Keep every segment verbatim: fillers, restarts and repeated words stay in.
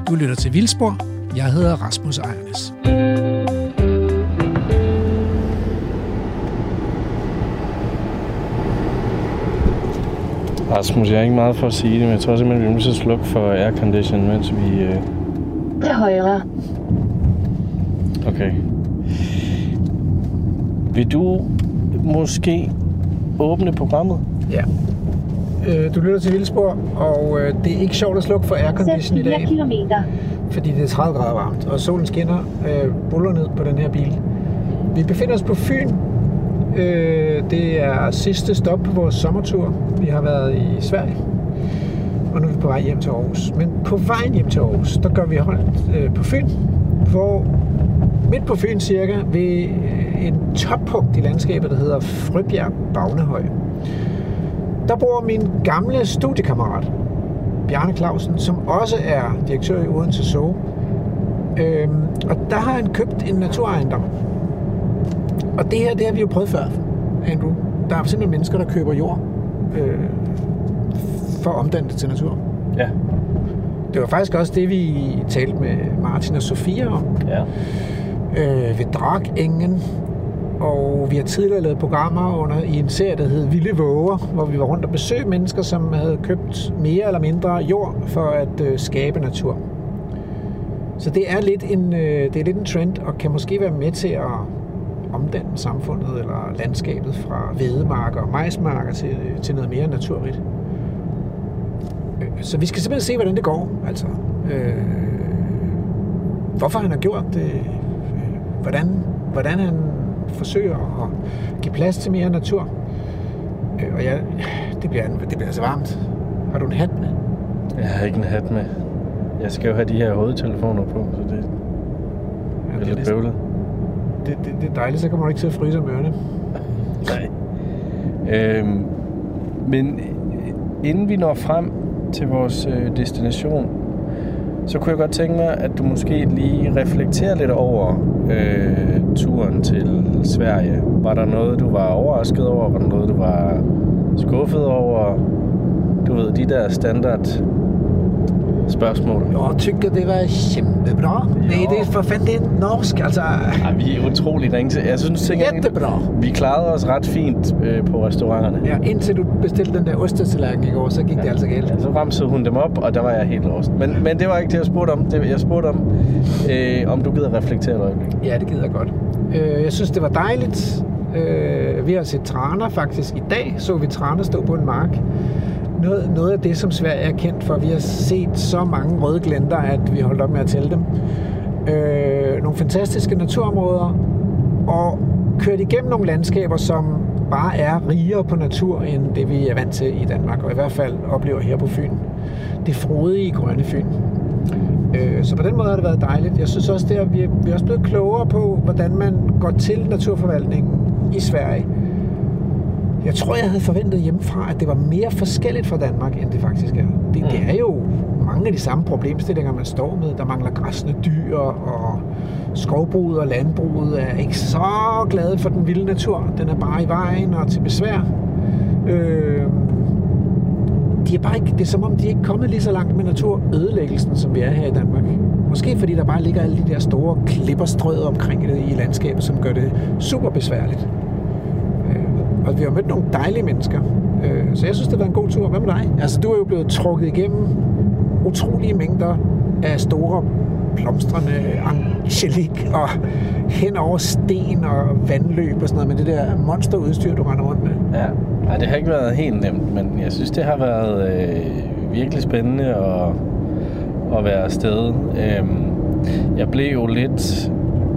Du lytter til Vildspor. Jeg hedder Rasmus Ejernes. Rasmus, jeg er ikke meget for at sige det, men jeg tror simpelthen, vi er nødt til at slukke for aircondition, mens vi... Øh... Til højre. Okay. Vil du måske åbne programmet? Ja. Øh, du lytter til Vildspor, og øh, det er ikke sjovt at slukke for aircondition i dag. Fordi det er tredive grader varmt, og solen skinner øh, buller ned på den her bil. Vi befinder os på Fyn. Øh, det er sidste stop på vores sommertur. Vi har været i Sverige, og nu er vi på vej hjem til Aarhus. Men på vejen hjem til Aarhus, der gør vi holdt øh, på Fyn, hvor midt på Fyn cirka ved en toppunkt i landskabet, der hedder Frøbjerg Bagnehøj. Der bor min gamle studiekammerat, Bjarne Clausen, som også er direktør i Odense Zoo. Øhm, og der har han købt en naturejendom. Og det her, det har vi jo prøvet før, Andrew. Der er simpelthen mennesker, der køber jord øh, for at omdanne det til natur. Ja. Det var faktisk også det, vi talte med Martin og Sofia om. Ja. Øh, ved Dragengen. Og vi har tidligere lavet programmer under i en serie, der hed Vilde Våger, hvor vi var rundt og besøgte mennesker, som havde købt mere eller mindre jord for at øh, skabe natur. Så det er lidt en øh, det er lidt en trend, og kan måske være med til at omdanne samfundet eller landskabet fra hvedemarker og majsmarker til, til noget mere naturrigt. Så vi skal simpelthen se, hvordan det går. Altså, øh, hvorfor han har gjort det, hvordan, hvordan han forsøger at give plads til mere natur. Og ja, det bliver, det bliver altså varmt. Har du en hat med? Jeg har ikke en hat med. Jeg skal jo have de her hovedtelefoner på, så det ja, er det lidt er bøvlet. Det, det, det er dejligt, så kommer du ikke til at fryse om ørerne. Nej. Øhm, men inden vi når frem til vores øh, destination, så kunne jeg godt tænke mig, at du måske lige reflekterer lidt over øh, turen til Sverige. Var der noget, du var overrasket over? Var der noget, du var skuffet over? Du ved, de der standard spørgsmål. Jeg tykker, det var kæmpebra. Nej, det er for fanden, det er norsk, altså. Ja, vi er utrolig ringe til. Jeg synes, Jättebra. Vi klarede os ret fint øh, på restauranterne. Ja, indtil du bestilte den der ostetallerken i går, så gik ja. det altså galt. Ja, så ramsede hun dem op, og der var jeg helt lost. Men, men det var ikke det, jeg spurgte om. Det, jeg spurgte om, øh, om du gider reflektere et øjeblik. Ja, det gider jeg godt. Øh, jeg synes, det var dejligt. Øh, vi har set traner faktisk. I dag så vi traner stå på en mark. Noget, noget af det, som Sverige er kendt for. Vi har set så mange røde glenter, at vi holdt op med at tælle dem. Øh, nogle fantastiske naturområder, og kørt igennem nogle landskaber, som bare er rigere på natur, end det vi er vant til i Danmark, og i hvert fald oplever her på Fyn. Det frodige grønne Fyn. Øh, så på den måde har det været dejligt. Jeg synes også, at vi er, vi er også blevet klogere på, hvordan man går til naturforvaltningen i Sverige. Jeg tror, jeg havde forventet hjemmefra, at det var mere forskelligt fra Danmark, end det faktisk er. Det, mm. det er jo mange af de samme problemstillinger, man står med. Der mangler græssende dyr, og skovbruget og landbruget er ikke så glade for den vilde natur. Den er bare i vejen og til besvær. Øh, de er bare ikke, det er som om, de ikke er kommet lige så langt med naturødelæggelsen, som vi er her i Danmark. Måske fordi der bare ligger alle de der store klipper strøget omkring det i landskabet, som gør det super besværligt. Og vi har mødt nogle dejlige mennesker. Så jeg synes, det var en god tur. Hvad med dig? Altså, du er jo blevet trukket igennem utrolige mængder af store blomstrende angelik og hen over sten og vandløb og sådan noget med det der monsterudstyr, du render rundt med. Ja, ja, det har ikke været helt nemt, men jeg synes, det har været øh, virkelig spændende at, at være afsted. Øhm, jeg blev jo lidt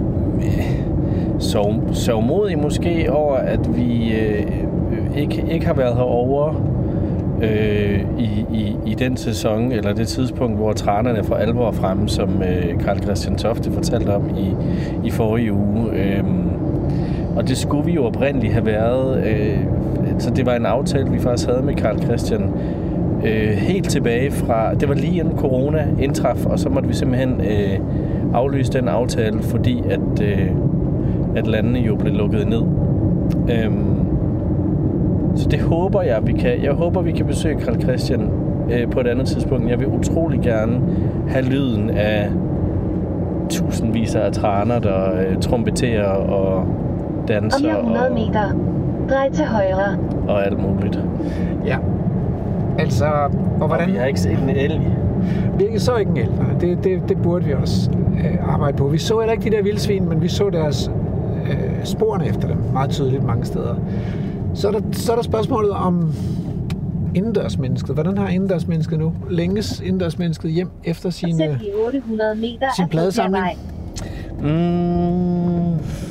så, sørgmodig måske over, at vi øh, ikke, ikke har været herovre øh, i, i, i den sæson, eller det tidspunkt, hvor tranerne for alvor fremme, som øh, Carl Christian Tofte fortalte om i, i forrige uge. Øh, og det skulle vi jo oprindeligt have været. Øh, så det var en aftale, vi faktisk havde med Carl Christian øh, helt tilbage fra... Det var lige inden corona indtraf, og så måtte vi simpelthen øh, aflyse den aftale, fordi at... Øh, at landene jo blev lukket ned. Øhm, så det håber jeg, vi kan. Jeg håber, vi kan besøge Carl Christian øh, på et andet tidspunkt. Jeg vil utrolig gerne have lyden af tusindvis af traner, der øh, trompeterer og danser. Om hundrede meter. Drej til højre. Og alt muligt. Ja. Altså, og hvordan... Og vi har ikke set en elg. Vi så ikke en elg. Det, det, det burde vi også øh, arbejde på. Vi så heller ikke de der vildsvin, men vi så deres øh, sporene efter dem meget tydeligt mange steder. Så er der, så er der spørgsmålet om indendørsmennesket. Hvordan har indendørsmennesket nu? Længes indendørsmennesket hjem efter sin, Sæt i otte hundrede meter sin pladesamling? Mm,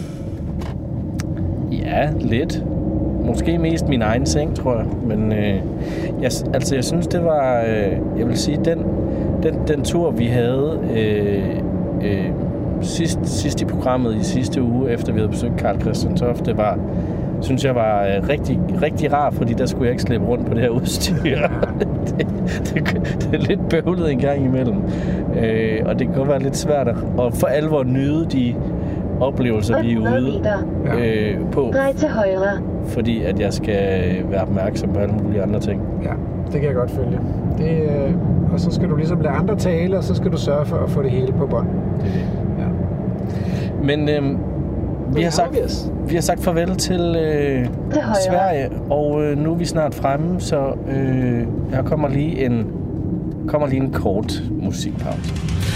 ja, lidt. Måske mest min egen seng, tror jeg. Men øh, jeg, altså, jeg synes, det var... Øh, jeg vil sige, den, den, den tur, vi havde øh, øh, sidst, sidst i programmet i sidste uge, efter vi havde besøgt Carl Christian Toft, det var... synes jeg var øh, rigtig, rigtig rar, fordi der skulle jeg ikke slæbe rundt på det her udstyr. det, det, det er lidt bøvlet en gang imellem. Øh, og det kan godt være lidt svært at, at for alvor nyde de oplevelser, vi er ude øh, på. Drej til højre. Fordi at jeg skal være opmærksom på alle mulige andre ting. Ja, det kan jeg godt følge. Det, øh, og så skal du ligesom lade andre tale, og så skal du sørge for at få det hele på bånd. Det er det. Ja. Men... Øh, Vi har, sagt, vi har sagt farvel til øh, Sverige, og øh, nu er vi snart fremme, så øh, her kommer lige en, kommer lige en kort musikpause.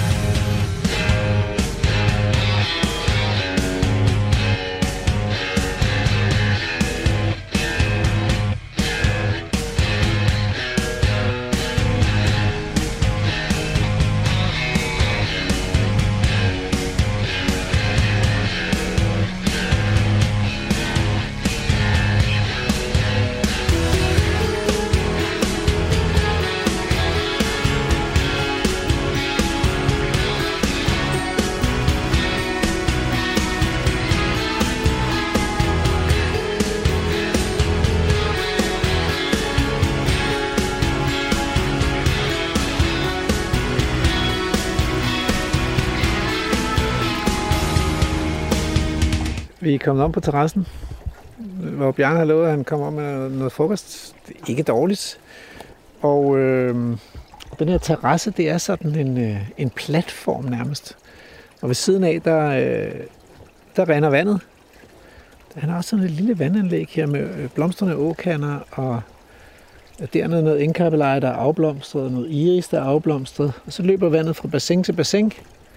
Vi er kommet om på terrassen, hvor Bjarne har lovet, at han kommer om med noget frokost. Det er ikke dårligt. Og øh, den her terrasse, det er sådan en, øh, en platform nærmest. Og ved siden af, der, øh, der render vandet. Han har også sådan et lille vandanlæg her med blomstrende åkander, og dernede noget engkappeleje, der er afblomstret, noget iris, der er afblomstret. Og så løber vandet fra bassin til bassin.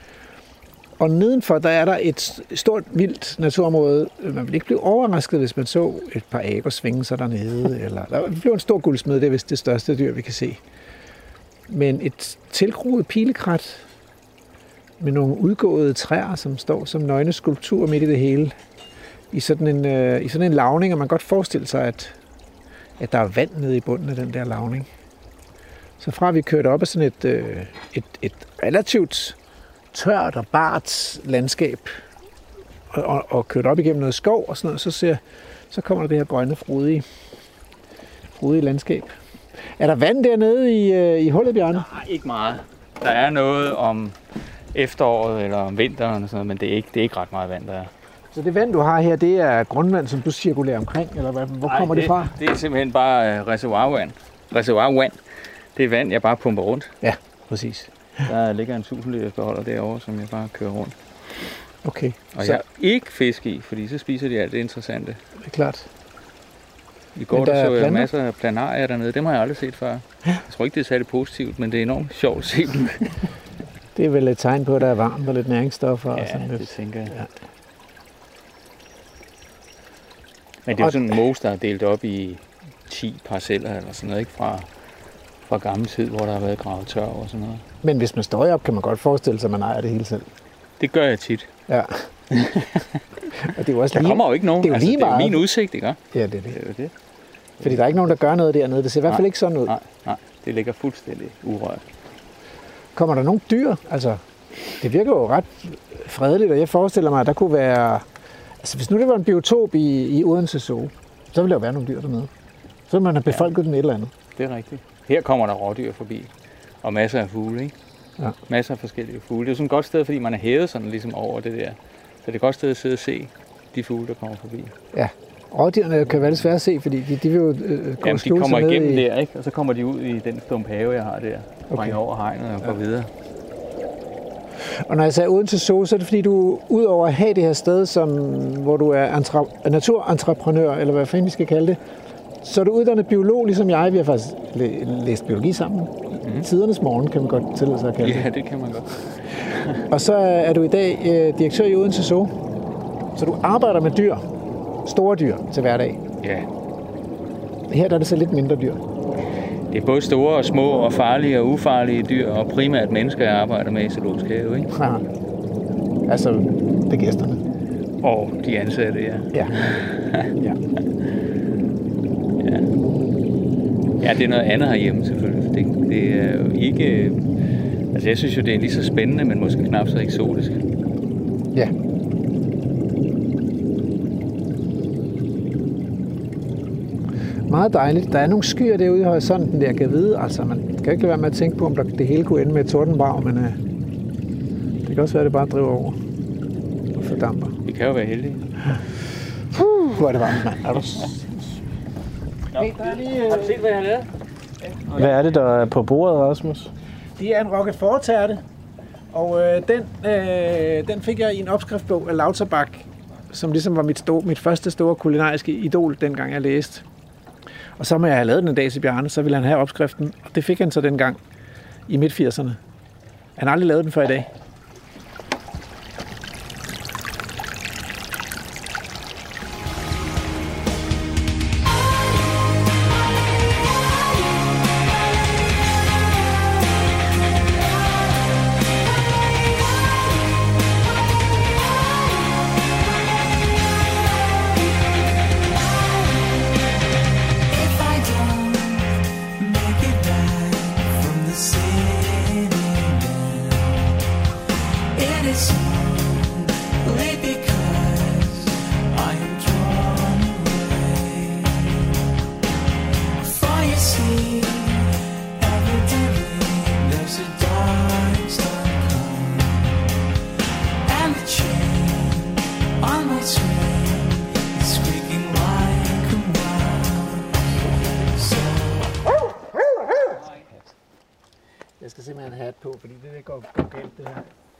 Og nedenfor, der er der et stort, vildt naturområde. Man vil ikke blive overrasket, hvis man så et par ager svinge sig dernede. Eller, der bliver en stor guldsmed, det er vist det største dyr, vi kan se. Men et tilgroet pilekrat med nogle udgåede træer, som står som nøgne skulpturer midt i det hele. I sådan en, øh, i sådan en lavning, og man kan godt forestille sig, at, at der er vand nede i bunden af den der lavning. Så fra vi kørte op af sådan et, øh, et, et relativt tørt og bart landskab, og, og, og kørt op igennem noget skov og sådan noget, så, ser, så kommer der det her grønne, frodige, frodige landskab. Er der vand dernede i, øh, i hullet, Bjarne? Nej, ikke meget. Der er noget om efteråret eller om vinteren og sådan noget, men det er ikke, det er ikke ret meget vand, der er. Så det vand, du har her, det er grundvand, som du cirkulerer omkring, eller hvad? Hvor Nej, kommer det, det fra? det er simpelthen bare uh, reservoirvand. Reservoirvand. Det er vand, jeg bare pumper rundt. Ja, præcis. Der ligger en tusind liters beholder derovre, som jeg bare kører rundt. Okay. Og så... jeg har ikke fisk i, fordi så spiser de alt det interessante. Det er klart. I går der så jeg masser af planarier dernede. Dem har jeg aldrig set før. Ja. Jeg tror ikke, det er særlig positivt, men det er enormt sjovt at se dem. Det er vel et tegn på, at der er varmt og lidt næringsstoffer. Ja, og sådan det lidt. tænker jeg. Ja. Men det er jo sådan en mos, der er delt op i ti parceller eller sådan noget, ikke? Fra, fra gammel tid, hvor der har været gravet tør og sådan noget. Men hvis man står op, kan man godt forestille sig, at man ejer det hele selv. Det gør jeg tit. Ja. og det er jo også der lige, kommer jo ikke nogen. Det er jo altså, lige det er meget. min udsigt, ikke? Ja, det er det. Det er jo det. Fordi der er ikke nogen, der gør noget dernede. Det ser i hvert fald ikke sådan ud. Nej, nej. Det ligger fuldstændig urørt. Kommer der nogle dyr? Altså, det virker jo ret fredeligt, og jeg forestiller mig, at der kunne være... Altså, hvis nu det var en biotop i, i Odense Zoo, så ville der jo være nogle dyr dernede. Så ville man have befolket ja. den et eller andet. Det er rigtigt. Her kommer der rådyr forbi. Og masser af fugle, ikke? Ja. Masser af forskellige fugle. Det er sådan et godt sted, fordi man er hævet sådan ligesom over det der. Så det er et godt sted at sidde og se de fugle, der kommer forbi. Ja, Rådyrene kan være lidt svært at se, fordi de, de vil jo øh, gå Jamen, de kommer igennem i... der, ikke? Og så kommer de ud i den stump have, jeg har der. Springer okay. over hegnet og går ja. videre. Og når jeg sagde Odense Zoo, så er det fordi, du udover at have det her sted, som, hvor du er entre, naturentreprenør, eller hvad fanden vi skal kalde det, så er du uddannet biolog, ligesom jeg. Vi har faktisk læ- læst biologi sammen. Mm. Tidernes morgen, kan man godt tillade sig at kalde det. Ja, det kan man godt. Og så er du i dag øh, direktør i Odense Zoo. Så du arbejder med dyr. Store dyr til hverdag. Ja. Her der er det så lidt mindre dyr. Det er både store og små og farlige og ufarlige dyr, og primært mennesker, jeg arbejder med i zoologisk have, ikke? Ja. Altså, det er gæsterne. Og de ansatte, ja. Ja. ja. ja. Ja, det er noget andet herhjemme, selvfølgelig. Det, det er jo ikke... Altså, jeg synes jo, det er lige så spændende, men måske knap så eksotisk. Ja. Meget dejligt. Der er nogle skyer derude i horisonten, der kan vide. Altså, man kan ikke lade være med at tænke på, om der, det hele kunne ende med et tordenbrag, men uh, det kan også være, at det bare driver over og fordamper. Vi kan jo være heldige. Uh, hvor er det varmt, mand. Er du... Hey, der er lige, uh... Har du set, hvad jeg har lavet? Hvad er det, der er på bordet, Rasmus? Det er en roquefort-tærte, og øh, den, øh, den fik jeg i en opskriftsbog af Lauterbach, som ligesom var mit, store, mit første store kulinariske idol, dengang jeg læste. Og så må jeg have lavet den en dag til Bjarne, så ville han have opskriften, og det fik han så dengang i midt firserne. Han har aldrig lavet den før i dag. Jeg skal simpelthen have hat på, fordi det går, går galt, det her.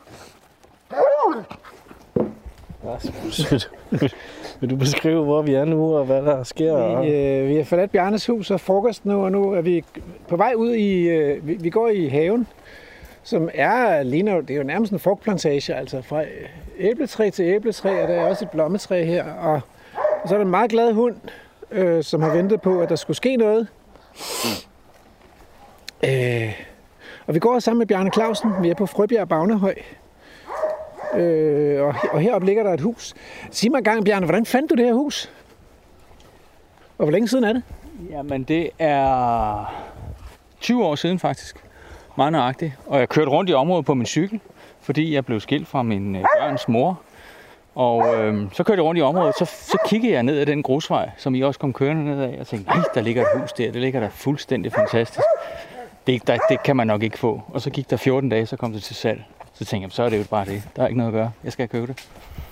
Rasmus, vil du beskrive, hvor vi er nu, og hvad der sker? Vi, øh, vi har forladt Bjarnes hus og frokost nu, og nu er vi på vej ud i... Øh, vi, vi går i haven, som er, ligner, det er jo nærmest en frugtplantage, altså fra æbletræ til æbletræ, og der er også et blommetræ her, og, og så er der en meget glad hund, øh, som har ventet på, at der skulle ske noget. Øh, og vi går sammen med Bjarne Clausen, vi er på Frøbjerg Bagnehøj. Øh, og, og heroppe ligger der et hus. Sig mig engang, Bjarne, hvordan fandt du det her hus? Og hvor længe siden er det? Jamen, det er tyve år siden faktisk. Meget nøjagtigt. Og jeg kørte rundt i området på min cykel, fordi jeg blev skilt fra min øh, børns mor. Og øh, så kørte jeg rundt i området, så, så kiggede jeg ned ad den grusvej, som I også kom kørende ned af, og tænkte, nej, der ligger et hus der, det ligger der fuldstændig fantastisk. Det, der, det kan man nok ikke få. Og så gik der fjorten dage, så kom det til salg. Så tænkte jeg, så er det jo bare det. Der er ikke noget at gøre. Jeg skal købe det.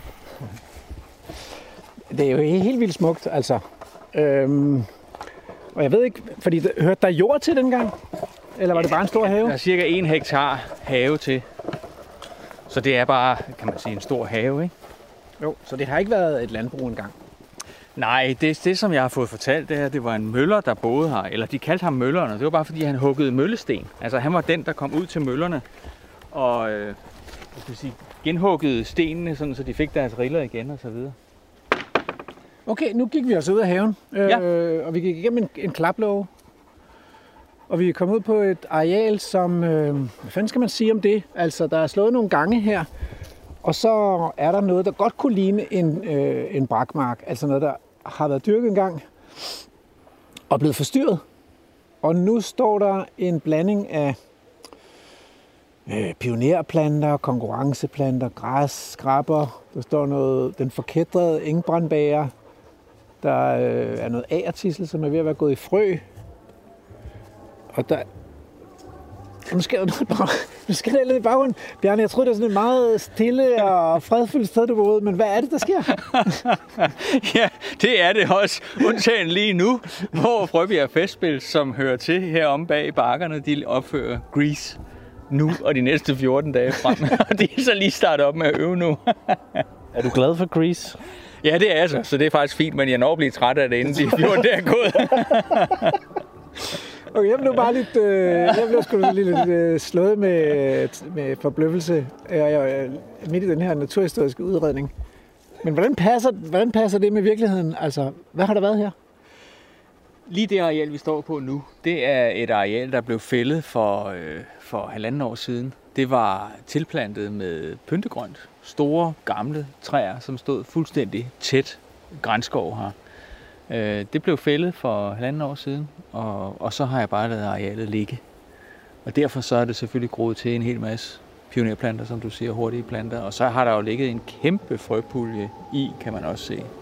Det er jo helt vildt smukt, altså. Øhm, og jeg ved ikke, fordi der, hørte der jord til dengang? Eller var det bare en stor have? Der er cirka en hektar have til. Så det er bare, kan man sige, en stor have, ikke? Jo, så det har ikke været et landbrug engang? Nej, det, det som jeg har fået fortalt, det er, det var en møller, der boede her. Eller de kaldte ham møllerne. Det var bare fordi, han huggede møllesten. Altså han var den, der kom ud til møllerne og øh, jeg skal sige, genhuggede stenene, sådan, så de fik deres riller igen og så videre. Okay, nu gik vi altså ud af haven, øh, ja. Og vi gik igennem en, en klaplåge. Og vi er kommet ud på et areal, som, øh, hvad fanden skal man sige om det? Altså, der er slået nogle gange her, og så er der noget, der godt kunne ligne en, øh, en brakmark. Altså noget, der har været dyrket engang og blevet forstyrret. Og nu står der en blanding af øh, pionerplanter, konkurrenceplanter, græs, skrabber. Der står noget, den forkædrede engbrandbæger. Der øh, er noget agertissel, som er ved at være gået i frø. Og der, Nu skal, nu, nu skal jeg lidt i baggrunden. Bjarne, jeg troede, det var sådan et meget stille og fredfuldt sted, du var ude, men hvad er det, der sker? Ja, det er det også. Undtagen lige nu, hvor Frøbjerg Festspil, som hører til heromme bag i bakkerne, de opfører Grease nu og de næste fjorten dage frem. Og de er så lige startet op med at øve nu. Er du glad for Grease? Ja, det er jeg så, så det er faktisk fint, men jeg når at blive træt af det, inden de fjorten dage er gået. Okay, jeg blev bare lidt, øh, jeg blev sgu lidt, lidt øh, slået med, med forbløffelse øh, jeg, midt i den her naturhistoriske udredning. Men hvordan passer, hvordan passer det med virkeligheden? Altså, hvad har der været her? Lige det areal, vi står på nu, det er et areal, der blev fældet for, øh, for halvanden år siden. Det var tilplantet med pyntegrønt. Store, gamle træer, som stod fuldstændig tæt grænskov her. Øh, det blev fældet for halvanden år siden, og, og så har jeg bare ladet arealet ligge. Og derfor så er det selvfølgelig groet til en hel masse pionerplanter, som du siger, hurtige planter. Og så har der jo ligget en kæmpe frøpulje i, kan man også se.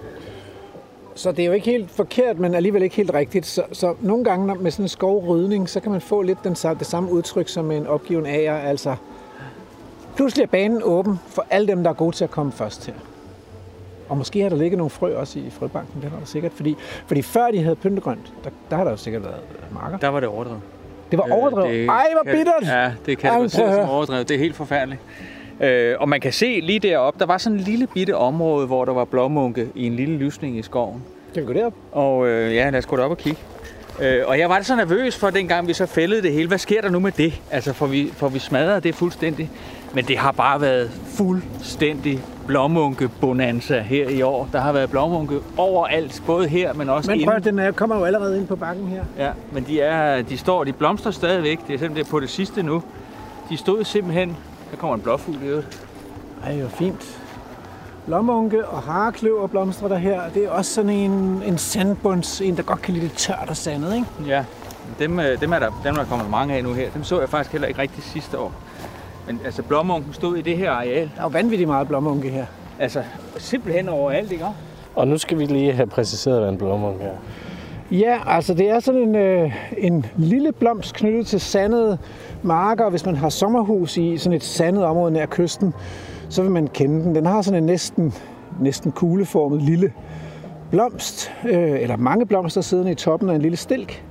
Så det er jo ikke helt forkert, men alligevel ikke helt rigtigt. Så, så nogle gange med sådan en skovrydning, så kan man få lidt den, det samme udtryk som en opgiven ager. Altså, pludselig er banen åben for alle dem, der er gode til at komme først her. Og måske har der ligget nogle frø også i frøbanken, det var der sikkert. Fordi, fordi før de havde pyntegrønt, der, der har der jo sikkert været marker. Der var det overdrevet. Det var overdrevet? Øh, Ej, hvor bittert! Ja, det kan det som overdrevet. Det er helt forfærdeligt. Øh, og man kan se lige deroppe, der var sådan en lille bitte område, hvor der var blåmunke i en lille lysning i skoven. Kan vi gå derop? Og øh, ja, lad os gå derop og kigge. Øh, og jeg var så nervøs for, dengang vi så fældede det hele. Hvad sker der nu med det? Altså, for vi, for vi smadrede det fuldstændig. Men det har bare været fuldstændig blåmunke-bonanza her i år. Der har været blåmunke overalt, både her, men også men prøv, inden. den er, kommer jo allerede ind på bakken her. Ja, men de, er, de står, de blomstrer stadigvæk. Det er simpelthen på det sidste nu. De stod simpelthen. Der kommer en blåfugl i øvrigt. Ej, hvor fint. Blåmunke og harekløver blomstrer der her. Det er også sådan en, en sandbunds, en der godt kan lide det tørt og sandet, ikke? Ja, dem, dem, er der, dem er der kommet mange af nu her. Dem så jeg faktisk heller ikke rigtig sidste år. Men altså, blåmunken stod i det her areal. Der er jo vanvittigt meget blåmunke her. Altså, simpelthen overalt, ikke? Og nu skal vi lige have præciseret, hvad en blåmunke er. Ja, altså det er sådan en, øh, en lille blomst knyttet til sandede marker. Hvis man har sommerhus i sådan et sandet område nær kysten, så vil man kende den. Den har sådan en næsten, næsten kugleformet lille blomst, øh, eller mange blomster siddende i toppen af en lille stilk.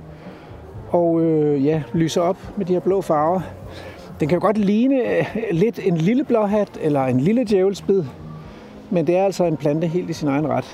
Og øh, ja, lyser op med de her blå farver. Den kan jo godt ligne øh, lidt en lille blåhat eller en lille djævelsbid, men det er altså en plante helt i sin egen ret.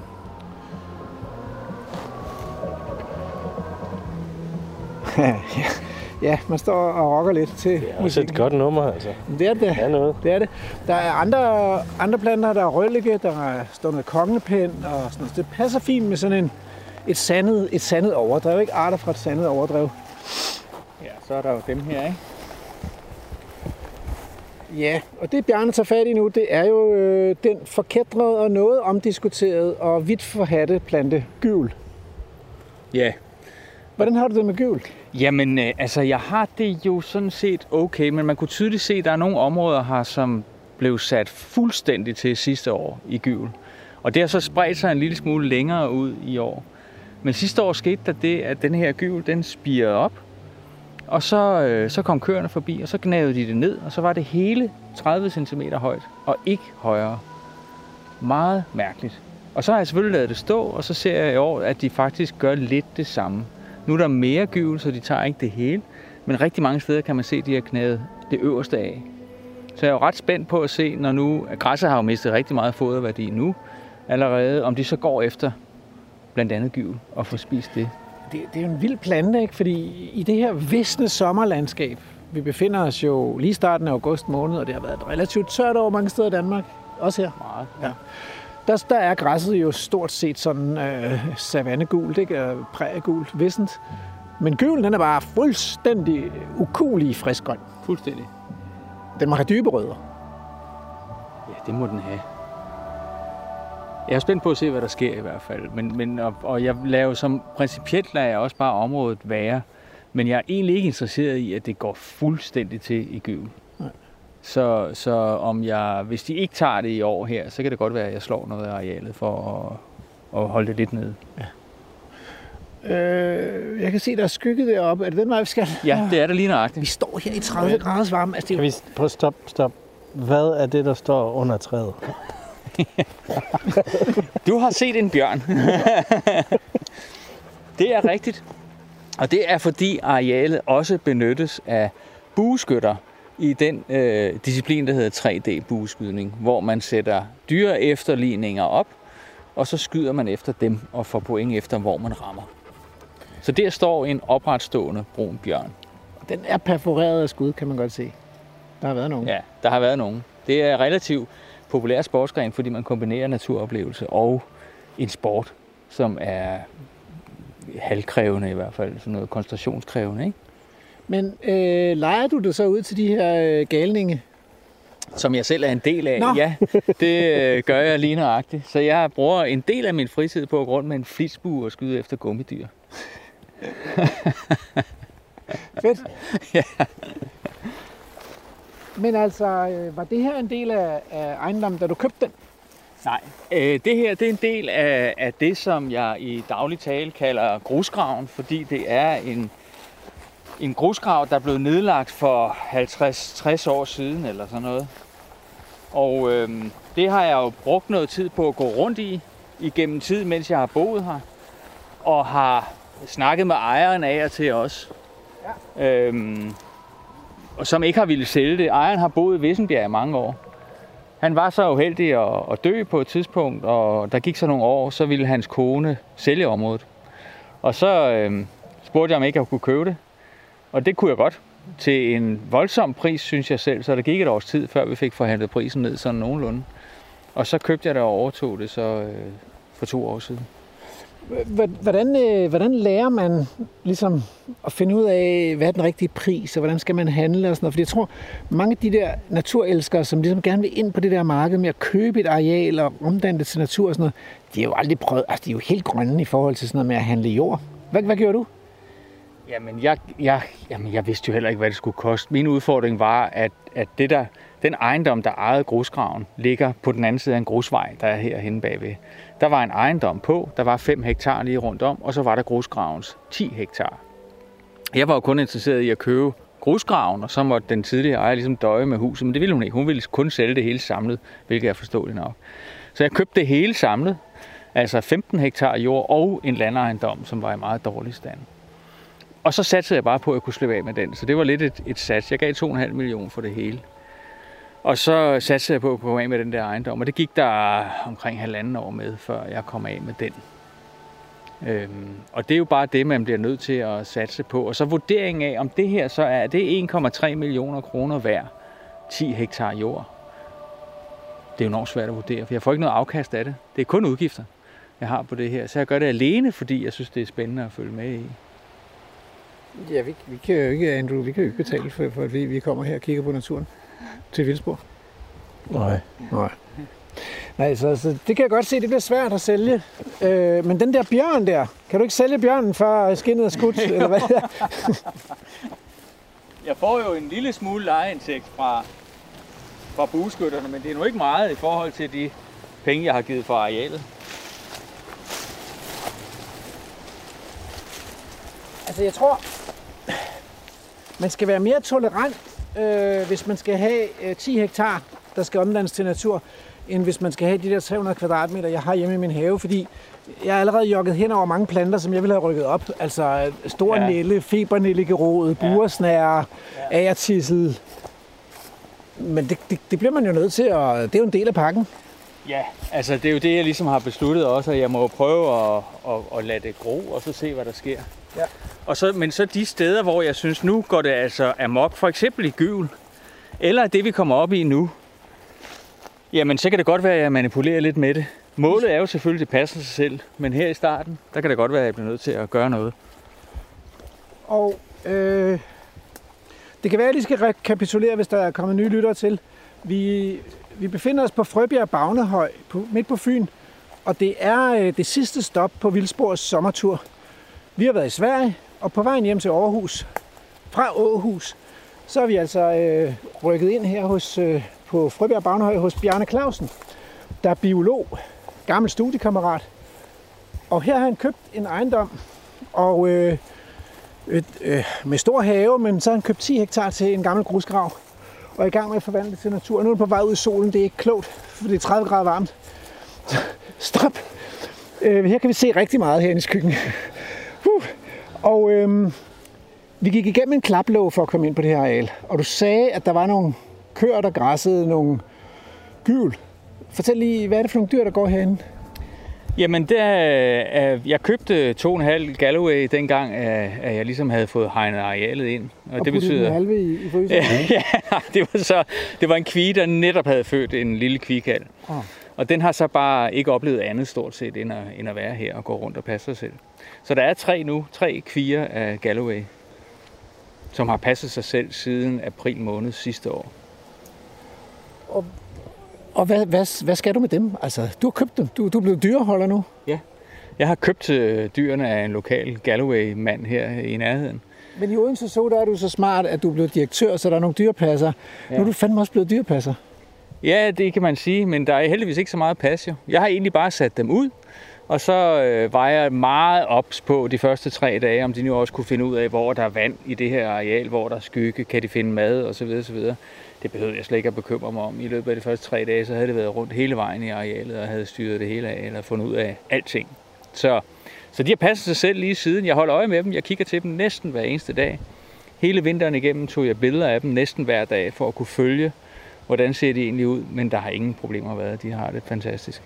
Ja, ja, man står og rocker lidt til musikken. Det er også et godt nummer, altså. Det er det. Det er noget. Det er det. Der er andre, andre planter, der er rødlægge, der er, står noget kongepind og sådan noget. Det passer fint med sådan en, et, sandet, et sandet overdrev, ikke? Arter fra et sandet overdrev. Ja, så er der jo dem her, ikke? Ja, og det Bjarne tager fat i nu, det er jo øh, den forkætrede og noget omdiskuterede og vidt forhatte plante gyvel. Ja. Hvordan har du det med gyvel? Jamen, øh, altså, jeg har det jo sådan set okay, men man kunne tydeligt se, at der er nogle områder her, som blev sat fuldstændig til sidste år i gyvel. Og det har så spredt sig en lille smule længere ud i år. Men sidste år skete der det, at den her gyvel, den spirede op, og så, øh, så kom køerne forbi, og så gnavede de det ned, og så var det hele tredive centimeter højt, og ikke højere. Meget mærkeligt. Og så har jeg selvfølgelig ladet det stå, og så ser jeg i år, at de faktisk gør lidt det samme. Nu er der mere gyvel, så de tager ikke det hele, men rigtig mange steder kan man se, at de har gnavet det øverste af. Så jeg er jo ret spændt på at se, når nu, at græsset har jo mistet rigtig meget foderværdi nu allerede, om de så går efter blandt andet gyvel og får spist det. Det, det er jo en vild plante, ikke? Fordi i det her visne sommerlandskab, vi befinder os jo lige i starten af august måned, og det har været et relativt tørt over mange steder i Danmark, også her. Meget. Ja. Der, der er græsset jo stort set sådan øh, savannegult, ikke? Præriegult, vissent. Men gyvlen, den er bare fuldstændig ukuelig friskgrøn. Fuldstændig. Den må have dybe rødder. Ja, det må den have. Jeg er spændt på at se, hvad der sker i hvert fald. Men, men, og, og jeg lader jo som principielt lader jeg også bare området være. Men jeg er egentlig ikke interesseret i, at det går fuldstændig til i gyvel. Nej. Så, så om jeg, hvis de ikke tager det i år her, så kan det godt være, at jeg slår noget af arealet for at, at holde det lidt nede. Ja. Øh, jeg kan se, der er skygge deroppe. Er det den vej, vi skal? Ja, det er det lige nøjagtigt. Vi står her i tredive graders varme. Altså, det er Kan jo... vi prøve stop, stop. Hvad er det, der står under træet? Du har set en bjørn. Det er rigtigt. Og det er fordi arealet også benyttes af bueskytter i den øh, disciplin, der hedder tre D-bueskydning, hvor man sætter dyre efterligninger op, og så skyder man efter dem og får point efter, hvor man rammer. Så der står en opretstående brun bjørn. Den er perforeret af skud, kan man godt se. Der har været nogen. Ja, der har været nogen. Det er relativt populær sportsgren, fordi man kombinerer naturoplevelse og en sport, som er halvkrævende i hvert fald, sådan noget koncentrationskrævende, ikke? Men øh, leger du det så ud til de her øh, galninge? Som jeg selv er en del af. Nå. Ja, det øh, gør jeg lige nøjagtigt. Så jeg bruger en del af min fritid på at gå rundt med en flitsbue og skyde efter gummidyr. Fedt. Ja. Men altså, øh, var det her en del af, af ejendommen, da du købte den? Nej, øh, det her det er en del af, af det, som jeg i daglig tale kalder grusgraven, fordi det er en, en grusgrav, der blev nedlagt for halvtreds til tres år siden eller sådan noget. Og øh, det har jeg jo brugt noget tid på at gå rundt i, igennem tid, mens jeg har boet her, og har snakket med ejeren af og til også. Ja. Øhm, og som ikke har ville sælge det. Ejeren har boet i Vissenbjerg i mange år. Han var så uheldig at, at dø på et tidspunkt, og der gik så nogle år, så ville hans kone sælge området. Og så øhm, spurgte jeg, om ikke jeg kunne købe det. Og det kunne jeg godt. Til en voldsom pris, synes jeg selv. Så der gik et års tid, før vi fik forhandlet prisen ned sådan nogenlunde. Og så købte jeg det og overtog det så øh, for to år siden. Hvordan, øh, hvordan lærer man ligesom at finde ud af, hvad er den rigtige pris, og hvordan skal man handle og sådan noget? Fordi jeg tror, mange af de der naturelskere, som ligesom gerne vil ind på det der marked med at købe et areal og omdanne det til natur og sådan noget, de har jo aldrig prøvet, altså de er jo helt grønne i forhold til sådan noget med at handle jord. Hvad, hvad gjorde du? Jamen jeg, jeg, jamen, jeg vidste jo heller ikke, hvad det skulle koste. Min udfordring var, at, at det der, den ejendom, der ejede grusgraven, ligger på den anden side af en grusvej, der er herhenne bagved. Der var en ejendom på, der var fem hektar lige rundt om, og så var der grusgravens ti hektar. Jeg var jo kun interesseret i at købe grusgraven, og så måtte den tidligere ejer ligesom døje med huset, men det ville hun ikke. Hun ville kun sælge det hele samlet, hvilket er forståeligt nok. Så jeg købte det hele samlet, altså femten hektar jord og en landejendom, som var i meget dårlig stand. Og så satsede jeg bare på, at jeg kunne slippe af med den. Så det var lidt et, et sats. Jeg gav to komma fem millioner for det hele. Og så satsede jeg på at komme af med den der ejendom. Og det gik der omkring halvanden år med, før jeg kom af med den. Øhm, og det er jo bare det, man bliver nødt til at satse på. Og så vurderingen af, om det her så er det en komma tre millioner kroner værd. ti hektar jord. Det er jo enormt svært at vurdere, for jeg får ikke noget afkast af det. Det er kun udgifter, jeg har på det her. Så jeg gør det alene, fordi jeg synes, det er spændende at følge med i. Ja, vi, vi kan jo ikke, Andrew, vi kan jo ikke betale for, for at vi, vi kommer her og kigger på naturen til Vildsborg. Nej. Nej. Nej, så, så det kan jeg godt se, det bliver svært at sælge. Øh, men den der bjørn der, kan du ikke sælge bjørnen, før skinnet er skudt, eller hvad? Jeg får jo en lille smule lejeindtægt fra, fra bueskytterne, men det er nu ikke meget i forhold til de penge, jeg har givet for arealet. Altså, jeg tror, man skal være mere tolerant, øh, hvis man skal have øh, ti hektar, der skal omdannes til natur, end hvis man skal have de der tre hundrede kvadratmeter, jeg har hjemme i min have, fordi jeg har allerede jogget hen over mange planter, som jeg ville have rykket op. Altså store ja. Nælle, febernælligerod, buresnære, ja. Agertissel. Men det, det, det bliver man jo nødt til, og det er jo en del af pakken. Ja, altså det er jo det, jeg ligesom har besluttet også, at jeg må prøve at, at, at lade det gro, og så se, hvad der sker. Ja. Og så, men så de steder, hvor jeg synes, nu går det altså amok, for eksempel i Gyvel, eller det, vi kommer op i nu, jamen så kan det godt være, at jeg manipulerer lidt med det. Målet er jo selvfølgelig, at det passer sig selv, men her i starten, der kan det godt være, at jeg bliver nødt til at gøre noget. Og øh, det kan være, at I skal rekapitulere, hvis der er kommet nye lyttere til. Vi, vi befinder os på Frøbjerg Bagnehøj, på, midt på Fyn, og det er øh, det sidste stop på Vildsborgs sommertur. Vi har været i Sverige, og på vejen hjem til Aarhus, fra Aarhus, så er vi altså øh, rykket ind her hos, øh, på Frøbjerg Bagnehøj hos Bjarne Clausen, der er biolog, gammel studiekammerat. Og her har han købt en ejendom og øh, et, øh, med stor have, men så har han købt ti hektar til en gammel grusgrav, og er i gang med at forvandle det til natur. Nu er han på vej ud i solen, det er ikke klogt, for det er tredive grader varmt. Stop! Øh, her kan vi se rigtig meget herinde i skyggen. Uh. Og øh, vi gik igennem en klaplåge for at komme ind på det her areal, og du sagde, at der var nogle køer, der græssede, nogle gyvel. Fortæl lige, hvad er det for nogle dyr, der går herinde? Jamen, der, øh, jeg købte to og en halv Galloway dengang, øh, at jeg ligesom havde fået hegnet arealet ind. Og, og det betyder en halve i, i fryseren? Ja, det var så det var en kvie, der netop havde født en lille kviekald. Oh. Og den har så bare ikke oplevet andet stort set, end at, end at være her og gå rundt og passe sig selv. Så der er tre nu, tre kvier af Galloway, som har passet sig selv siden april måned sidste år. Og Og hvad, hvad, hvad skal du med dem? Altså, du har købt dem. Du, du er blevet dyreholder nu. Ja. Jeg har købt øh, dyrene af en lokal Galloway-mand her i nærheden. Men i Odense så der er du så smart, at du er blevet direktør, så der er nogle dyrepasser. Ja. Nu er du fandme også blevet dyrepasser. Ja, det kan man sige, men der er heldigvis ikke så meget pas jo. Jeg har egentlig bare sat dem ud, og så øh, var jeg meget ops på de første tre dage, om de nu også kunne finde ud af, hvor der er vand i det her areal, hvor der er skygge, kan de finde mad osv. osv. Det behøvede jeg slet ikke at bekymre mig om. I løbet af de første tre dage, så havde det været rundt hele vejen i arealet, og havde styret det hele af, eller fundet ud af alting. Så, så de har passet sig selv lige siden. Jeg holder øje med dem. Jeg kigger til dem næsten hver eneste dag. Hele vinteren igennem tog jeg billeder af dem næsten hver dag, for at kunne følge, hvordan ser de egentlig ud. Men der har ingen problemer været. De har det fantastisk.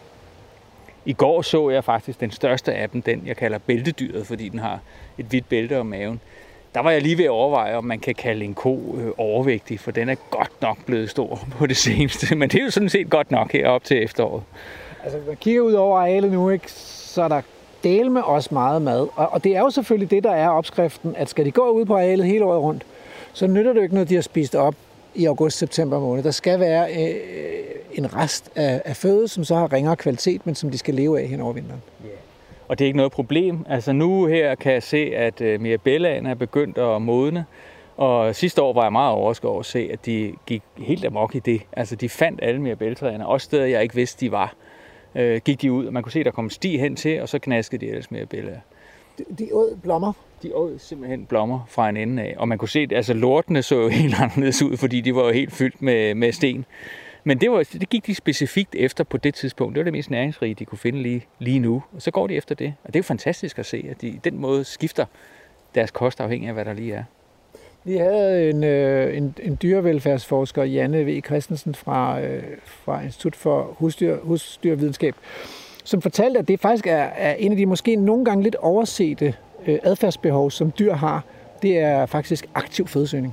I går så jeg faktisk den største af dem, den jeg kalder bæltedyret, fordi den har et hvidt bælte om maven. Der var jeg lige ved at overveje, om man kan kalde en ko øh, overvægtig, for den er godt nok blevet stor på det seneste. Men det er jo sådan set godt nok herop til efteråret. Altså, når man kigger ud over arealet nu, ikke, så er der del med også meget mad. Og, og det er jo selvfølgelig det, der er opskriften, at skal de gå ud på arealet hele året rundt, så nytter det jo ikke noget, de har spist op i august-september måned. Der skal være øh, en rest af, af føde, som så har ringere kvalitet, men som de skal leve af hen over vinteren. Yeah. Og det er ikke noget problem. Altså nu her kan jeg se, at uh, Mirabellaen er begyndt at modne. Og sidste år var jeg meget overrasket over at se, at de gik helt amok i det. Altså de fandt alle Mirabelletræerne, også steder jeg ikke vidste, de var. Uh, gik de ud, og man kunne se, at der kom sti hen til, og så knaskede de ellers Mirabellaer. De, de åd blommer? De åd simpelthen blommer fra en ende af. Og man kunne se, at altså, lortene så jo helt anderledes ud, fordi de var jo helt fyldt med, med sten. Men det, var, det gik de specifikt efter på det tidspunkt. Det var det mest næringsrige, de kunne finde lige, lige nu. Og så går de efter det. Og det er jo fantastisk at se, at de den måde skifter deres kost afhængig af, hvad der lige er. Vi havde en, øh, en, en dyrevelfærdsforsker, Janne V. Christensen fra, øh, fra Institut for Husdyr, Husdyrvidenskab, som fortalte, at det faktisk er, er en af de måske nogle gange lidt oversete øh, adfærdsbehov, som dyr har. Det er faktisk aktiv fødesøgning.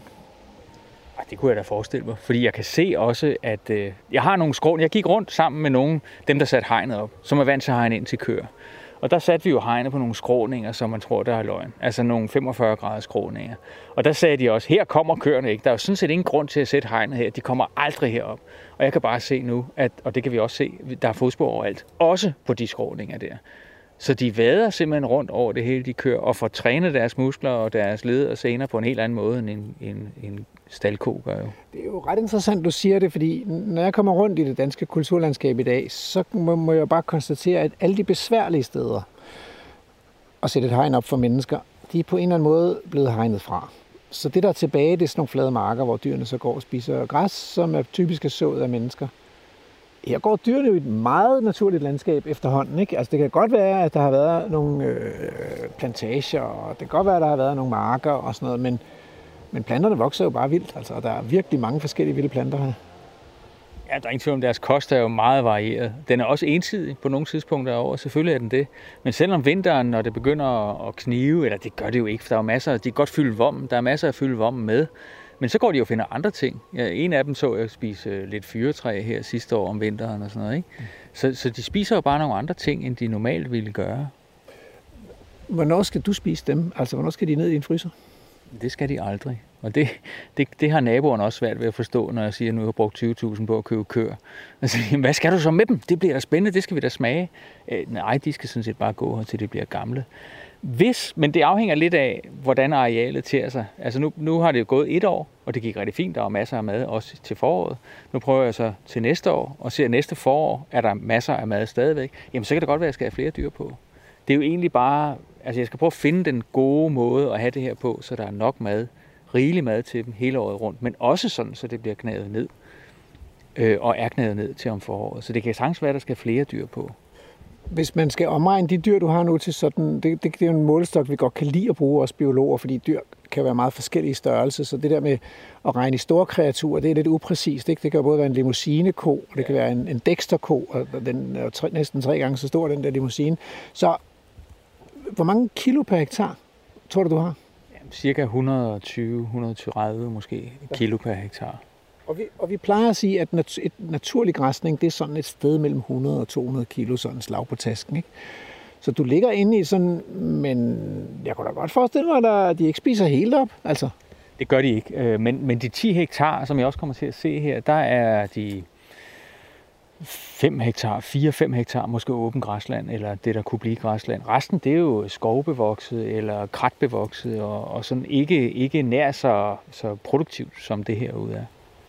Det kunne jeg da forestille mig, fordi jeg kan se også, at øh, jeg har nogle skråninger. Jeg gik rundt sammen med nogle, dem der satte hegnet op, som er vant til at hegne ind til køer. Og der satte vi jo hegnet på nogle skråninger, som man tror, der er løgn. Altså nogle femogfyrre graders skråninger. Og der sagde de også, her kommer køerne ikke. Der er jo sådan set ingen grund til at sætte hegnet her. De kommer aldrig herop. Og jeg kan bare se nu, at, og det kan vi også se, der er fodspor overalt. Også på de skråninger der. Så de vader simpelthen rundt over det hele, de kører, og får trænet deres muskler og deres led og sener på en helt anden måde, end en, en, en staldko gør jo. Det er jo ret interessant, du siger det, fordi når jeg kommer rundt i det danske kulturlandskab i dag, så må, må jeg bare konstatere, at alle de besværlige steder at sætte et hegn op for mennesker, de er på en eller anden måde blevet hegnet fra. Så det der er tilbage, det er sådan nogle flade marker, hvor dyrene så går og spiser græs, som er typisk sået af mennesker. Her går dyrene jo i et meget naturligt landskab efterhånden, ikke? Altså det kan godt være, at der har været nogle øh, plantager, og det kan godt være, at der har været nogle marker og sådan noget, men, men planterne vokser jo bare vildt. Altså der er virkelig mange forskellige vilde planter her. Ja, der er ingen tvivl om, deres kost er jo meget varieret. Den er også ensidig på nogle tidspunkter over, selvfølgelig er den det. Men selvom vinteren, når det begynder at knive, eller det gør det jo ikke, for der er masser, de kan godt fylde vommen, der er masser at fylde vommen med. Men så går de jo og finder andre ting. Ja, en af dem så jeg spise lidt fyretræ her sidste år om vinteren og sådan noget, ikke? Så, så de spiser jo bare nogle andre ting, end de normalt ville gøre. Hvornår skal du spise dem? Altså, hvornår skal de ned i din fryser? Det skal de aldrig. Og det, det, det har naboerne også svært ved at forstå, når jeg siger, at nu har jeg brugt tyve tusind på at købe køer. Altså, hvad skal du så med dem? Det bliver da spændende, det skal vi da smage. Øh, nej, de skal sådan set bare gå her, til de bliver gamle. Hvis, men det afhænger lidt af, hvordan arealet ter sig. Altså nu, nu har det jo gået et år, og det gik rigtig fint. Der var masser af mad, også til foråret. Nu prøver jeg så til næste år, og ser næste forår, er der masser af mad stadigvæk. Jamen så kan det godt være, at jeg skal have flere dyr på. Det er jo egentlig bare, altså jeg skal prøve at finde den gode måde at have det her på, så der er nok mad, rigelig mad til dem hele året rundt, men også sådan, så det bliver knaget ned, øh, og er knaget ned til om foråret. Så det kan sagtens være, at der skal flere dyr på. Hvis man skal omregne de dyr, du har nu til sådan, det, det, det er jo en målestok, vi godt kan lide at bruge, os biologer, fordi dyr kan være meget forskellige størrelse, så det der med at regne i store kreaturer, det er lidt upræcist, ikke? Det kan jo både være en limousineko, og det kan være en, en dexterko, og den er tre, næsten tre gange så stor, den der limousine. Så hvor mange kilo per hektar tror du, du har? Jamen, cirka et hundrede og tyve til et hundrede og tredive måske kilo per hektar. Og vi, og vi plejer at sige, at nat- et naturlig græsning, det er sådan et sted mellem hundrede og to hundrede kilo, sådan en slag på tasken, ikke? Så du ligger inde i sådan, men jeg kunne da godt forestille mig, at de ikke spiser helt op, altså. Det gør de ikke, men, men de ti hektar, som jeg også kommer til at se her, der er de fem hektar, fire til fem hektar, måske åben græsland, eller det, der kunne blive græsland. Resten, det er jo skovbevokset eller kratbevokset, og, og sådan ikke, ikke nær så, så produktivt, som det herude er.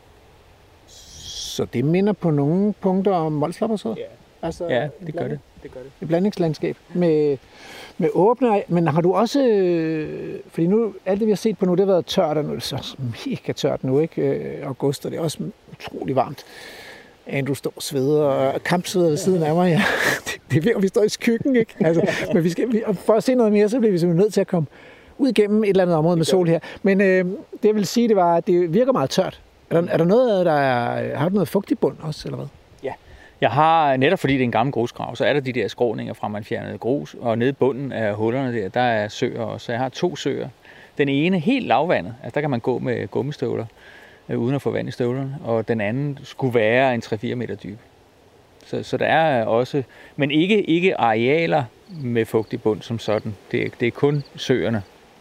Så det minder på nogle punkter om Molslappersød? Ja, altså, ja det, gør det. det gør det. Et blandingslandskab med, med åbne, men har du også, fordi nu, alt det vi har set på nu, det har været tørt, og nu er det så mega tørt nu, ikke? August, og det er også utrolig varmt. Andrew står og sveder, og kampsveder ved siden af mig. Ja. Det, det er ved, at vi står i skyggen, ikke? Altså, men vi skal, for at se noget mere, så bliver vi simpelthen nødt til at komme ud igennem et eller andet område med sol her. Men øh, det jeg vil sige, det var, at det virker meget tørt. Er der, er der noget af der er, har du noget fugtig bund også, eller hvad? Ja, jeg har, netop fordi det er en gammel grusgrav, så er der de der skråninger fra man fjernede grus, og nede i bunden af hullerne der, der er søer også. Så jeg har to søer. Den ene helt lavvandet, altså der kan man gå med gummistøvler, øh, uden at få vand i støvlerne, og den anden skulle være en tre til fire meter dyb. Så, så der er også, men ikke, ikke arealer med fugtig bund som sådan. Det er, det er kun søerne.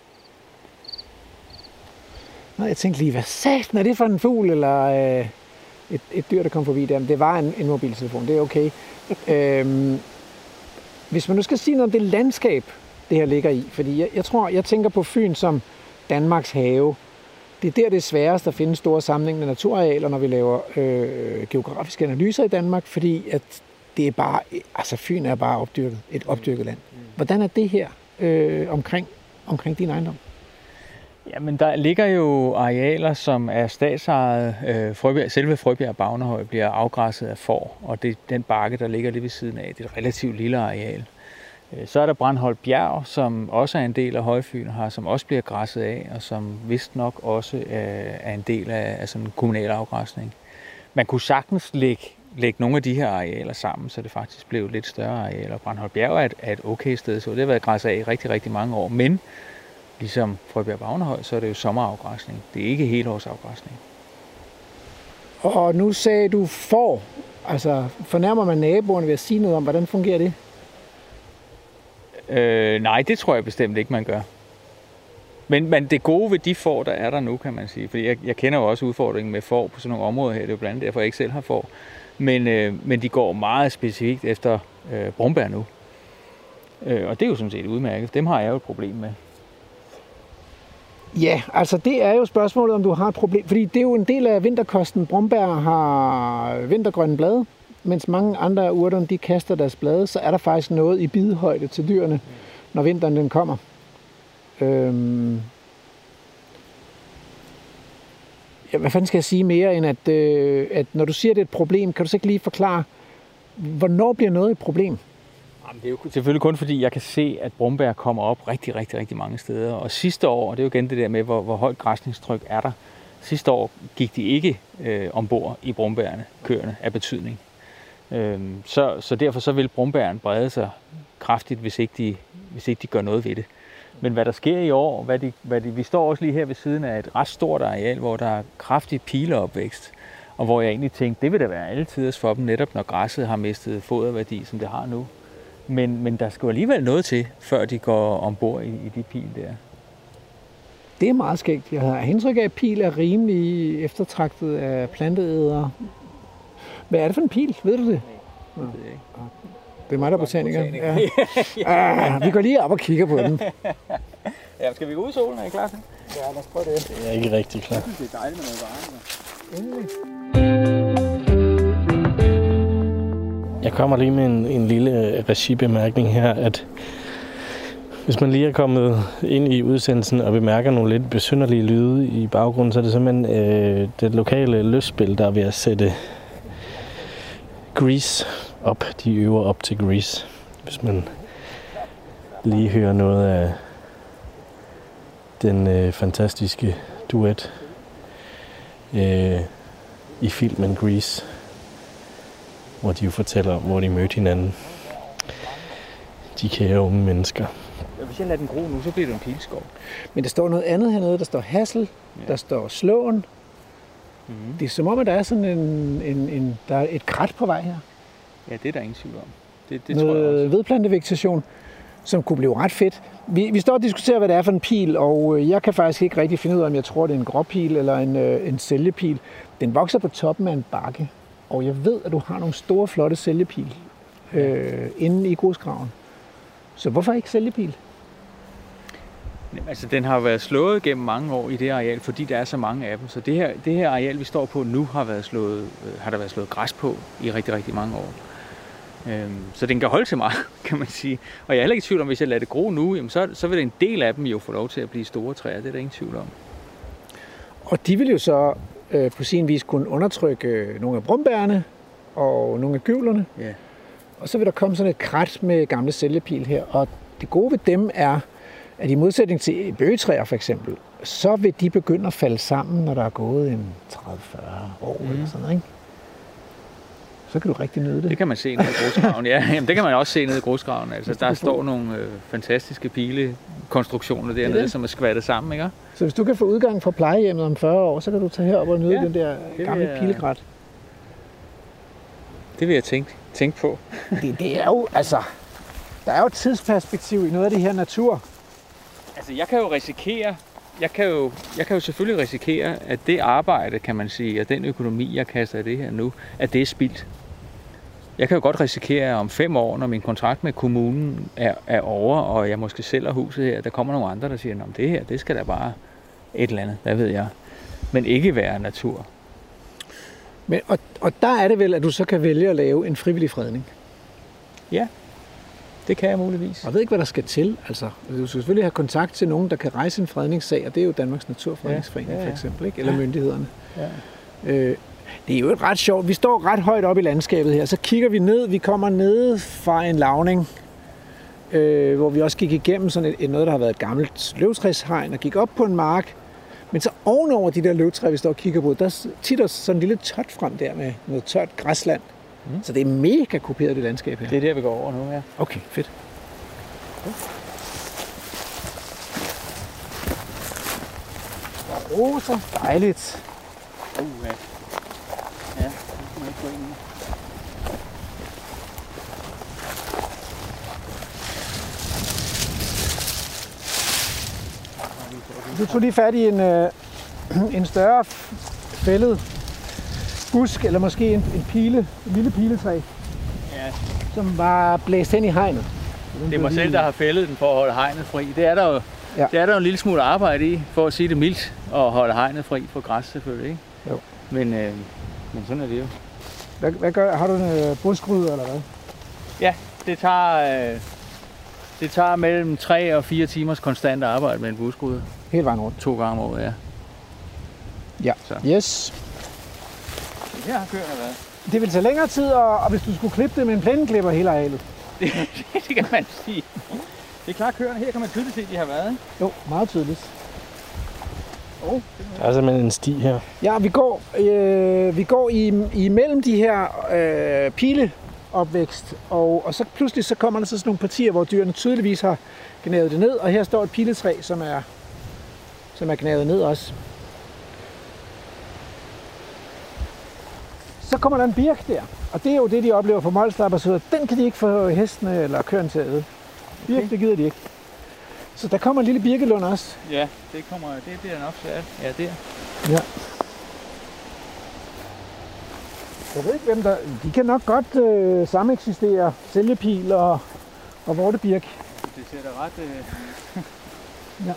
Nå, jeg tænkte lige, hvad satan er det for en fugl, eller øh, et, et dyr, der kom forbi der? Det var en, en mobiltelefon, det er okay. øhm, hvis man nu skal sige noget om det landskab, det her ligger i, fordi jeg, jeg tror, jeg tænker på Fyn som Danmarks have. Det er der, det er sværest at finde store sammenhængende naturarealer, når vi laver øh, geografiske analyser i Danmark, fordi at det er bare, altså Fyn er bare opdyrket, et opdyrket land. Hvordan er det her øh, omkring, omkring din ejendom? Jamen, der ligger jo arealer, som er statsejet. Øh, Frøbjerg, selve Frøbjerg Bavnehøj bliver afgræsset af får, og det er den bakke, der ligger lige ved siden af. Det er et relativt lille areal. Øh, så er der Brandholt Bjerg, som også er en del af Højfyn her, som også bliver græsset af, og som vist nok også er en del af, af sådan en kommunal afgræsning. Man kunne sagtens lægge, lægge nogle af de her arealer sammen, så det faktisk blev lidt større arealer. Brandholt Bjerg er et, er et okay sted, så det har været græsset af i rigtig, rigtig mange år, men ligesom Frøbjerg Bavnehøj, så er det jo sommerafgræsning. Det er ikke helårsafgræsning. Og nu sagde du får. Altså, fornærmer man naboerne ved at sige noget om, hvordan fungerer det? Øh, nej, det tror jeg bestemt ikke, man gør. Men, men det gode ved de får, der er der nu, kan man sige. Fordi jeg, jeg kender jo også udfordringen med får på sådan nogle områder her. Det er jo blandt andet derfor, jeg ikke selv har får. Men, øh, men de går meget specifikt efter øh, brombær nu. Øh, og det er jo sådan set udmærket. Dem har jeg jo et problem med. Ja, altså det er jo spørgsmålet, om du har et problem. Fordi det er jo en del af vinterkosten. Brombær har vintergrønne blade, mens mange andre af urterne, de kaster deres blade, så er der faktisk noget i bidehøjde til dyrene, når vinteren den kommer. Øhm ja, hvad fanden skal jeg sige mere, end at, øh, at når du siger, at det er et problem, kan du så ikke lige forklare, hvornår bliver noget et problem? Jamen, det er jo selvfølgelig kun fordi, jeg kan se, at brombær kommer op rigtig, rigtig, rigtig mange steder. Og sidste år, og det er jo igen det der med, hvor, hvor højt græsningstryk er der. Sidste år gik de ikke øh, ombord i brombærene, køerne af betydning. Øhm, så, så derfor så vil brombæren brede sig kraftigt, hvis ikke, de, hvis ikke de gør noget ved det. Men hvad der sker i år, hvad de, hvad de, vi står også lige her ved siden af et ret stort areal, hvor der er kraftig pileopvækst. Og hvor jeg egentlig tænkte, det vil da være alle tiders for dem, netop når græsset har mistet foderværdi, som det har nu. Men, men der skal alligevel noget til, før de går ombord i, i de pil der. Det er meget skægt. Jeg har indtryk af, at pil er rimelig eftertragtet af planteædere. Hvad er det for en pil? Ved du det? Nej, det ved jeg ikke. Det er mig, der er botaniker. Ja. Ah, vi går lige op og kigger på den. Ja, skal vi gå ud i solen? Er I klar til? Ja, lad os prøve det. Jeg er ikke rigtig klar. Det er dejligt med noget varme. Endelig. Jeg kommer lige med en, en lille regibemærkning her, at Hvis man lige er kommet ind i udsendelsen og bemærker nogle lidt besynderlige lyde i baggrunden, så er det simpelthen øh, det lokale lystspil, der er ved at sætte Grease op. De øver op til Grease. Hvis man lige hører noget af den øh, fantastiske duet øh, i filmen Grease, hvor de jo fortæller om, hvor de mødte hinanden. De kære unge mennesker. Hvis jeg lader den gro nu, så bliver det en pilskov. Men der står noget andet hernede. Der står Hassel, ja. Der står Slåen. Mm-hmm. Det er som om, at der er sådan en, en, en der er et krat på vej her. Ja, det er der ingen tvivl om. Det, det noget tror jeg også. Vedplantevegetation, som kunne blive ret fedt. Vi, vi står og diskuterer, hvad det er for en pil, og jeg kan faktisk ikke rigtig finde ud af, om jeg tror, det er en gråpil eller en, en sælgepil. Den vokser på toppen af en bakke, og jeg ved, at du har nogle store, flotte sælgepil øh, inde i grusgraven. Så hvorfor ikke sælgepil? Jamen, altså, den har været slået gennem mange år i det areal, fordi der er så mange af dem. Så det her, det her areal, vi står på nu, har, været slået, øh, har der været slået græs på i rigtig, rigtig mange år. Øhm, så den kan holde til meget, kan man sige. Og jeg er heller ikke i tvivl om, hvis jeg lader det gro nu, jamen, så, så vil en del af dem jo få lov til at blive store træer. Det er der ingen tvivl om. Og de vil jo så øh, på sin vis kunne undertrykke nogle af brumbærene og nogle af gyvlerne. Ja. Og så vil der komme sådan et krat med gamle sælgepil her. Og det gode ved dem er, at i modsætning til bøgetræer for eksempel, så vil de begynde at falde sammen, når der er gået en tredive til fyrre år mm. eller sådan noget, ikke? Så kan du rigtig nyde det. Det kan man se nede i grusgraven. Ja, jamen, det kan man også se nede i grusgraven. Altså, der står nogle øh, fantastiske pilekonstruktioner dernede, det. Som er skvattet sammen, ikke? Så hvis du kan få udgang fra plejehjemmet om fyrre år, så kan du tage herop og nyde ja, den der gamle jeg... pilekrat. Det vil jeg tænke, tænke på. det, det er jo, altså, der er jo et tidsperspektiv i noget af det her natur. Altså, jeg kan jo risikere, jeg kan jo, jeg kan jo selvfølgelig risikere, at det arbejde, kan man sige, og den økonomi, jeg kaster i det her nu, at det er spildt. Jeg kan jo godt risikere, at om fem år, når min kontrakt med kommunen er, er over, og jeg måske sælger huset her, der kommer nogle andre, der siger, at det her, det skal da bare et eller andet, hvad ved jeg, men ikke være natur. Men, og, og der er det vel, at du så kan vælge at lave en frivillig fredning? Ja, det kan jeg muligvis. Og jeg ved ikke, hvad der skal til. Altså, du skal selvfølgelig have kontakt til nogen, der kan rejse en fredningssag, og det er jo Danmarks Naturfredningsforening ja, ja, ja. for eksempel, ikke? Eller ja. myndighederne. Ja. Øh, det er jo ret sjovt. Vi står ret højt op i landskabet her, så kigger vi ned. Vi kommer ned fra en lavning, øh, hvor vi også gik igennem sådan et, et noget, der har været et gammelt løvtræshegn, og gik op på en mark. Men så ovenover de der løvtræer, vi står og kigger på, der titter sådan en lille tot frem der med noget tørt græsland. Mm. Så det er mega kuperet, det landskab her. Det er der, vi går over nu, ja. Okay, fedt. Roser, dejligt. Uh, ja. Ja, det kan man ikke gå ind i. Du tog lige fat i en, øh, en større fældet busk, eller måske en, en pile, en lille piletræ, ja. som var blæst hen i hegnet. Det er mig selv, der har fældet den for at holde hegnet fri. Det er der jo, ja. det er der jo en lille smule arbejde i, for at sige det mildt, og holde hegnet fri for græs selvfølgelig, ikke? Jo. Men, øh, men sådan er det jo. Hvad, hvad gør, har du en øh, buskryde eller hvad? Ja, det tager, øh, det tager mellem tre og fire timers konstant arbejde med en buskryde. Hele vejen rundt? To gange om året, ja. Ja, så. Yes. Her har køerne været. Det vil tage længere tid, og, og hvis du skulle klippe det med en plændeklipper hele arealet. Det, det kan man sige. Det er klart, køerne her kan man tydeligt se, at de har været, ikke? Jo, meget tydeligt. Oh, der er simpelthen en sti her. Ja, vi går, øh, vi går i, imellem de her øh, pileopvækst, og, og så pludselig så kommer der så sådan nogle partier, hvor dyrene tydeligvis har gnavet det ned, og her står et piletræ, som er, som er gnavet ned også. Så kommer der en birk der, og det er jo det, de oplever på Molslap, så den kan de ikke få hestene eller køerne til at æde. Birk, okay. Det gider de ikke. Så der kommer en lille birkelund også. Ja, det kommer, det bliver nok svært. Ja, der. Ja. Jeg ved ikke, hvem der... De kan nok godt øh, sameksistere sælgepil og, og vortebirk. Det ser da ret... Øh... ja.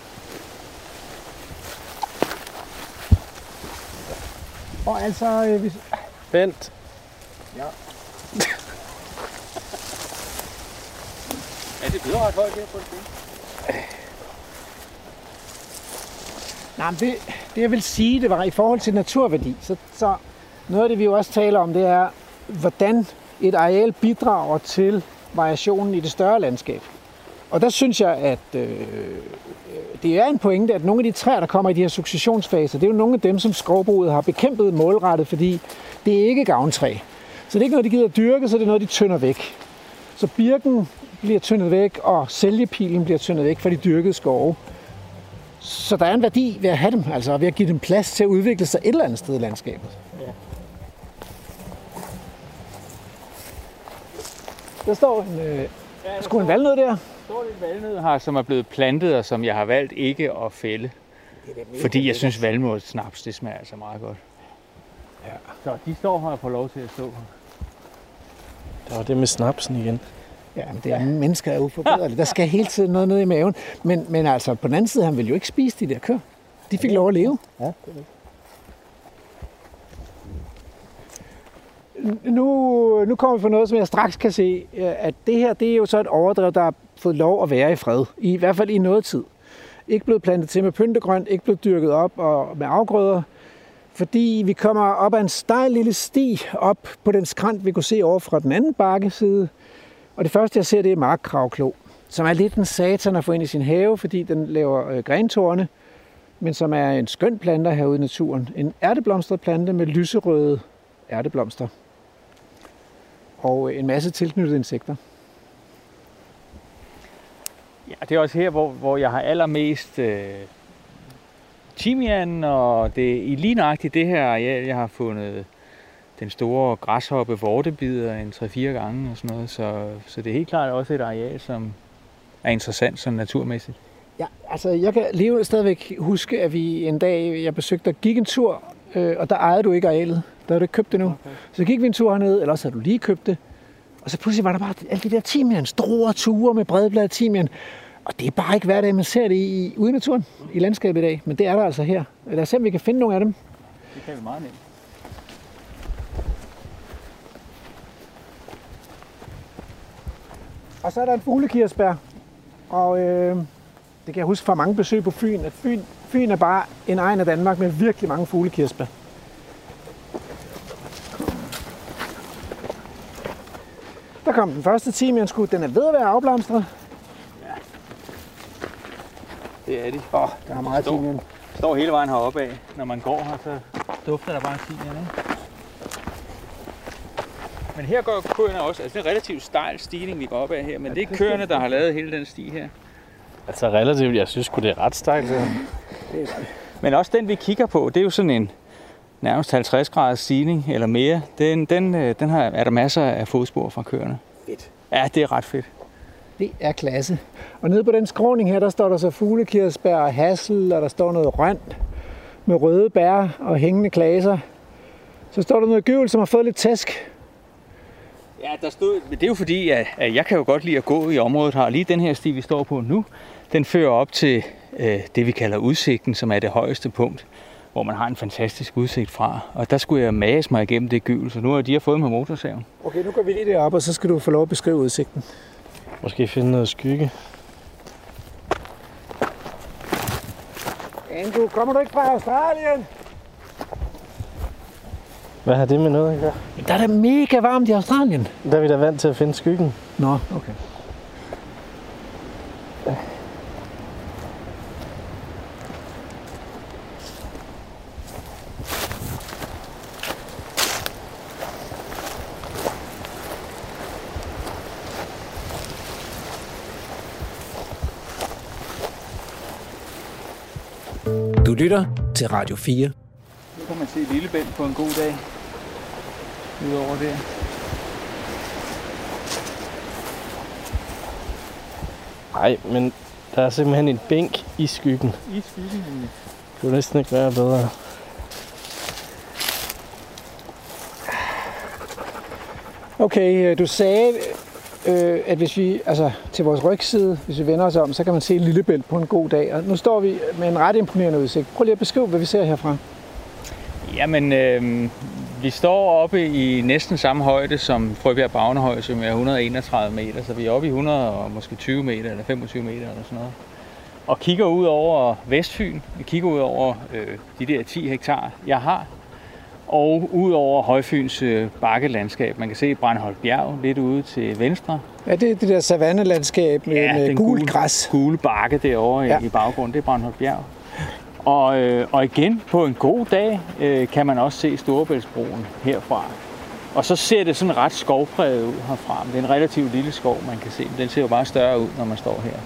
Og altså... Øh, hvis... Vent. Ja. Ja, det bliver ret højt her på det. Nej, men det, det jeg vil sige, det var i forhold til naturværdi. Så, så noget af det, vi jo også taler om, det er, hvordan et areal bidrager til variationen i det større landskab. Og der synes jeg, at øh, det er en pointe, at nogle af de træer, der kommer i de her successionsfaser, det er jo nogle af dem, som skovbruget har bekæmpet målrettet, fordi det er ikke gavntræ. Så det er ikke noget, de gider at dyrke, så det er noget, de tynder væk. Så birken bliver tyndet væk, og sælgepilen bliver tyndet væk fra de dyrkede skove. Så der er en værdi ved at have dem, altså ved at give dem plads til at udvikle sig et eller andet sted i landskabet. Ja. Der står en, øh, ja, sgu en valnød der. Der står en valnød her, som er blevet plantet, og som jeg har valgt ikke at fælde. Fordi jeg synes, valnødsnaps, det smager altså meget godt. Ja. Så de står her og får lov til at stå her. Der var det med snapsen igen. Ja, men det er, mennesker er uforbederlige. Der skal hele tiden noget ned i maven. Men, men altså, på den anden side, han ville jo ikke spise de der køer. De fik lov at leve. Ja, det er det. Nu, nu kommer vi på noget, som jeg straks kan se, at det her, det er jo så et overdrev, der har fået lov at være i fred. I hvert fald i noget tid. Ikke blevet plantet til med pyntegrønt, ikke blevet dyrket op og med afgrøder. Fordi vi kommer op ad en stejl lille sti op på den skrant, vi kunne se over fra den anden bakkeside. Og det første, jeg ser, det er markkravklo, som er lidt en satan at få ind i sin have, fordi den laver øh, grentorne, men som er en skøn planter herude i naturen. En ærteblomstret plante med lyserøde ærteblomster. Og øh, en masse tilknyttede insekter. Ja, det er også her, hvor, hvor jeg har allermest øh, timian, og det er lige nøjagtigt det her areal, jeg har fundet den store græshoppe vortebider en tre-fire gange og sådan noget, så, så det er helt klart også et areal, som er interessant sådan naturmæssigt. Ja, altså jeg kan lige stadigvæk huske, at vi en dag, jeg besøgte og gik en tur, øh, og der ejede du ikke arealet. Der havde du ikke købt det nu. Okay. Så gik vi en tur hernede, eller også havde du lige købt det. Og så pludselig var der bare alle de der timian, store ture med bredbladet timian. Og det er bare ikke hver dag, man ser det i, ude i naturen, i landskabet i dag. Men det er der altså her. Lad os se, om vi kan finde nogle af dem. Det kan vi meget nemt. Og så er der en fuglekirsebær, og øh, det kan jeg huske fra mange besøg på Fyn, at Fyn, Fyn er bare en egen af Danmark med virkelig mange fuglekirsebær. Der kom den første timianskud, den er ved at være afblomstret. Ja, det er de. Åh, oh, der er meget står, timian. Står hele vejen heroppe af. Når man går her, så dufter der bare timian, ikke? Men her går køerne også, altså det er en relativt stejl stigning, vi går op af her, men ja, det er køerne, der har lavet hele den sti her. Altså relativt, jeg synes sgu det er ret stejlt. Ja. Men også den, vi kigger på, det er jo sådan en nærmest halvtreds graders stigning eller mere. Den, den, den har, er der masser af fodspor fra køerne. Fedt. Ja, det er ret fedt. Det er klasse. Og nede på den skråning her, der står der så fuglekirsebær og hassel, og der står noget rønt med røde bær og hængende klaser. Så står der noget gøvel, som har fået lidt tæsk. Ja, der stod, men det er jo fordi, at, at jeg kan jo godt lide at gå i området her. Lige den her sti, vi står på nu, den fører op til øh, det, vi kalder udsigten, som er det højeste punkt, hvor man har en fantastisk udsigt fra. Og der skulle jeg mase mig igennem det gøvel, så nu har de har fået med motorsaven. Okay, nu går vi lige derop, og så skal du få lov at beskrive udsigten. Måske finde noget skygge. Andrew, kommer du ikke fra Australien? Hvad har det med noget at gøre? Der er da mega varmt i Australien. Der er vi da vant til at finde skyggen. Nå, okay. Du lytter til Radio fire. Nu kan man se Lillebælt på en god dag. Udover der. Nej, men der er simpelthen en bænk i skyggen. I skyggen? Det kunne næsten ikke være bedre. Okay, du sagde, øh, at hvis vi, altså til vores rygside, hvis vi vender os om, så kan man se Lillebælt på en god dag. Og nu står vi med en ret imponerende udsigt. Prøv lige at beskrive, hvad vi ser herfra. Jamen, øh, vi står oppe i næsten samme højde som Frøbjerg Bagnehøj, som er et hundrede og enogtredive meter. Så vi er oppe i hundrede og måske tyve meter eller femogtyve meter eller sådan noget. og kigger ud over Vestfyn, jeg kigger ud over øh, de der ti hektar, jeg har, og ud over Højfyns øh, bakkelandskab. Man kan se Brandholt Bjerg lidt ude til venstre. Ja, det er det der savannelandskab med, ja, med gul græs. Gule bakke derovre ja. i, i baggrunden, det er Brandholt Bjerg. Og, øh, og igen, på en god dag, øh, kan man også se Storebæltsbroen herfra. Og så ser det sådan ret skovpræget ud herfra. Det er en relativt lille skov, man kan se. Den ser jo bare større ud, når man står her.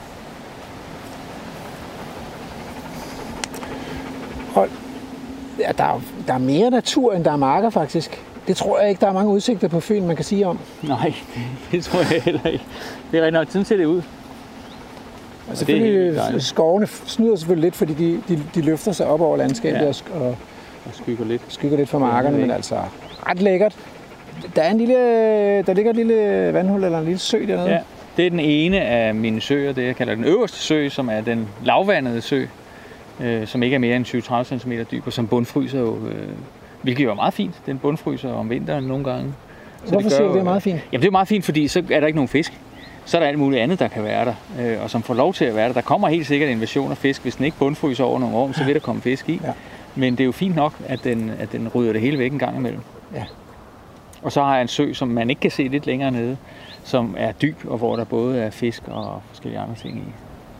Og ja, der, er, der er mere natur, end der er marker, faktisk. Det tror jeg ikke, der er mange udsigter på Fyn, man kan sige om. Nej, det tror jeg heller ikke. Det er rigtig nok, sådan ser det ud. Og selvfølgelig, skovene snyder selvfølgelig lidt, fordi de, de, de løfter sig op over landskabet ja. og, og skygger lidt. skygger lidt fra markerne, men altså ret lækkert. Der er en lille, der ligger et lille vandhul eller en lille sø dernede. Ja, det er den ene af mine søer, det jeg kalder den øverste sø, som er den lavvandede sø, øh, som ikke er mere end tyve til tredive centimeter dyb, og som bundfryser jo, øh, hvilket jo er meget fint. Den bundfryser om vinteren nogle gange. Så hvorfor siger du, det er meget fint? Jamen det er meget fint, fordi så er der ikke nogen fisk. Så er der alt muligt andet, der kan være der, øh, og som får lov til at være der. Der kommer helt sikkert en invasion af fisk. Hvis den ikke bundfryser over nogle år, så vil der komme fisk i. Ja. Men det er jo fint nok, at den, at den rydder det hele væk en gang imellem. Ja. Og så har jeg en sø, som man ikke kan se lidt længere nede, som er dyb, og hvor der både er fisk og forskellige andre ting i.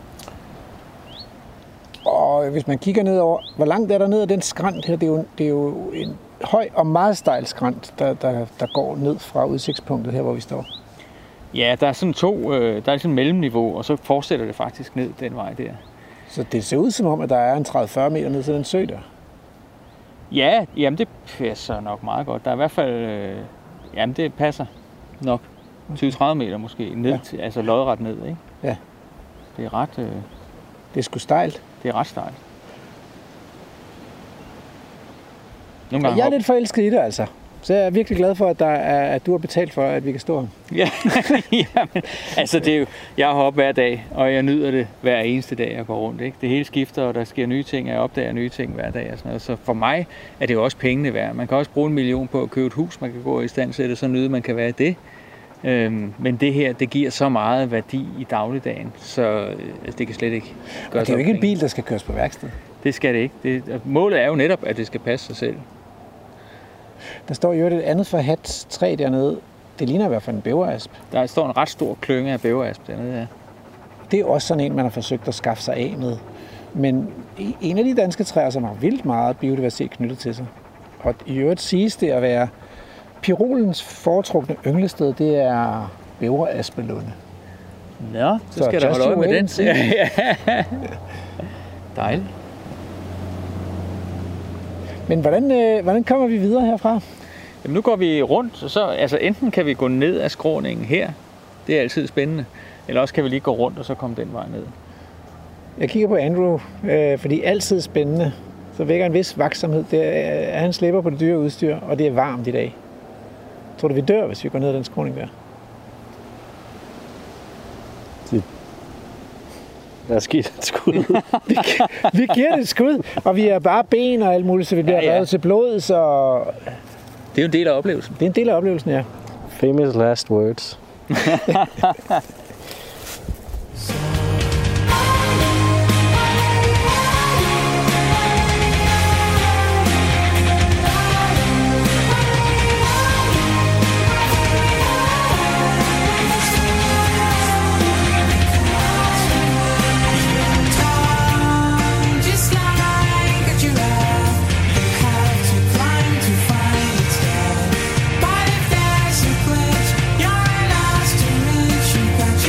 Og hvis man kigger ned over, hvor langt er der ned af den skrant her? Det er jo, det er jo en høj og meget stejl skrant, der, der, der går ned fra udsigtspunktet her, hvor vi står. Ja, der er sådan to, øh, der er sådan et mellemniveau, og så fortsætter det faktisk ned den vej der. Så det ser ud som om, at der er en tredive til fyrre meter ned til den sø der? Ja, jamen det passer nok meget godt. Der er i hvert fald, øh, jamen det passer nok tyve til tredive meter måske ned, ja. til, altså lodret ned, ikke? Ja. Det er ret... Øh, det er sgu stejlt. Det er ret stejlt. Nogle gange jeg er hop. lidt forelsket i det, altså. Så jeg er virkelig glad for, at, der er, at du har betalt for, at vi kan stå her. Ja, jamen, altså det er jo, jeg har hoppet hver dag, og jeg nyder det hver eneste dag, jeg går rundt. Ikke? Det hele skifter, og der sker nye ting, og jeg opdager nye ting hver dag. Og sådan noget. Så for mig er det jo også pengene værd. Man kan også bruge en million på at købe et hus, man kan gå i standsætte, så nyde man kan være det. Øhm, men det her, det giver så meget værdi i dagligdagen, så altså, det kan slet ikke gøre. Og det er jo ikke en bil, der skal køres på værksted. Det skal det ikke. Det, målet er jo netop, at det skal passe sig selv. Der står jo et andet forhat træ dernede. Det ligner i hvert fald en bæverasp. Der står en ret stor klynge af bæverasp dernede, ja. Det er også sådan en, man har forsøgt at skaffe sig af med. Men en af de danske træer, som har vildt meget biodiversitet knyttet til sig. Og i øvrigt siges det at være pirolens foretrukne ynglested, det er bæveraspelunde. Nå, så, så skal der holde øje med den. Ja. Dejligt. Men hvordan, øh, hvordan kommer vi videre herfra? Jamen nu går vi rundt, og så altså enten kan vi gå ned ad skråningen her, det er altid spændende, eller også kan vi lige gå rundt og så komme den vej ned. Jeg kigger på Andrew, øh, fordi altid spændende, så vækker en vis vaksomhed. Det er, han slipper på det dyre udstyr, og det er varmt i dag. Tror du, vi dør, hvis vi går ned ad den skråning der? Der er skidt et skud. vi, vi giver det et skud, og vi er bare ben og alt muligt, så vi bliver ja, ja. revet til blod, så... Det er jo en del af oplevelsen. Det er en del af oplevelsen, ja. Famous last words. But if there's a glitch, you're lost to reach. You got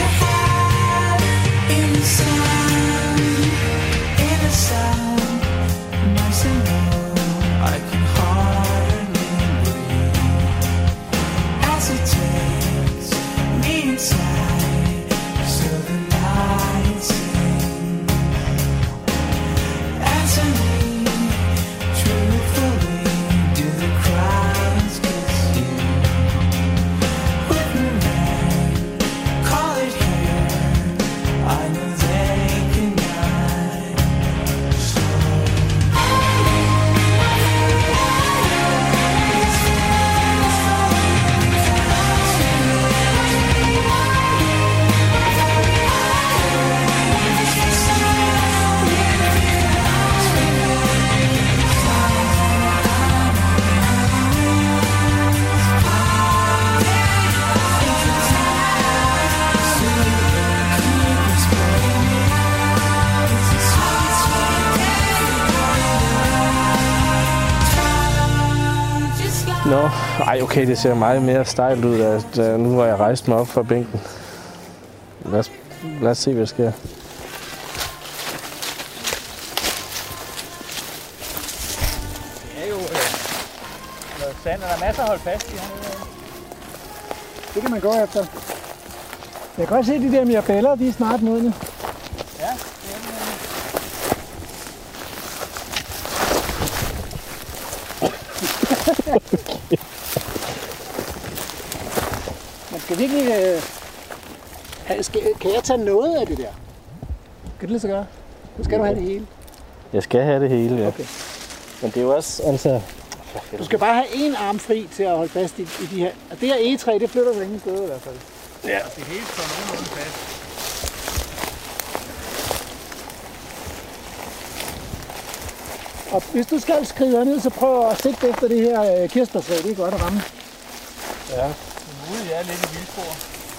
Nå, ej okay, det ser meget mere stejlt ud, da, da nu hvor jeg rejst mig op fra bænken. Lad os, lad os se, hvad der sker. Det er jo øh, noget sand, og der er masser at holde fast i hernede. Det kan man gå efter. Jeg kan godt se, at de der mirabeller, de er snart modne. Ja, det er det nemlig. Man skal virkelig... Øh, have- skal, kan jeg tage noget af det der? Kan det lade sig gøre? Så skal du have det hele. Jeg skal have det hele, ja. Okay. Men det er jo også, altså... Du skal bare have en arm fri til at holde fast i, i de her. Og det her egetræ, det flytter du ingen steder i hvert fald. Ja. Det hele står nogenlunde fast. Og hvis du skal skride ned, så prøv at sigte efter det her øh, kirsebærtræ. Det er godt at ramme. Ja. Det er muligt, jeg er lidt i vildspor.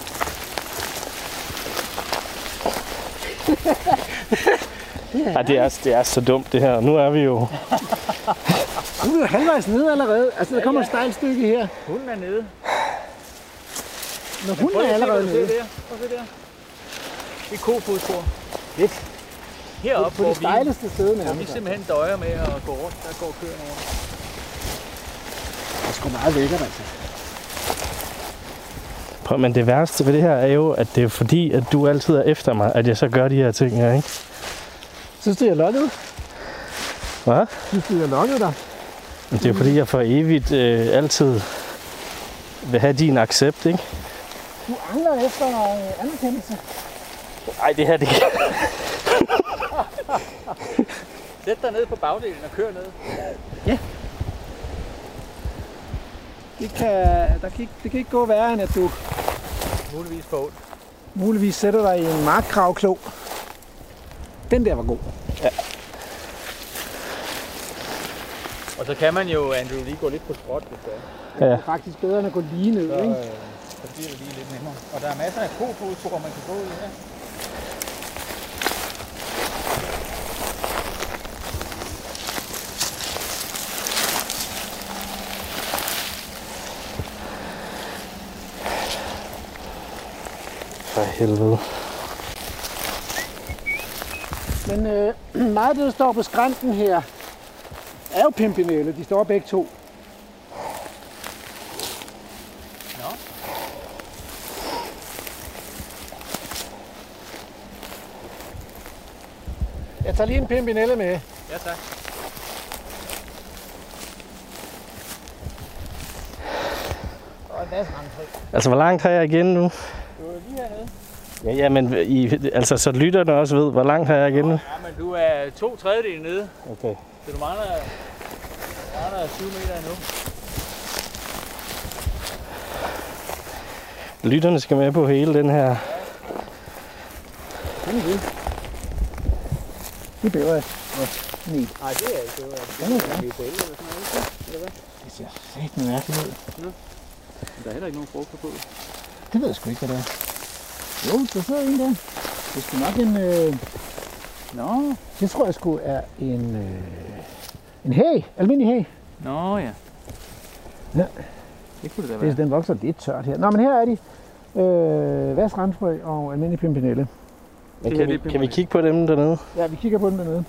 Ja, det er, det er så dumt det her. Nu er vi jo... Nu er vi jo halvvejs nede allerede. Altså, der kommer et stejlt stykke her. Hunden er nede. Når hunden er allerede nede. der. Prøv at se der. Det er kofodspor. Lidt. Heroppe, På hvor det vi, stejleste sted hvor vi nærmest. simpelthen døjer med at gå rundt. Der går køerne over. Det er sgu meget lækkert, altså. Prøv, men det værste ved det her er jo, at det er fordi, at du altid er efter mig, at jeg så gør de her ting her, ikke? Synes du, jeg lokkede? Hvad? Synes du, jeg lokkede dig? Men det er fordi, jeg for evigt øh, altid vil have din accept, ikke? Du angler efter øh, anerkendelse. Ej, det her, det kan... Sæt dig ned på bagdelen og kør ned. Det kan, der kan ikke, det kan ikke gå værre, end at du Muligvis for ondt. muligvis sætter dig i en markkravklo. Den der var god. Og så kan man jo, Andrew, lige gå lidt på skråt, hvis det er. Ja. Det er faktisk bedre, end at gå lige ned, Så, ikke? øh, så bliver det lige lidt nemmere. Og der er masser af kofodspor, man kan gå i her. For helvede. Men øh, meget af det, der står på skrænten her, er jo pimpinelle. De står begge to. Nå. Jeg tager lige en pimpinelle med. Ja, tak. Og en masse randtræ. Altså, hvor langt har jeg igen nu? Du er lige hernede. Ja, ja, men I, altså, så lytterne også ved, hvor langt har jeg igen nu? Ja, men du er to tredjedele nede. Okay. Så du mangler, du mangler syv meter endnu. Lytterne skal med på hele den her. Sådan er det. Det bæver jeg. Nej. Nej, det er ikke. Det var Den er godt. B S L eller sådan noget, ikke? Eller hvad? Det ser satme mærkeligt ud. Men der er heller ikke nogen frugter på. Det ved jeg sgu ikke, hvad det er. Jo, der sidder en der. Det er sgu nok en... Øh... Nå, det tror jeg sgu er en... Øh... En hæg. Almindelig hæg. Nå ja. Ja. Det kunne det da Det, være. den vokser lidt tørt her. Nå, men her er de. Øh, Vask randfrø og almindelig pimpinelle. Men Det kan, her, vi, det er kan vi kigge på dem dernede? Ja, vi kigger på den dernede.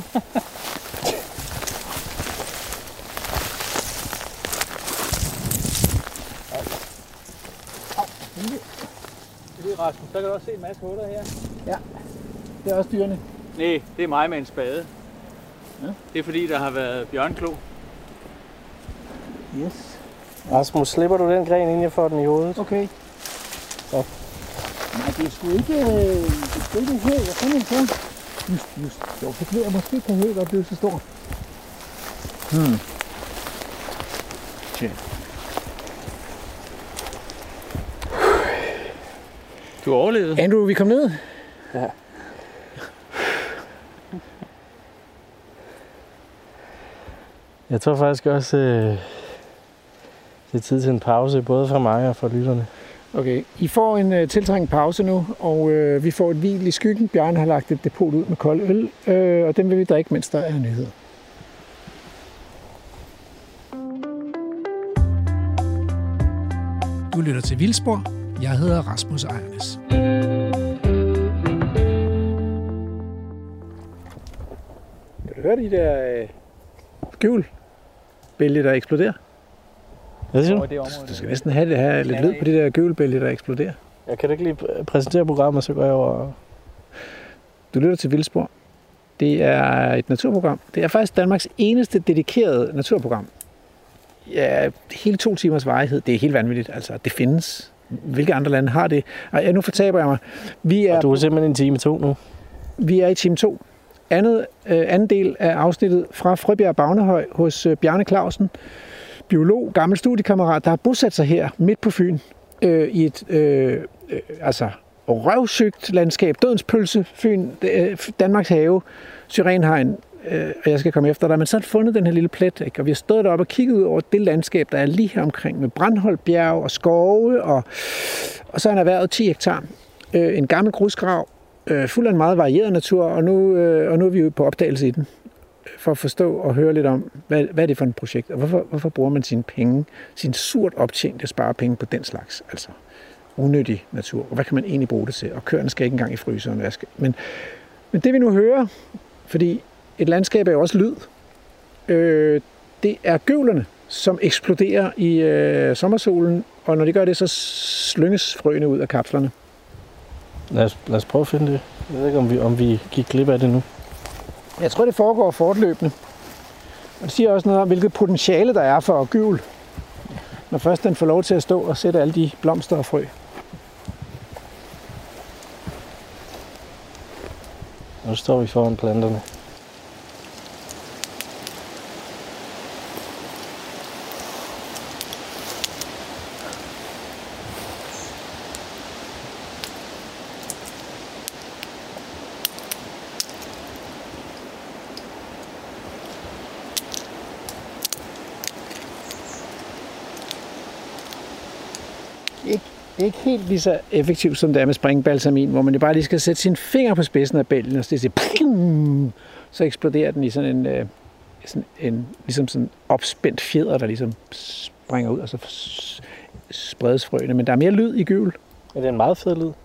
Det er Rasmus. Der kan du også se en masse huller her. Det er også dyrene. Nej, det er mig med en spade. Ja. Det er fordi, der har været bjørnklo. Yes. Rasmus, slipper du den gren, inden jeg får den i hovedet? Okay. Så. Nej, det er sgu ikke... Øh, det er sgu ikke her. Jeg finder den så. Just, just. Jo, det kan jeg måske kan helt godt blive så stor. Hmm. Tja. Du har overlevet. Andrew, vi kom ned. Ja. Jeg tror faktisk også, øh, det er tid til en pause, både for mig og for lytterne. Okay, I får en uh, tiltrængt pause nu, og uh, vi får et hvil i skyggen. Bjørn har lagt et depot ud med kold øl, uh, og den vil vi drikke, mens der er nyheder. Du lytter til Vildspor. Jeg hedder Rasmus Ejernes. Kan du høre de der øh, gøgelbælge, der eksploderer? Hvad siger Over du? det område, Du skal næsten have, det, have lidt lyd på de der gøgelbælge, der eksploderer. Jeg kan da ikke lige præsentere programmet, så går jeg over. Du lytter til Vildspor. Det er et naturprogram. Det er faktisk Danmarks eneste dedikerede naturprogram. Ja, hele to timers varighed. Det er helt vanvittigt. Altså, det findes. Hvilke andre lande har det? Ej, nu fortaber jeg mig. Vi er, Og du er simpelthen i time to nu. vi er i time to. Andet, øh, anden del af afsnittet fra Frøbjerg Bagnehøj hos øh, Bjarne Clausen, biolog, gammel studiekammerat, der har bosat sig her midt på Fyn øh, i et øh, øh, altså røvsygt landskab. Dødens pølse, Fyn, øh, Danmarks have, Syrenhegn, øh, og jeg skal komme efter dig. Men så har han fundet den her lille plet, ikke? Og vi har stået deroppe og kigget ud over det landskab, der er lige her omkring med Brandholt Bjerg og skove, og, og så har han erhvervet ti hektar. Øh, en gammel grusgrav, øh, fuld af en meget varieret natur, og nu, øh, og nu er vi jo på opdagelse i den, for at forstå og høre lidt om, hvad, hvad er det for et projekt, og hvorfor, hvorfor bruger man sine penge, sine surt optjente sparepenge på den slags, altså unødig natur, og hvad kan man egentlig bruge det til, og køerne skal ikke engang i fryseren. Men, men det vi nu hører, fordi et landskab er jo også lyd, øh, det er gøvlerne, som eksploderer i øh, sommersolen, og når de gør det, så slynges frøene ud af kapslerne. Lad os, lad os prøve at finde det. Jeg ved ikke, om vi, om vi gik glip af det nu. Jeg tror, det foregår fortløbende. Og det siger også noget om, hvilket potentiale der er for gøvl, når først den får lov til at stå og sætte alle de blomster og frø. Nu står vi foran planterne. Ikke, ikke helt lige så effektivt, som det er med springbalsamin, hvor man jo bare lige skal sætte sin finger på spidsen af bælgen, og så, siger, så eksploderer den i sådan en, øh, sådan en ligesom sådan opspændt fjeder, der ligesom springer ud, og så spredes frøene. Men der er mere lyd i gøvel. Er det en meget fed lyd?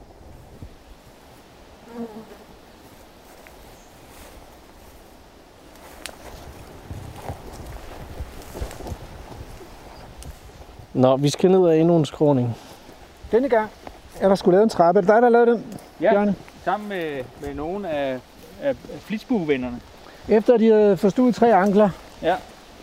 Nå, vi skal ned ad endnu en skråning. Denne gang er der skulle lavet en trappe. Er det dig, der har lavet den, Ja, Bjørne? sammen med, med nogle af, af flitsbuevennerne. Efter de havde forstuet tre ankler. Ja.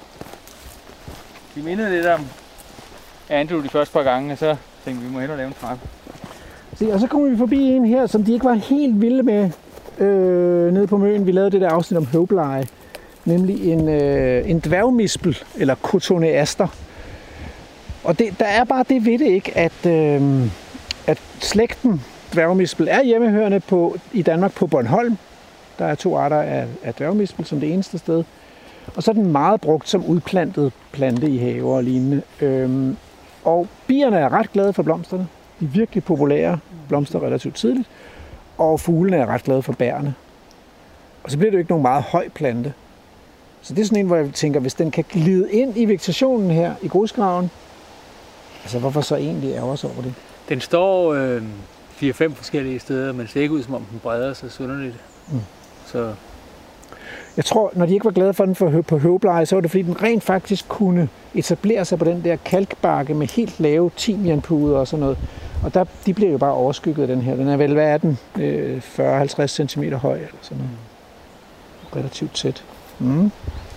De mindede lidt om Andrew de første par gange, og så tænkte vi, vi må hellere lave en trappe. Se, og så kommer vi forbi en her, som de ikke var helt vilde med øh, nede på Møn. Vi lavede det der afsnit om høvbleje. Nemlig en, øh, en dværgmispel, eller cotoneaster. Og det, der er bare det ved det, ikke, at, øh, at slægten dværgmispel er hjemmehørende på, i Danmark på Bornholm. Der er to arter af, af dværgmispel som det eneste sted. Og så er den meget brugt som udplantet plante i haver og lignende. Øhm, og bierne er ret glade for blomsterne. De er virkelig populære, blomster relativt tidligt. Og fuglene er ret glade for bærene. Og så bliver det jo ikke nogen meget høj plante. Så det er sådan en, hvor jeg tænker, hvis den kan glide ind i vegetationen her i grusgraven, altså hvorfor så egentlig ærger sig over det? Den står øh, fire-fem forskellige steder, men det ser ikke ud, som om den breder sig synderligt. Mm. Så jeg tror, når de ikke var glade for den for, på høvbleje, så var det fordi, den rent faktisk kunne etablere sig på den der kalkbakke med helt lave timianpuder og sådan noget. Og der, de bliver jo bare overskygget af den her. Den er vel, hvad er den? Øh, fyrre til halvtreds centimeter høj eller sådan noget. Relativt tæt. Mm.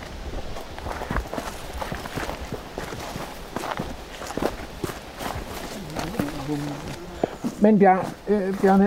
Men Bjørn, øh, Bjørne,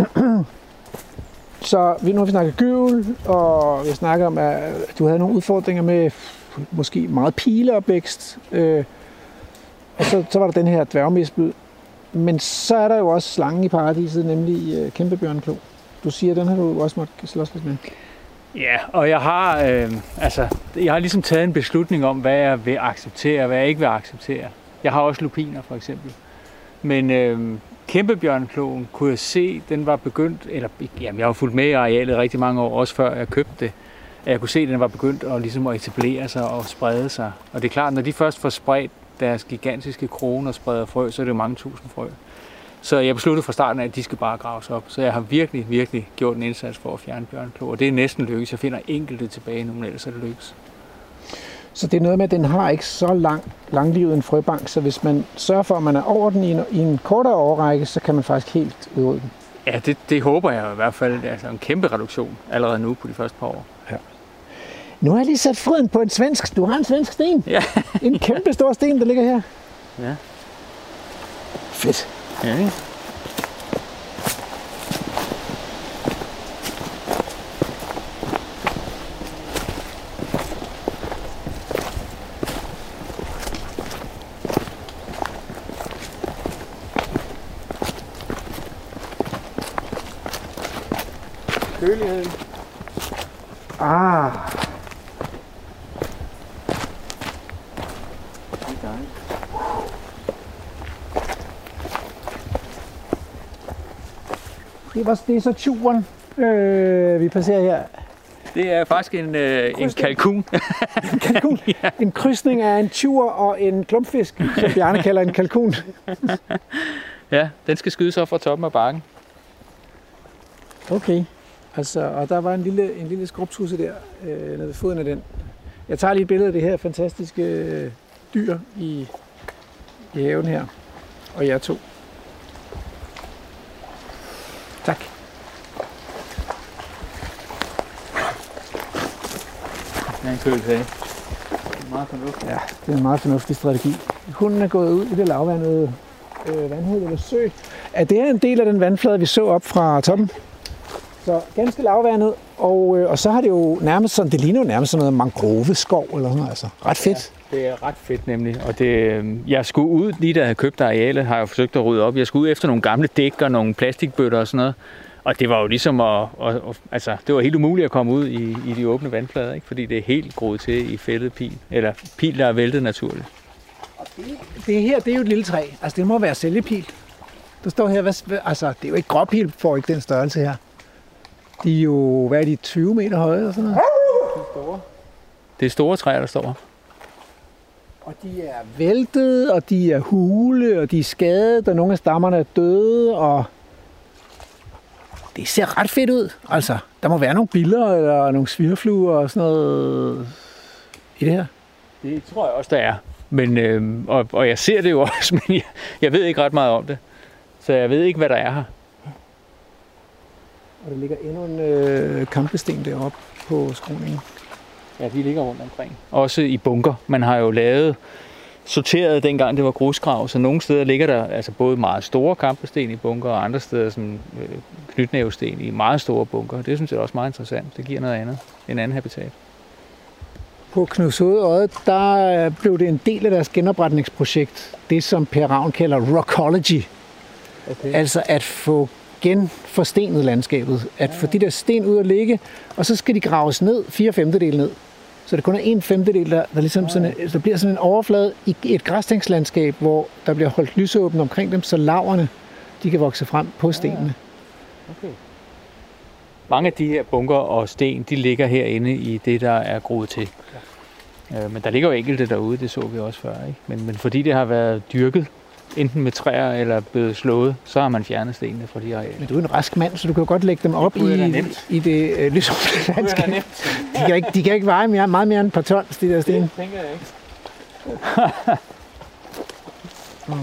så vi, nu har vi snakket gøvel, og vi har snakket om, at du havde nogle udfordringer med måske meget pileopvækst. Øh, og så, så var der den her dværgmispel. Men så er der jo også slangen i paradiset, nemlig øh, kæmpebjørnklo. Du siger, den har du også måttet slås lidt med. ja, og jeg har, øh, altså, jeg har ligesom taget en beslutning om, hvad jeg vil acceptere, og hvad jeg ikke vil acceptere. Jeg har også lupiner, for eksempel. Men øh, kæmpebjørnkloen kunne jeg se, den var begyndt, eller jamen, jeg har fulgt med i arealet rigtig mange år, også før jeg købte det. At jeg kunne se, at den var begyndt at, ligesom at etablere sig og sprede sig. Og det er klart, når de først får spredt deres gigantiske krone og spreder frø, så er det jo mange tusind frø. Så jeg besluttede fra starten af, at de skal bare graves op. Så jeg har virkelig, virkelig gjort en indsats for at fjerne bjørneklo, og det er næsten lykkes. Jeg finder enkelte tilbage nu, men ellers er det lykkes. Så det er noget med, at den har ikke så lang, langlivet en frøbank, så hvis man sørger for, at man er over den i en, i en kortere årrække, så kan man faktisk helt udrydde den. Ja, det, det håber jeg i hvert fald. Det er altså en kæmpe reduktion allerede nu på de første par år. Ja. Nu har jeg lige sat foden på en svensk. Du har en svensk sten. Ja. En kæmpe stor sten, der ligger her. Ja. Fedt. Ja. Køligheden. Ah. Det, var, det er så turen, øh, vi passerer her. Det er faktisk en, øh, en kalkun. En kalkun? Ja. En krydsning af en tur og en klumpfisk, som Bjarne kalder en kalkun. Ja, den skal skydes op fra toppen af bakken. Okay. Altså, og der var en lille, en lille skrubtusse der, øh, nede ved foden af den. Jeg tager lige et billede af det her fantastiske øh, dyr i, i haven her. Og jer to. Tak. Det er en køl sag. Meget fornuftigt. Ja, det er en meget fornuftig strategi. Hunden er gået ud i det lavvandede øh, vandhul eller sø. Er det her en del af den vandflade, vi så op fra toppen? Så ganske lavvandet, og, øh, og så har det jo nærmest sådan, det ligner jo nærmest sådan noget mangroveskov eller sådan noget, altså. Ret fedt. Ja, det er ret fedt nemlig, og det, jeg skulle ud, lige da jeg havde købt arealet, har jeg forsøgt at rydde op. Jeg skulle ud efter nogle gamle dæk og nogle plastikbøtter og sådan noget, og det var jo ligesom at, at, at altså, det var helt umuligt at komme ud i, i de åbne vandflader, ikke? Fordi det er helt groet til i fældet pil, eller pil, der er væltet naturligt. Og det, det her, det er jo et lille træ, altså det må være sælgepil. Der står her, hvad, altså det er jo ikke gråpil, for ikke den størrelse her. De er jo, hvad er de, tyve meter høje eller sådan noget? Det er store. Det er store træer, der står. Og de er væltet, og de er hule, og de er skadet, og nogle af stammerne er døde, og det ser ret fedt ud. Altså, der må være nogle biller eller nogle svirfluer og sådan noget i det her. Det tror jeg også, der er. Men, øh, og, og jeg ser det jo også, men jeg, jeg ved ikke ret meget om det. Så jeg ved ikke, hvad der er her. Og der ligger endnu en øh, kampesten deroppe på skråningen. Ja, de ligger rundt omkring. Også i bunker. Man har jo lavet, sorteret dengang det var grusgrav, så nogle steder ligger der altså både meget store kampesten i bunker, og andre steder som øh, knytnævesten i meget store bunker. Det synes jeg er også meget interessant. Det giver noget andet. En anden habitat. På Knudshoved Odde, der blev det en del af deres genopretningsprojekt. Det som Per Ravn kalder rockology. Okay. Altså at få genforstenet landskabet. At få de der sten ud at ligge, og så skal de graves ned, fire femtedel ned. Så det kun er en femtedel, der, der, ligesom sådan, der bliver sådan en overflade i et græstængslandskab, hvor der bliver holdt lysåbent omkring dem, så laverne de kan vokse frem på stenene. Okay. Mange af de her bunker og sten, de ligger herinde i det, der er groet til. Ja. Øh, men der ligger jo enkelte derude, det så vi også før. Ikke? Men, men fordi det har været dyrket, enten med træer eller blevet slået, så har man fjernet stenene fra de arealer. Men du er en rask mand, så du kan jo godt lægge dem op i, i det øh, lysåbne landskab. De kan ikke, de kan ikke veje mere, meget mere end et par tons, de der sten. Det tænker jeg ikke. hmm.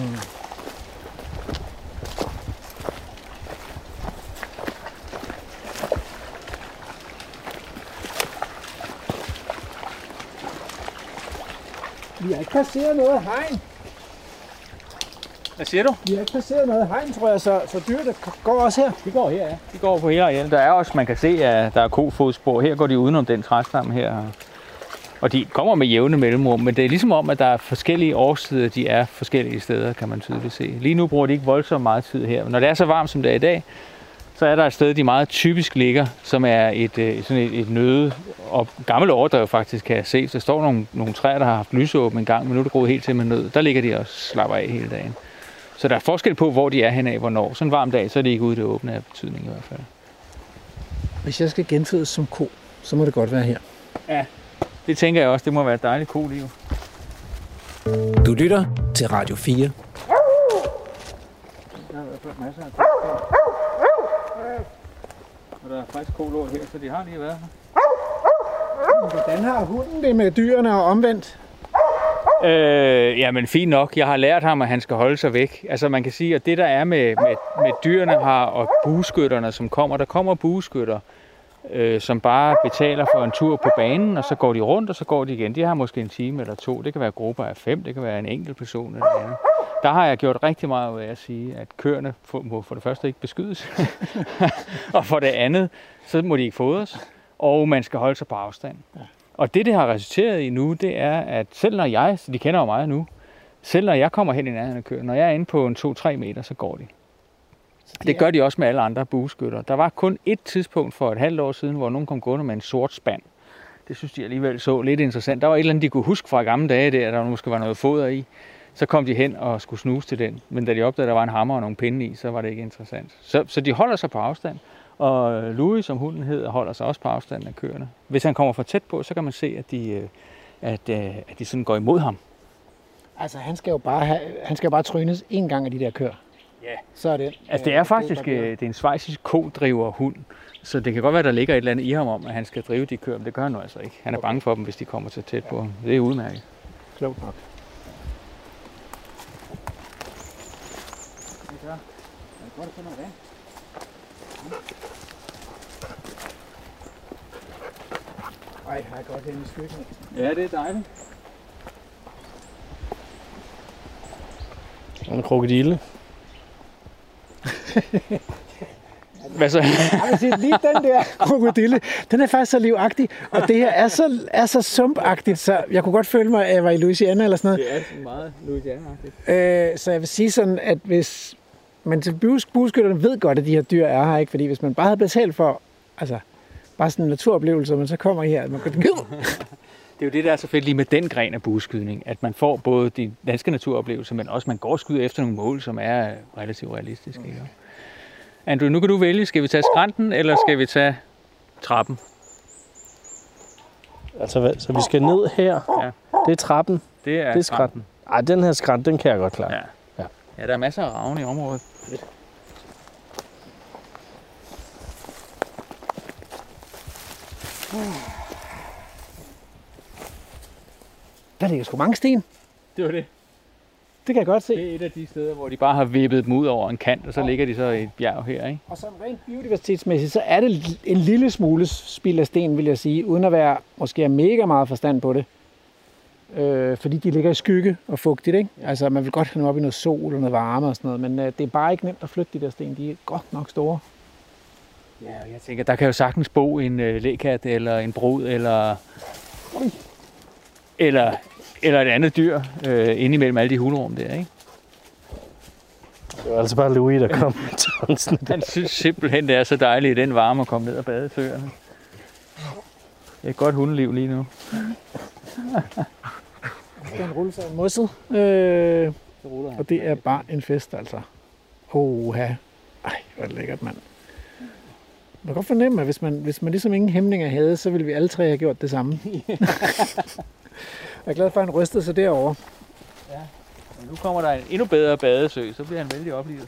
Vi har ikke passeret noget hegn. Hvad siger du? Vi har ikke passeret noget hegn, tror jeg, så, så dyrene går også her. De går her, ja. De går på hele arealet. Der er også, man kan se, at der er kofodsspor. Her går de udenom den træstamme her. Og de kommer med jævne mellemrum, men det er ligesom om, at der er forskellige årstider, de er forskellige steder, kan man tydeligt se. Lige nu bruger de ikke voldsomt meget tid her. Når det er så varmt, som det er i dag, så er der et sted, de meget typisk ligger, som er et, et, sådan et, et nøde og gammelt overdrev faktisk, kan jeg se. Der står nogle, nogle træer, der har haft lysåben en gang, men nu er det gået helt til med nød. Der ligger de og slapper af hele dagen. Så der er forskel på, hvor de er henad, hvornår. Sådan en varm dag, så er det ikke ude i det åbne af betydning i hvert fald. Hvis jeg skal genfødes som ko, så må det godt være her. Ja, det tænker jeg også. Det må være et dejligt koliv. Du lytter til Radio fire. Der har i hvert fald masser af fisk. Og der er faktisk kolor her, så de har lige været her. Hvordan har hunden det med dyrene og omvendt? Øh, jamen fint nok. Jeg har lært ham, at han skal holde sig væk. Altså man kan sige, at det der er med, med, med dyrene her og bueskytterne, som kommer, der kommer bueskytter, øh, som bare betaler for en tur på banen, og så går de rundt, og så går de igen. De har måske en time eller to. Det kan være grupper af fem, det kan være en enkelt person eller andet. Der har jeg gjort rigtig meget ud af at sige, at køerne må for det første ikke beskydes, og for det andet, så må de ikke fodres, og man skal holde sig på afstand. Og det, det har resulteret i nu, det er, at selv når jeg, de kender jo mig nu, selv når jeg kommer hen i nærheden af køen, når jeg er inde på en to til tre meter, så går de. de det gør de også med alle andre bueskytter. Der var kun et tidspunkt for et halvt år siden, hvor nogen kom gående med en sort spand. Det synes de alligevel så lidt interessant. Der var et eller andet, de kunne huske fra gamle dage, der, der måske var noget foder i. Så kom de hen og skulle snuse til den. Men da de opdagede, at der var en hammer og nogle pinde i, så var det ikke interessant. Så, så de holder sig på afstand. Og Louis, som hunden hedder, holder sig også på afstand af køerne. Hvis han kommer for tæt på, så kan man se, at de, at, at de sådan går imod ham. Altså, han skal jo bare, have, han skal bare trynes en gang af de der køer. Ja. Så er det. Altså, det er faktisk det, det er en schweizisk kodriver hund. Så det kan godt være, der ligger et eller andet i ham om, at han skal drive de køer, men det gør han nu altså ikke. Han er bange for dem, hvis de kommer så tæt på ham. Det er udmærket. Klogt nok. Ej, har jeg godt hen i skyggen. Ja, det er dejligt. En krokodille. Hvad så? Jeg siger, lige den der krokodille, den er faktisk så livagtig, og det her er så, er så sumpagtigt, så jeg kunne godt føle mig, at jeg var i Louisiana eller sådan noget. Det er meget Louisiana-agtigt. Øh, så jeg vil sige sådan, at hvis man til bueskytterne ved godt, at de her dyr er her, ikke? Fordi hvis man bare havde betalt for, altså bare sådan en naturoplevelse, men så kommer I her, at man kan... Det er jo det, der er så fedt lige med den gren af bueskydning, at man får både de danske naturoplevelser, men også man går og skyder efter nogle mål, som er relativt realistiske. Ikke? Andrew, nu kan du vælge, skal vi tage skrænten, eller skal vi tage trappen? Altså, hvad? Så vi skal ned her. Ja. Det er trappen. Det er, det er skrænten. Ej, den her skrænt, den kan jeg godt klare. Ja. Ja. Ja, der er masser af ravne i området. Der ligger sgu mange sten. Det var det. Det kan jeg godt se. Det er et af de steder, hvor de bare har vippet dem ud over en kant, og så ligger de så i et bjerg her, ikke? Og sådan rent biodiversitetsmæssigt, så er det en lille smule spild af sten, vil jeg sige, uden at være måske mega meget forstand på det. Øh, fordi de ligger i skygge og fugtigt, ikke? Ja. Altså, man vil godt have dem op i noget sol og noget varme og sådan noget, men øh, det er bare ikke nemt at flytte de der sten. De er godt nok store. Ja, jeg tænker, der kan jo sagtens bo en øh, lækat, eller en brud, eller, eller, eller et andet dyr øh, inde imellem alle de hulrum der, ikke? Det var altså bare Louis, der kom med tonsen. Han synes simpelthen, det er så dejligt i den varme at komme ned og bade i søerne. Det er et godt hundeliv lige nu. Den ruller sig en mosset, øh, og det er bare en fest, altså. Oha. Ej, hvor er det lækkert, mand. Man kan godt fornemme, at hvis man, hvis man ligesom ingen hæmninger havde, så ville vi alle tre have gjort det samme. Jeg er glad for, at han rystede sig derovre. Ja, men nu kommer der en endnu bedre badesø, så bliver han vældig oplivet.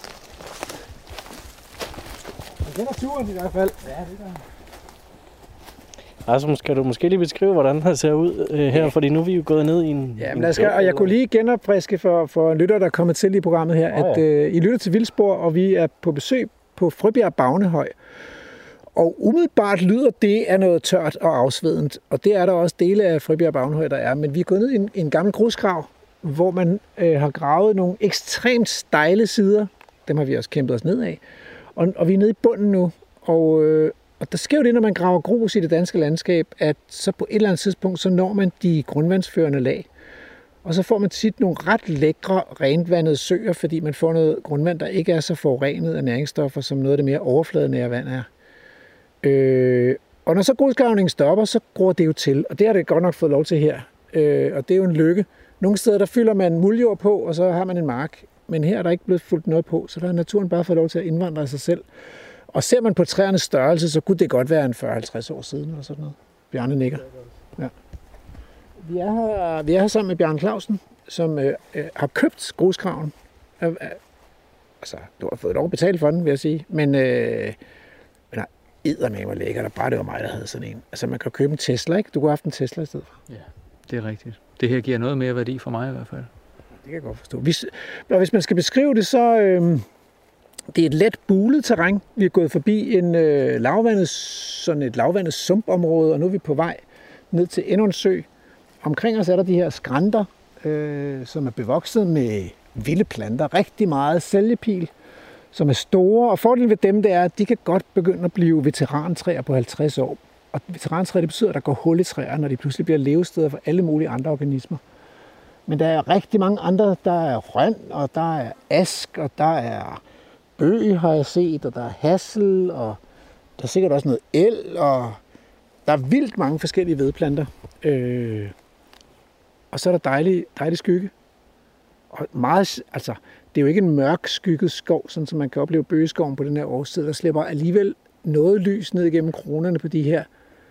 Det er turen i hvert fald. Ja, det gør. Altså, skal du måske lige beskrive, hvordan han ser ud øh, her, ja. Fordi nu er vi jo gået ned i en... Ja, men jeg, skal, og jeg kunne lige genopfriske for, for lytter, der er kommet til i programmet her, oh, ja. at øh, I lytter til Vildspor, og vi er på besøg på Frøbjerg Bagnehøj. Og umiddelbart lyder det af noget tørt og afsvedent, og det er der også dele af Frøbjerg Bagnehøj, der er. Men vi er gået ned i en, en gammel grusgrav, hvor man øh, har gravet nogle ekstremt stejle sider. Dem har vi også kæmpet os ned af. Og, og vi er nede i bunden nu, og... Øh, Og der sker jo det, når man graver grus i det danske landskab, at så på et eller andet tidspunkt, så når man de grundvandsførende lag. Og så får man tit nogle ret lækre, rentvandede søer, fordi man får noget grundvand, der ikke er så forurenet af næringsstoffer, som noget af det mere overfladenære vand er. Øh, og når så grusgravningen stopper, så gror det jo til, og det har det godt nok fået lov til her. Øh, og det er jo en lykke. Nogle steder, der fylder man muldjord på, og så har man en mark. Men her er der ikke blevet fuldt noget på, så der har naturen bare fået lov til at indvandre sig selv. Og ser man på træernes størrelse, så kunne det godt være en fyrre til halvtreds år siden, eller sådan noget. Bjarne nikker. Ja. Vi er her, vi er her sammen med Bjarne Clausen, som øh, øh, har købt grusgraven. Øh, øh, altså, du har fået lov at betale for den, vil jeg sige. Men, øh, men eddermame var lækkert, og bare det var mig, der havde sådan en. Altså, man kan købe en Tesla, ikke? Du kunne have haft en Tesla i stedet for. Ja, det er rigtigt. Det her giver noget mere værdi for mig i hvert fald. Det kan jeg godt forstå. Hvis, hvis man skal beskrive det, så øh, det er et let bulet terræn. Vi er gået forbi en øh, lavvandet, sådan et lavvandet sumpområde, og nu er vi på vej ned til endnu en sø. Omkring os er der de her skrænter, øh, som er bevokset med vilde planter. Rigtig meget sælgepil, som er store. Og fordelen ved dem, det er, at de kan godt begynde at blive veterantræer på halvtreds år. Og veterantræer, det betyder, at der går hul i træer, når de pludselig bliver levesteder for alle mulige andre organismer. Men der er rigtig mange andre. Der er røn, og der er ask, og der er bøg, har jeg set, og der er hassel, og der er sikkert også noget el, og der er vildt mange forskellige vedplanter. Øh, og så er der dejlig, dejlig skygge. Og meget, altså, det er jo ikke en mørk skygget skov, sådan som man kan opleve bøgeskoven på den her årstid. Der slipper alligevel noget lys ned igennem kronerne på de her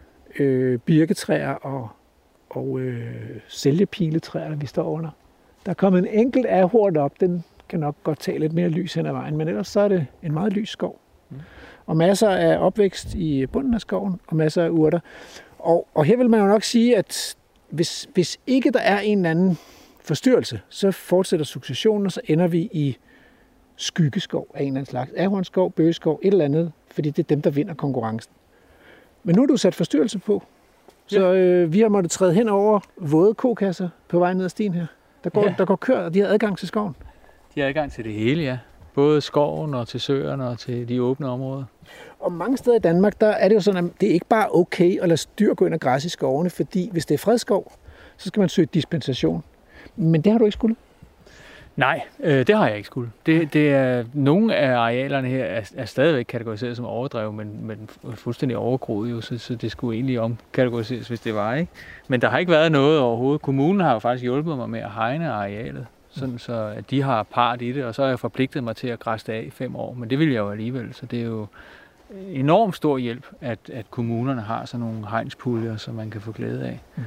øh, birketræer og, og øh, sælgepiletræer, der vi står under. Der er kommet en enkelt ahort op, den kan nok godt tage lidt mere lys hen ad vejen, men ellers så er det en meget lys skov. Mm. Og masser af opvækst i bunden af skoven, og masser af urter. Og, og her vil man jo nok sige, at hvis, hvis ikke der er en eller anden forstyrrelse, så fortsætter successionen, og så ender vi i skyggeskov af en eller anden slags. Ahornskov, bøgeskov, et eller andet, fordi det er dem, der vinder konkurrencen. Men nu er du sat forstyrrelse på, så øh, vi har måttet træde hen over våde kokasser på vej ned ad stien her. Der går, ja. der går køer, og de har adgang til skoven. De har adgang til det hele, ja. Både skoven og til søerne og til de åbne områder. Og mange steder i Danmark, der er det jo sådan, at det er ikke bare okay at lade dyr gå ind og græsse i skovene, fordi hvis det er fredskov, så skal man søge dispensation. Men det har du ikke skulle? Nej, øh, det har jeg ikke skulle. Det, det er, nogle af arealerne her er, er stadigvæk kategoriseret som overdrev, men, men fuldstændig overgroet jo, så, så det skulle egentlig omkategoriseres, hvis det var, ikke? Men der har ikke været noget overhovedet. Kommunen har jo faktisk hjulpet mig med at hegne arealet, sådan så at de har part i det, og så har jeg forpligtet mig til at græsse det af i fem år, men det vil jeg jo alligevel, så det er jo enormt stor hjælp, at, at kommunerne har sådan nogle hegnspuljer, som man kan få glæde af. Mm.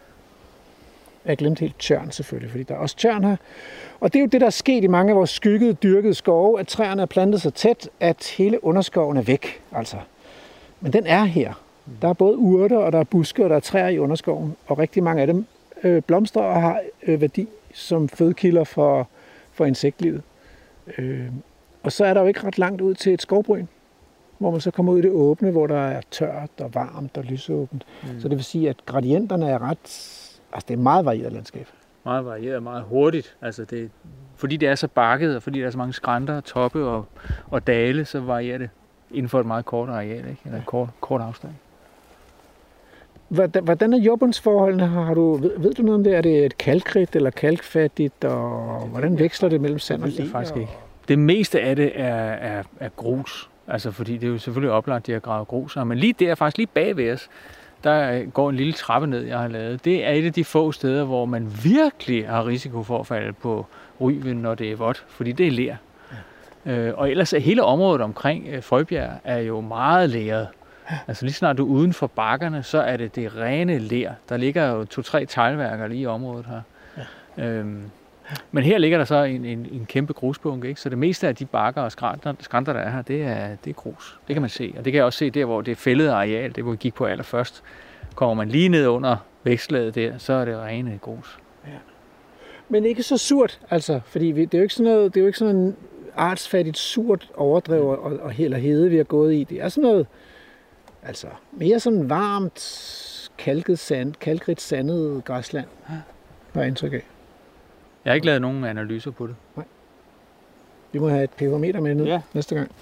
Jeg glemte helt tjørn selvfølgelig, fordi der er også tjørn her. Og det er jo det, der er sket i mange af vores skyggede, dyrkede skove, at træerne er plantet så tæt, at hele underskoven er væk. Altså. Men den er her. Der er både urter, og der er buske, og der er træer i underskoven. Og rigtig mange af dem øh, blomstrer og har øh, værdi som fødekilder for, for insektlivet. Øh, og så er der jo ikke ret langt ud til et skovbryn, hvor man så kommer ud i det åbne, hvor der er tørt og varmt og lysåbent. Mm. Så det vil sige, at gradienterne er ret... Altså, det er meget varieret landskab. Meget varieret, meget hurtigt. Altså, det, fordi det er så bakket, og fordi der er så mange skrænter, toppe og, og dale, så varierer det inden for et meget kort areal, ikke? Eller et kort, kort afstand. Hvordan, hvordan er jordbundsforholdene? Har du, ved, ved du noget om det? Er det et kalkrigt eller kalkfattigt, og hvordan veksler det mellem sand og ler? Det faktisk ikke. Det meste af det er, er, er grus. Altså, fordi det er jo selvfølgelig oplagt, at de har gravet grus. Men lige der, faktisk lige bag ved os, der går en lille trappe ned, jeg har lavet. Det er et af de få steder, hvor man virkelig har risiko for at falde på ryven, når det er vådt, fordi det er ler. Ja. Øh, og ellers er hele området omkring øh, Frøbjerg er jo meget leret. Ja. Altså lige snart du er uden for bakkerne, så er det det rene ler. Der ligger jo to-tre teglværker lige i området her. Ja. Øhm, men her ligger der så en, en, en kæmpe grusbunke, ikke? Så det meste af de bakker og skrænter, skrænter der er her, det er, det er grus. Det kan man se. Og det kan jeg også se der, hvor det er fældede areal, det hvor vi gik på allerførst. Kommer man lige ned under vækstlaget der, så er det rene grus. Ja. Men ikke så surt, altså, fordi vi, det er jo ikke sådan noget, det er jo ikke sådan en artsfattigt surt overdrev og, og held og hede, vi har gået i. Det er sådan noget, altså, mere sådan varmt, kalket sand, kalkrigt sandet græsland, har jeg indtryk af. Jeg har ikke lavet nogen analyser på det. Nej. Vi må have et pH-meter med ned ja. næste gang.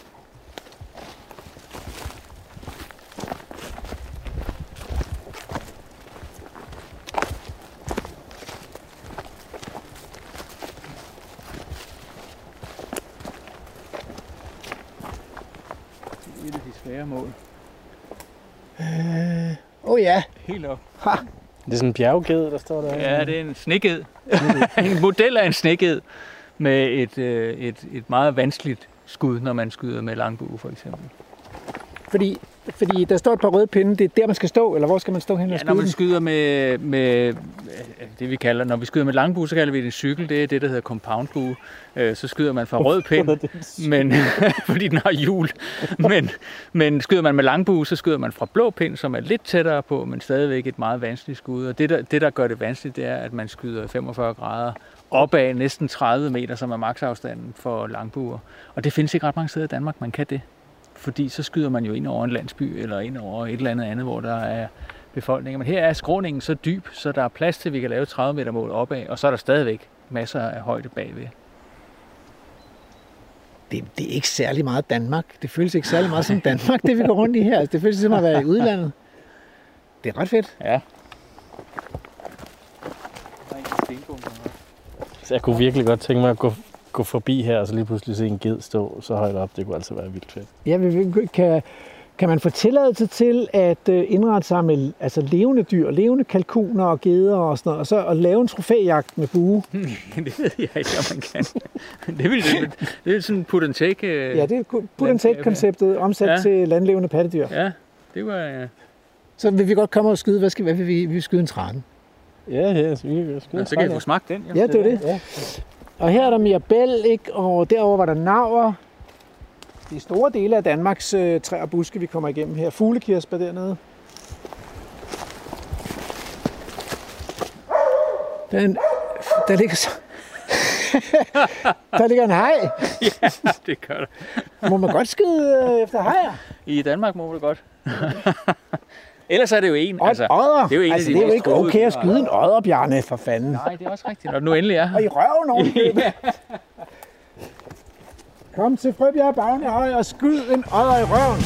Det er et af de svære mål. Åh øh, oh ja. Helt op. Ha. Det er sådan en bjergged, der står der. Ja, det er en sneged. En model af en sneged med et, et, et meget vanskeligt skud, når man skyder med langbue for eksempel. Fordi, fordi der står et par røde pinde, det er der, man skal stå, eller hvor skal man stå hen og Ja, skyde når man den? skyder med, med det vi kalder, når vi skyder med langbue, så kalder vi det en cykel. Det er det, der hedder compoundbue. Øh, så skyder man fra rød pind, men, fordi den har hjul. Men, men skyder man med langbue, så skyder man fra blå pind, som er lidt tættere på, men stadigvæk et meget vanskeligt skud. Og det der, det, der gør det vanskeligt, det er, at man skyder femogfyrre grader opad næsten tredive meter, som er maksafstanden for langbuer. Og det findes ikke ret mange steder i Danmark, man kan det. Fordi så skyder man jo ind over en landsby, eller ind over et eller andet andet, hvor der er befolkninger. Men her er skråningen så dyb, så der er plads til, at vi kan lave tredive meter mål opad, og så er der stadigvæk masser af højde bagved. Det, det er ikke særlig meget Danmark. Det føles ikke særlig meget som Danmark, det vi går rundt i her. Det føles som at være i udlandet. Det er ret fedt. Ja. Så jeg kunne virkelig godt tænke mig at gå, gå forbi her, og så lige pludselig se en ged stå så højt op. Det kunne altså være vildt fedt. Ja, kan, kan man få tilladelse til at indrette sig med altså levende dyr, levende kalkuner og geder og sådan noget, og så at lave en trofæjagt med bue? Det ved jeg ikke, om man kan. Det vil det, det er sådan put and take. Ja, det er put and take-konceptet omsat ja. til landlevende pattedyr. Ja, det var... Ja. Så vil vi godt komme og skyde. Hvad skal hvad vil vi? Vi vil skyde en trane. Ja, ja, så vi kan skyde. Så kan jeg få smagt den. Ja, det er det. Ja. Og her er der Mirabel, ikke? Og derover var der naver. Det er store dele af Danmarks øh, træer og buske, vi kommer igennem her. Fuglekirsebær dernede. Den, der ligger så... der ligger en haj. Ja, det gør der. Må man godt skyde øh, efter hajer? I Danmark må det godt. Ellers er det jo en. Og altså, odder. Det er jo, en altså, af det de er jo ikke okay at skyde en odder, Bjarne, for fanden. Nej, det er også rigtigt. Når du nu endelig er her. Og i røven ovenkøbet. Kom til Frøbjerg Bagnehøj og skyd en odder i røven.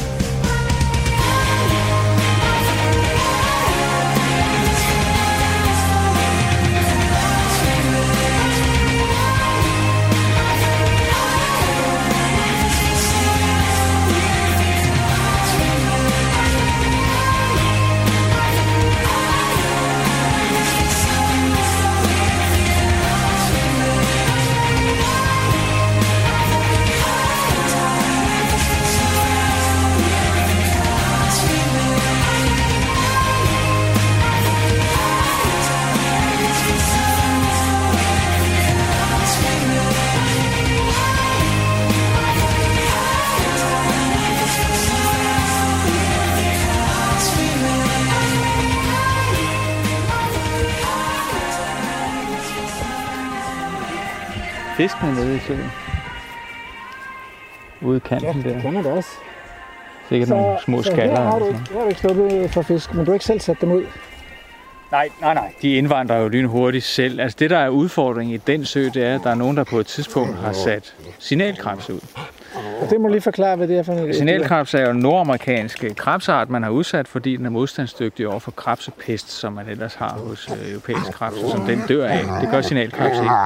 Fiskene nede i søen. Ude i kanten ja, der. Ja, kender det også. Sikkert så, nogle små skaller. Så her har du ikke, her har du ikke sluppet for fisk, men du har ikke selv sat dem ud? Nej, nej, nej. De indvandrer jo lynhurtigt selv. Altså det, der er udfordringen i den sø, det er, at der er nogen, der på et tidspunkt har sat signalkrebs ud. Og det må lige forklare, hvad det er for noget. Signalkrebs er jo en nordamerikansk krebsart, man har udsat, fordi den er modstandsdygtig over for krebsepest, som man ellers har hos øh, europæisk krebs, som den dør af. Det gør signalkrebs ikke.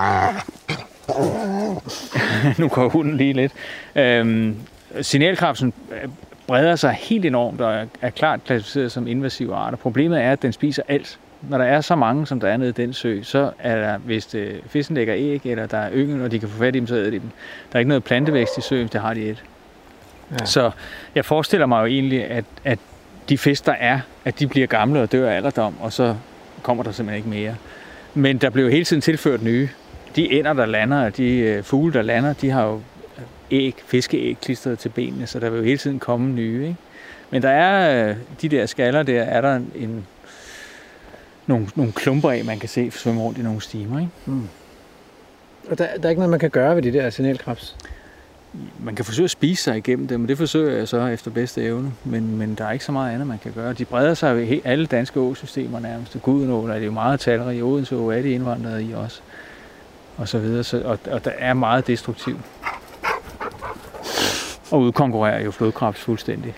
Nu går hunden lige lidt. Øhm, signalkrebsen breder sig helt enormt og er klart klassificeret som invasive arter. Problemet er, at den spiser alt. Når der er så mange, som der er nede i den sø, så er der, hvis øh, fisken lægger æg, eller der er yngel, og de kan få fat i dem, så æder de dem. Der er ikke noget plantevækst i søen, det har de et. Ja. Så jeg forestiller mig jo egentlig, at, at de fisk, der er, at de bliver gamle og dør af alderdom, og så kommer der simpelthen ikke mere. Men der bliver jo hele tiden tilført nye. De ænder, der lander, og de øh, fugle, der lander, de har jo æg, fiskeæg klistret til benene, så der vil jo hele tiden komme nye. Ikke? Men der er øh, de der skaller der, er der en, nogle, nogle klumper af, man kan se svømme rundt i nogle stimer. Ikke? Mm. Og der, der er ikke noget, man kan gøre ved de der signalkrebs? Man kan forsøge at spise sig igennem dem, og det forsøger jeg så efter bedste evne, men, men der er ikke så meget andet, man kan gøre. De breder sig jo i alle danske åsystemer nærmest. Gudenål er det jo meget talrige, Odense Å er de indvandrede i også, og så videre, så, og, og der er meget destruktivt. Og udkonkurrerer jo flodkrebs fuldstændig.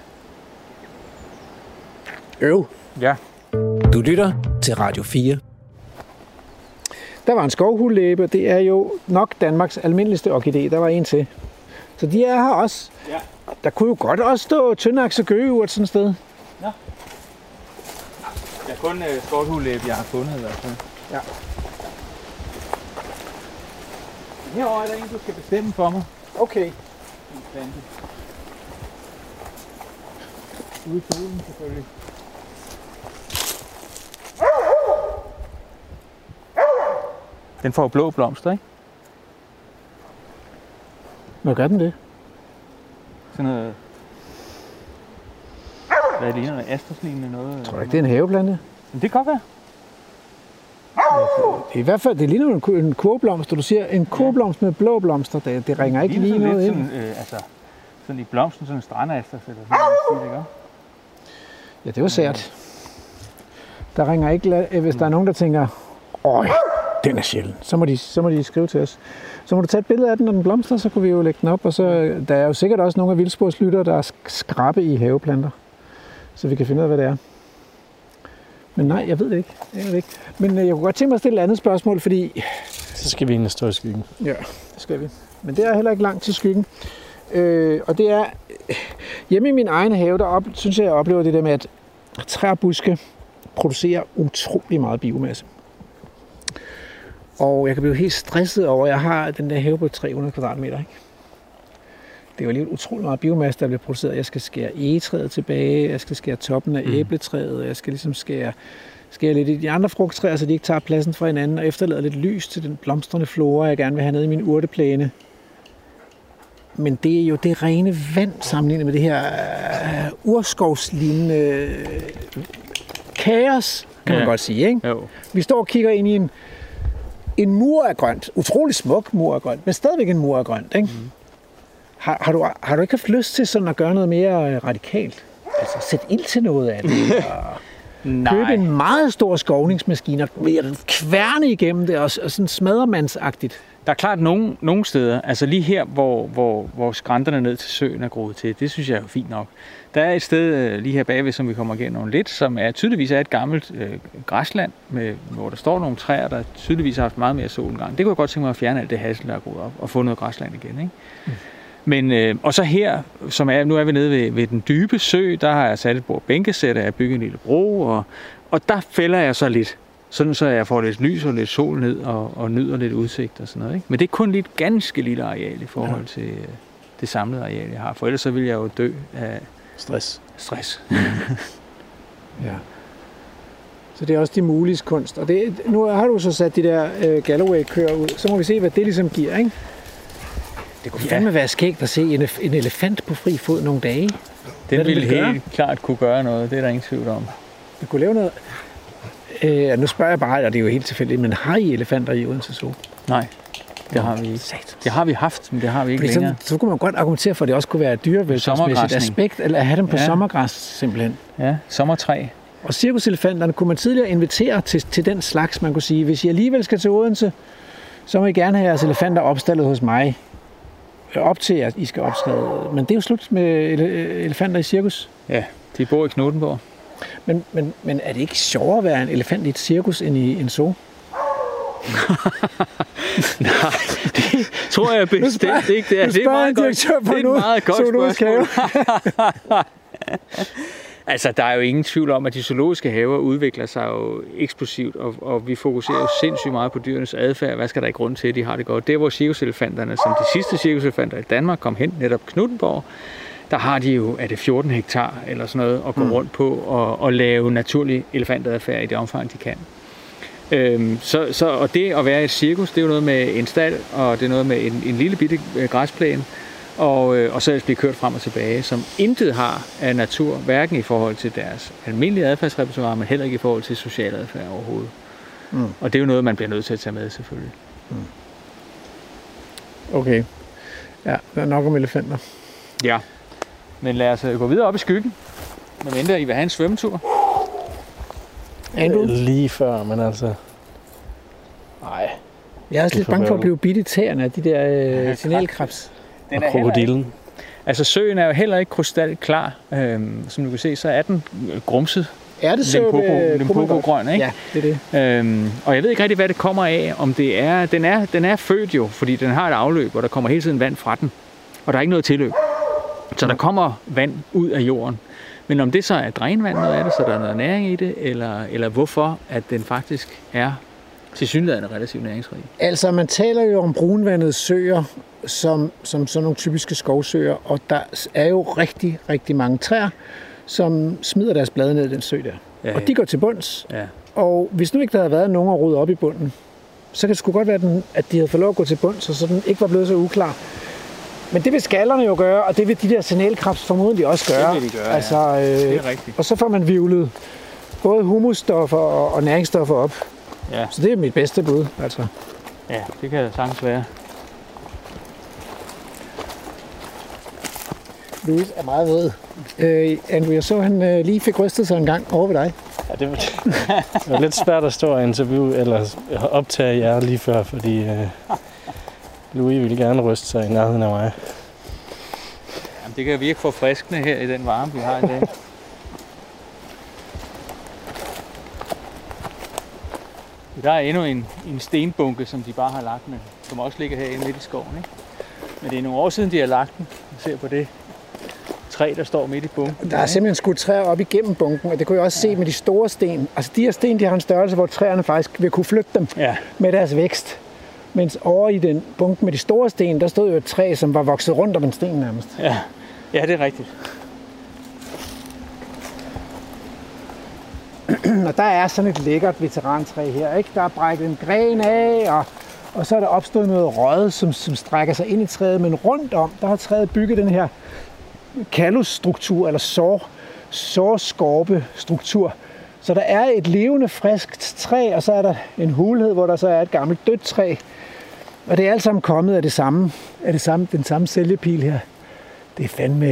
Øv. Ja. Du lytter til Radio fire. Der var en skovhullæbe, det er jo nok Danmarks almindeligste orkidé. Der var en til. Så de er her også. Ja. Der kunne jo godt også stå tyndakse gøgeurt sådan et sted. Ja. Det er kun uh, skovhullæbe, jeg har fundet i hvert fald. Ja. Herovre er der en, du skal bestemme for mig. Okay. En plante. Ude i solen selvfølgelig. Den får blå blomster, ikke? Nå, gør den det? Sådan noget... Hvad ligner noget asterslignende noget? Jeg tror ikke, det er en haveplante. Men det kan godt være. Det er i hvert fald, det ligner en, en kurblomst, du siger en kurblomst med blå blomster, det, det ringer ikke lige noget ind. Sådan, øh, altså, sådan i blomsten, sådan en strandaster, eller sådan noget, ikke? Ja, det var sært. Der ringer ikke, hvis der er nogen, der tænker, åh, den er sjælden, så må, de, så må de skrive til os. Så må du tage et billede af den, når den blomster, så kunne vi jo lægge den op, og så, der er jo sikkert også nogle af vildsporslytter, der er skrappe i haveplanter, så vi kan finde ud af, hvad det er. Men nej, jeg ved det ikke. Jeg ved det ikke. Men øh, jeg kunne godt tænke mig at stille et andet spørgsmål, fordi... Så skal vi ind og stå i skyggen. Ja, det skal vi. Men det er heller ikke langt til skyggen. Øh, og det er... Hjemme i min egen have, der op, synes jeg, jeg oplever det der med, at træer og buske producerer utrolig meget biomasse. Og jeg kan blive helt stresset over, at jeg har den der have på tre hundrede kvadratmeter, ikke? Det er jo alligevel utrolig meget biomasse, der bliver produceret. Jeg skal skære egetræet tilbage, jeg skal skære toppen af æbletræet, jeg skal ligesom skære, skære lidt i de andre frugttræer, så de ikke tager pladsen fra hinanden, og efterlader lidt lys til den blomstrende flora, jeg gerne vil have nede i min urteplæne. Men det er jo det rene vand sammenlignet med det her uh, urskovslignende uh, kaos, kan man ja. godt sige, ikke? Jo. Vi står og kigger ind i en, en mur af grønt, utrolig smuk mur af grønt, men stadigvæk en mur af grønt, ikke? Mm. Har, har, du, har du ikke haft lyst til sådan at gøre noget mere radikalt? Altså sætte ild til noget af det? Købe en meget stor skovningsmaskine og kværne igennem det og, og sådan smadremandsagtigt. Der er klart nogle, nogle steder, altså lige her, hvor, hvor, hvor skrænterne ned til søen er groet til, det synes jeg er fint nok. Der er et sted lige her bagved, som vi kommer igennem lidt, som er tydeligvis er et gammelt øh, græsland, med, hvor der står nogle træer, der tydeligvis har haft meget mere sol engang. Det kunne jeg godt tænke mig at fjerne alt det hassel, der er groet op, og få noget græsland igen, ikke? Mm. Men, øh, og så her, som er, nu er vi nede ved, ved den dybe sø, der har jeg sat et bord bænkesæt, og jeg har bygget en lille bro, og, og der fælder jeg så lidt, sådan så jeg får lidt lys og lidt sol ned, og, og nyder lidt udsigt og sådan noget, ikke? Men det er kun lidt ganske lille areal i forhold til øh, det samlede areal, jeg har, for ellers så vil jeg jo dø af stress. stress. Ja. Så det er også de muliges kunst, og det, nu har du så sat de der øh, Galloway-køer ud, så må vi se, hvad det ligesom giver, ikke? Det kunne fandme ja. være skægt at se en, en elefant på fri fod nogle dage. Den ville helt gøre? klart kunne gøre noget, det er der ingen tvivl om. Vi kunne lave noget... Øh, nu spørger jeg bare, og det er jo helt tilfældigt, men har I elefanter i Odense Zoo? Nej, det har vi ikke. Det har vi haft, men det har vi ikke Fordi længere. Så, så kunne man godt argumentere for, at det også kunne være et dyrevelfærdsmæssigt aspekt, eller at have dem på ja. sommergræs simpelthen. Ja, sommertræ. Og cirkuselefanterne kunne man tidligere invitere til, til den slags, man kunne sige, hvis I alligevel skal til Odense, så må I gerne have jeres elefanter opstallet hos mig. Op til, at I skal optræde. Men det er jo slut med elefanter i cirkus. Ja, de bor i Knuthenborg. Men, men, men er det ikke sjovere at være en elefant i et cirkus end i en zoo? Nej, det tror jeg bestemt ikke. Det er, det er meget godt, det er et meget godt spørgsmål. Altså, der er jo ingen tvivl om, at de zoologiske haver udvikler sig jo eksplosivt, og, og vi fokuserer jo sindssygt meget på dyrenes adfærd. Hvad skal der i grund til, at de har det godt? Det er, hvor cirkuselefanterne, som de sidste cirkuselefanter i Danmark kom hen, netop Knuthenborg, der har de jo, er det fjorten hektar eller sådan noget, at gå mm. rundt på og, og lave naturlig elefantadfærd i det omfang, de kan. Øhm, så, så, og det at være i et cirkus, det er jo noget med en stald, og det er noget med en, en lille bitte græsplæne, og, øh, og så ellers blive kørt frem og tilbage, som intet har af natur, hverken i forhold til deres almindelige adfærdsrepertoire, men heller ikke i forhold til social adfærd overhovedet. Mm. Og det er jo noget, man bliver nødt til at tage med, selvfølgelig. Mm. Okay. Ja, der er nok om elefanter. Ja. Men lad os gå videre op i skyggen. Men venter, I vil have en svømmetur? Andrew? Lige før, men altså... Nej. Jeg er også lidt bange for at blive bidt i tæerne af de der øh, signalkrebs. Og krokodillen. Altså søen er jo heller ikke krystalklar. Øhm, som du kan se, så er den grumset. Er det så Limpopo-grøn, ikke? Ja, det er det. Øhm, og jeg ved ikke rigtig, hvad det kommer af. Om det er, den er, den er født jo, fordi den har et afløb, og der kommer hele tiden vand fra den. Og der er ikke noget tilløb. Så der kommer vand ud af jorden. Men om det så er drænvand noget af det, så der er noget næring i det, eller, eller hvorfor, at den faktisk er tilsyneladende relativt næringsrig. Altså, man taler jo om brunvandede søer, som, som sådan nogle typiske skovsøer, og der er jo rigtig, rigtig mange træer, som smider deres blade ned i den sø der. Ja, Og de går til bunds. Ja. Og hvis nu ikke der havde været nogen at rode op i bunden, så kan det sgu godt være, den, at de havde fået lov at gå til bunds, og så den ikke var blevet så uklar. Men det vil skallerne jo gøre, og det vil de der signalkrabs formodentlig også gøre. Det vil de gøre, altså, ja. øh, Det er rigtigt. Og så får man vivlet både humusstoffer og, og næringsstoffer op. Ja. Så det er mit bedste bud, altså. Ja, det kan sagtens være. Louis er meget våd. Øh, Andrew, jeg så, han øh, lige fik rystet sig en gang over ved dig. Ja, det, var, det var lidt svært at stå og interviewe, eller optage jer lige før, fordi øh, Louis ville gerne ryste sig i nærheden af mig. Jamen, det kan virke forfriskende her i den varme, vi har i dag. Der er endnu en, en stenbunke, som de bare har lagt med, som også ligger herinde midt i skoven. Ikke? Men det er nogle år siden, de har lagt den. Jeg ser på det træ, der står midt i bunken. Der er simpelthen skudt træer op igennem bunken, og det kunne jeg også ja. se med de store sten. Altså de her sten, de har en størrelse, hvor træerne faktisk vil kunne flytte dem ja. med deres vækst. Mens over i den bunke med de store sten, der stod jo et træ, som var vokset rundt om en sten nærmest. Ja, ja det er rigtigt. Og der er sådan et lækkert veterantræ her, ikke? Der er brækket en gren af, og, og så er der opstået noget rød, som, som strækker sig ind i træet. Men rundt om, der har træet bygget den her kallusstruktur, eller sår, sårskorpe-struktur. Så der er et levende, friskt træ, og så er der en hulhed, hvor der så er et gammelt dødt træ. Og det er alt sammen kommet af det samme, af det samme, den samme sælgepil her. Det er fandme...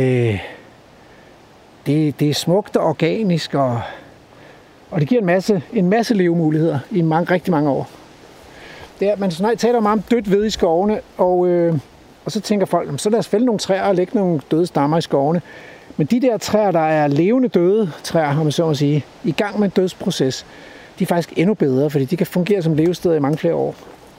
Det, det er smukt og organisk, og, og det giver en masse, en masse levemuligheder i mange, rigtig mange år. Det er, man taler meget om dødt ved i skovene, og, øh, og så tænker folk, så lad os fælde nogle træer og lægge nogle døde stammer i skovene. Men de der træer, der er levende døde træer, har man så at sige, i gang med en dødsproces, de er faktisk endnu bedre, fordi de kan fungere som levesteder i mange flere år.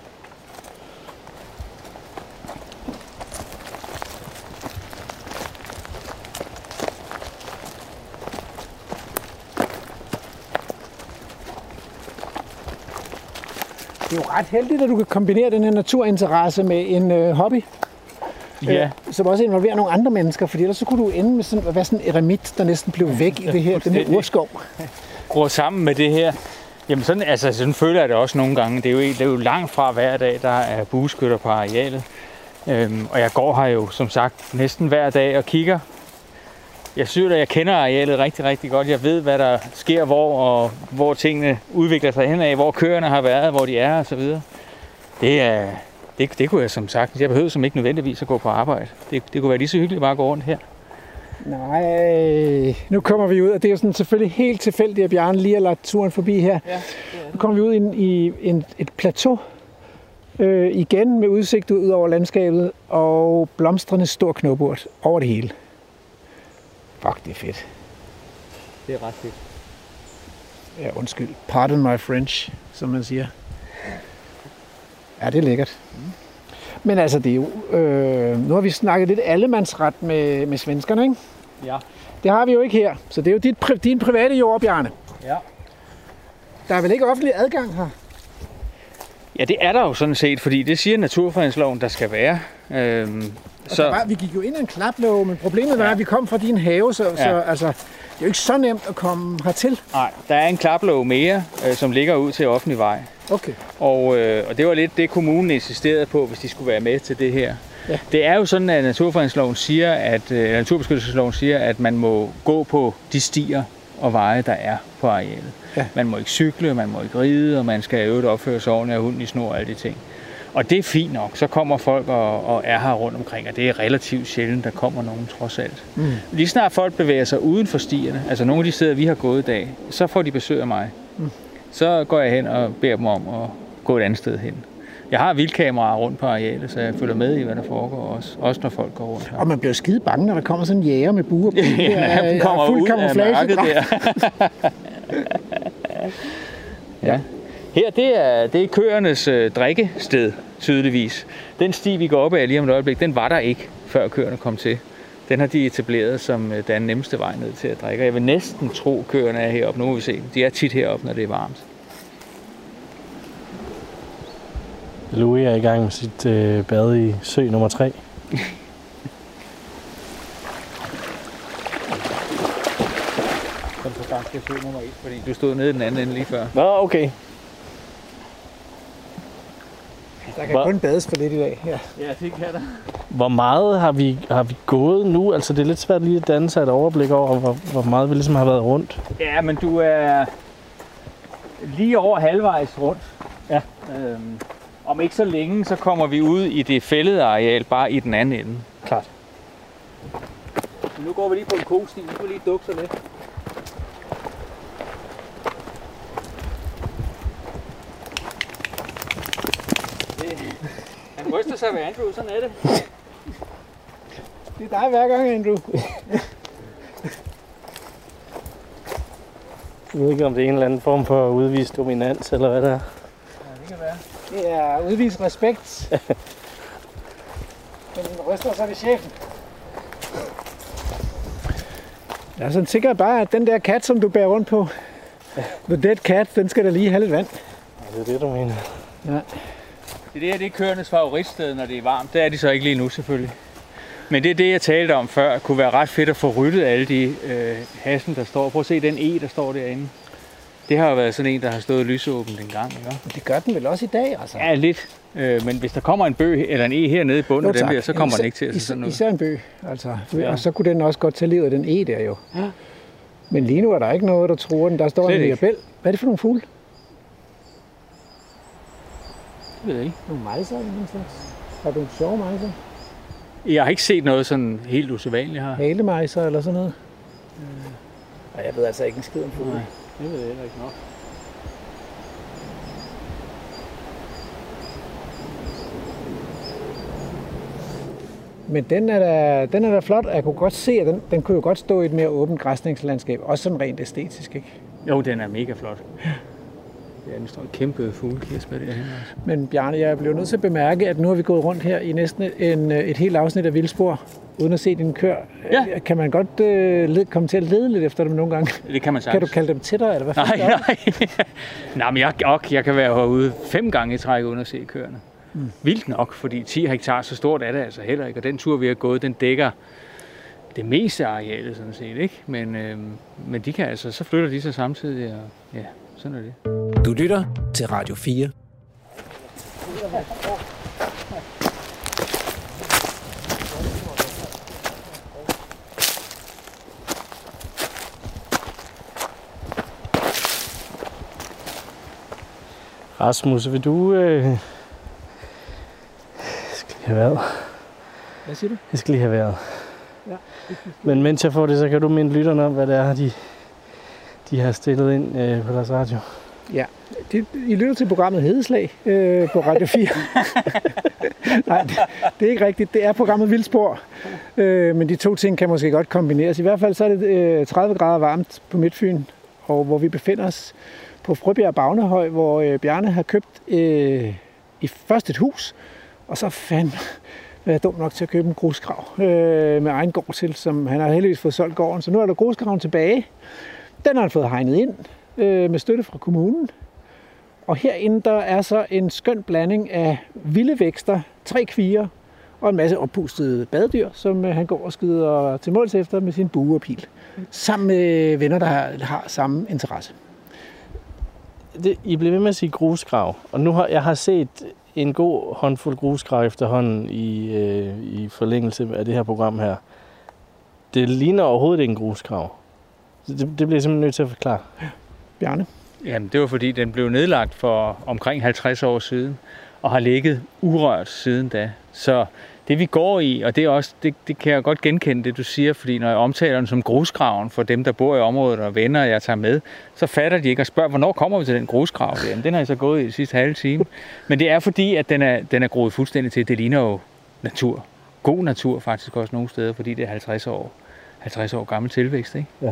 Det er jo ret heldigt, at du kan kombinere den her naturinteresse med en øh, hobby. Ja. Øh, som også involverer nogle andre mennesker, fordi ellers så kunne du ende med sådan, at være sådan en eremit, der næsten blev væk i det her, den her urskov. Går sammen med det her. Jamen sådan, altså, sådan føler jeg det også nogle gange. Det er jo, det er jo langt fra hver dag, der er bueskytter på arealet. Øhm, og jeg går her jo, som sagt, næsten hver dag og kigger. Jeg synes, at jeg kender arealet rigtig, rigtig godt. Jeg ved, hvad der sker, hvor og hvor tingene udvikler sig henad, hvor køerne har været, hvor de er osv. Det er... Det, det kunne jeg som sagt. Jeg behøver som ikke nødvendigvis at gå på arbejde. Det, det kunne være lige så hyggeligt bare at gå rundt her. Nej, nu kommer vi ud, og det er jo sådan selvfølgelig helt tilfældigt, at Bjarne lige har lagt turen forbi her. Ja, nu kommer vi ud i, en, i en, et plateau, øh, igen med udsigt ud over landskabet, og blomstrende stor knopurt over det hele. Fuck, det er fedt. Det er ret fedt. Ja, undskyld. Pardon my French, som man siger. Ja, det er lækkert. Men altså, det er jo, øh, nu har vi snakket lidt allemandsret med, med svenskerne, ikke? Ja. Det har vi jo ikke her, så det er jo dit, din private jord, Bjarne. Ja. Der er vel ikke offentlig adgang her? Ja, det er der jo sådan set, fordi det siger naturfredningsloven, der skal være. Øhm, så var, vi gik jo ind i en klaplåge, men problemet var, ja. at vi kom fra din have, så, ja. så altså, det er jo ikke så nemt at komme hertil. Nej, der er en klaplåge mere, øh, som ligger ud til offentlig vej. Okay. Og, øh, og det var lidt det, kommunen insisterede på, hvis de skulle være med til det her. Ja. Det er jo sådan, at naturfredningsloven siger, at øh, naturbeskyttelsesloven siger, at man må gå på de stier og veje, der er på arealet. Ja. Man må ikke cykle, man må ikke ride, og man skal øvrigt opføre sig ordentligt af hunden i snor og alle de ting. Og det er fint nok. Så kommer folk og, og er her rundt omkring, og det er relativt sjældent, der kommer nogen trods alt. Mm. Lige snart folk bevæger sig uden for stierne, altså nogle af de steder, vi har gået i dag, så får de besøg af mig. Mm. Så går jeg hen og beder dem om at gå et andet sted hen. Jeg har vildkameraer rundt på arealet, så jeg følger med i, hvad der foregår også. Også når folk går rundt her. Og man bliver skide bange, når der kommer sådan en jæger med buer. Ja, han kommer ud af mørket der. Ja. Her, det er, det er køernes øh, drikkested, tydeligvis. Den sti, vi går op ad lige om et øjeblik, den var der ikke, før køerne kom til. Den har de etableret som øh, den nemmeste vej ned til at drikke. Jeg vil næsten tro, køerne er heroppe. Nu må vi se. De er tit heroppe, når det er varmt. Louis er i gang med sit øh, bad i sø nummer tre. faktisk, jeg så nummer et, fordi du stod nede i den anden ende lige før. Nå, okay. Der kan Hvor- kun bades for lidt i dag. Ja. Ja, det kan der. Hvor meget har vi, har vi gået nu? Altså, det er lidt svært lige at danne sig et overblik over, hvor, hvor meget vi ligesom har været rundt. Ja, men du er lige over halvvejs rundt. Ja. Øhm, om ikke så længe, så kommer vi ud i det fældede areal, bare i den anden ende. Klart. Men nu går vi lige på en kosti, vi kan lige dukke sig lidt. Han ryster sig ved Andrew, sådan er det. Det er dig hver gang, Andrew. Jeg ved ikke, om det er en eller anden form for at udvise dominans, eller hvad det er. Ja, det kan være. Det er udvise respekt. Men den ryster sig ved chefen. Jeg er sådan sikker bare, at den der kat, som du bærer rundt på, the dead cat, den skal da lige have lidt vand. Ja, det er det, du mener. Ja. Det der, det er køernes favoritsted, når det er varmt. Det er de så ikke lige nu, selvfølgelig. Men det er det, jeg talte om før. Det kunne være ret fedt at få ryddet alle de øh, hassen, der står. Prøv at se den E, der står derinde. Det har jo været sådan en, der har stået lysåben en gang, ikke? Men det gør den vel også i dag, altså. Ja, lidt. Øh, men hvis der kommer en bøg eller en E hernede i bunden af den der, så kommer den ikke til at se sådan ud. Især en bøg, altså. Ja. Og så kunne den også godt tage livet af den E der jo. Ja. Men lige nu er der ikke noget, der truer den. Der står Slet en ikke. mirabel. Hvad er det for nogle fugle? Det ved jeg ikke. Nogle mejser eller noget slags? Har du nogle sjove mejser? Jeg har ikke set noget sådan helt usædvanligt her. Halemejser eller sådan noget? Nej, jeg ved altså ikke en skid om fugle. Nej, det ved jeg heller ikke nok. Men den er da, den er da flot, og jeg kunne godt se, at den, den kunne jo godt stå i et mere åbent græsningslandskab. Også sådan rent æstetisk, ikke? Jo, den er mega flot. Ja, den står en kæmpe fuglekirsebær derhen. Altså. Men Bjarne, jeg blev nødt til at bemærke, at nu har vi gået rundt her i næsten en, et helt afsnit af Vildspor, uden at se din kør. Ja. Kan man godt øh, led, komme til at lede lidt efter dem nogle gange? Det kan man Kan sagtens. du kalde dem til dig, eller hvad Nej, fanden gør du? nej. Nej, men jeg, ok, jeg kan være herude fem gange i træk uden at se køerne. Mm. Vildt nok, fordi ti hektar, så stort er det altså heller ikke. Og den tur, vi har gået, den dækker det meste af arealet, sådan set, ikke? Men, øhm, men de kan altså, så flytter de sig samtidig, og ja, sådan er det. Du lytter til Radio fire. Rasmus, vil du... Øh... Jeg skal lige have været. Hvad siger du? Jeg skal lige have været. Ja. Men mens jeg får det, så kan du minde lytterne om, hvad det er, de, de har stillet ind øh, på deres radio. Ja, det, I lytter til programmet Hedeslag øh, på Radio fire. Nej, det, det er ikke rigtigt. Det er programmet Vildspor. Øh, men de to ting kan måske godt kombineres. I hvert fald så er det øh, tredive grader varmt på Midtfyn, og hvor vi befinder os på Frøbjerg Bagnehøj, hvor øh, Bjarne har købt øh, i først et hus, og så fandme været dum nok til at købe en grusgrav øh, med egen gård til, som han har heldigvis fået solgt gården. Så nu er der grusgraven tilbage. Den har han fået hegnet ind øh, med støtte fra kommunen. Og herinde der er så en skøn blanding af vilde vækster, tre kvier og en masse oppustede badedyr, som øh, han går og skyder til måls efter med sin bue og pil. Sammen med venner, der har, har samme interesse. Det, I blev ved med at sige grusgrav, og nu har jeg har set en god håndfuld grusgrav efterhånden i, øh, i forlængelse af det her program her. Det ligner overhovedet ikke en grusgrav. Det, det bliver jeg simpelthen nødt til at forklare. Bjarne? Jamen, det var fordi, den blev nedlagt for omkring halvtreds år siden, og har ligget urørt siden da. Så det vi går i, og det er også, det, det kan jeg godt genkende, det du siger, fordi når jeg omtaler den som grusgraven for dem, der bor i området og venner, jeg tager med, så fatter de ikke og spørger, hvornår kommer vi til den grusgrav? Jamen, den har jeg så gået i de sidste halve time. Men det er fordi, at den er, den er groet fuldstændig til. Det ligner jo natur. God natur faktisk også nogle steder, fordi det er halvtreds år, halvtreds år gammel tilvækst, ikke? Ja.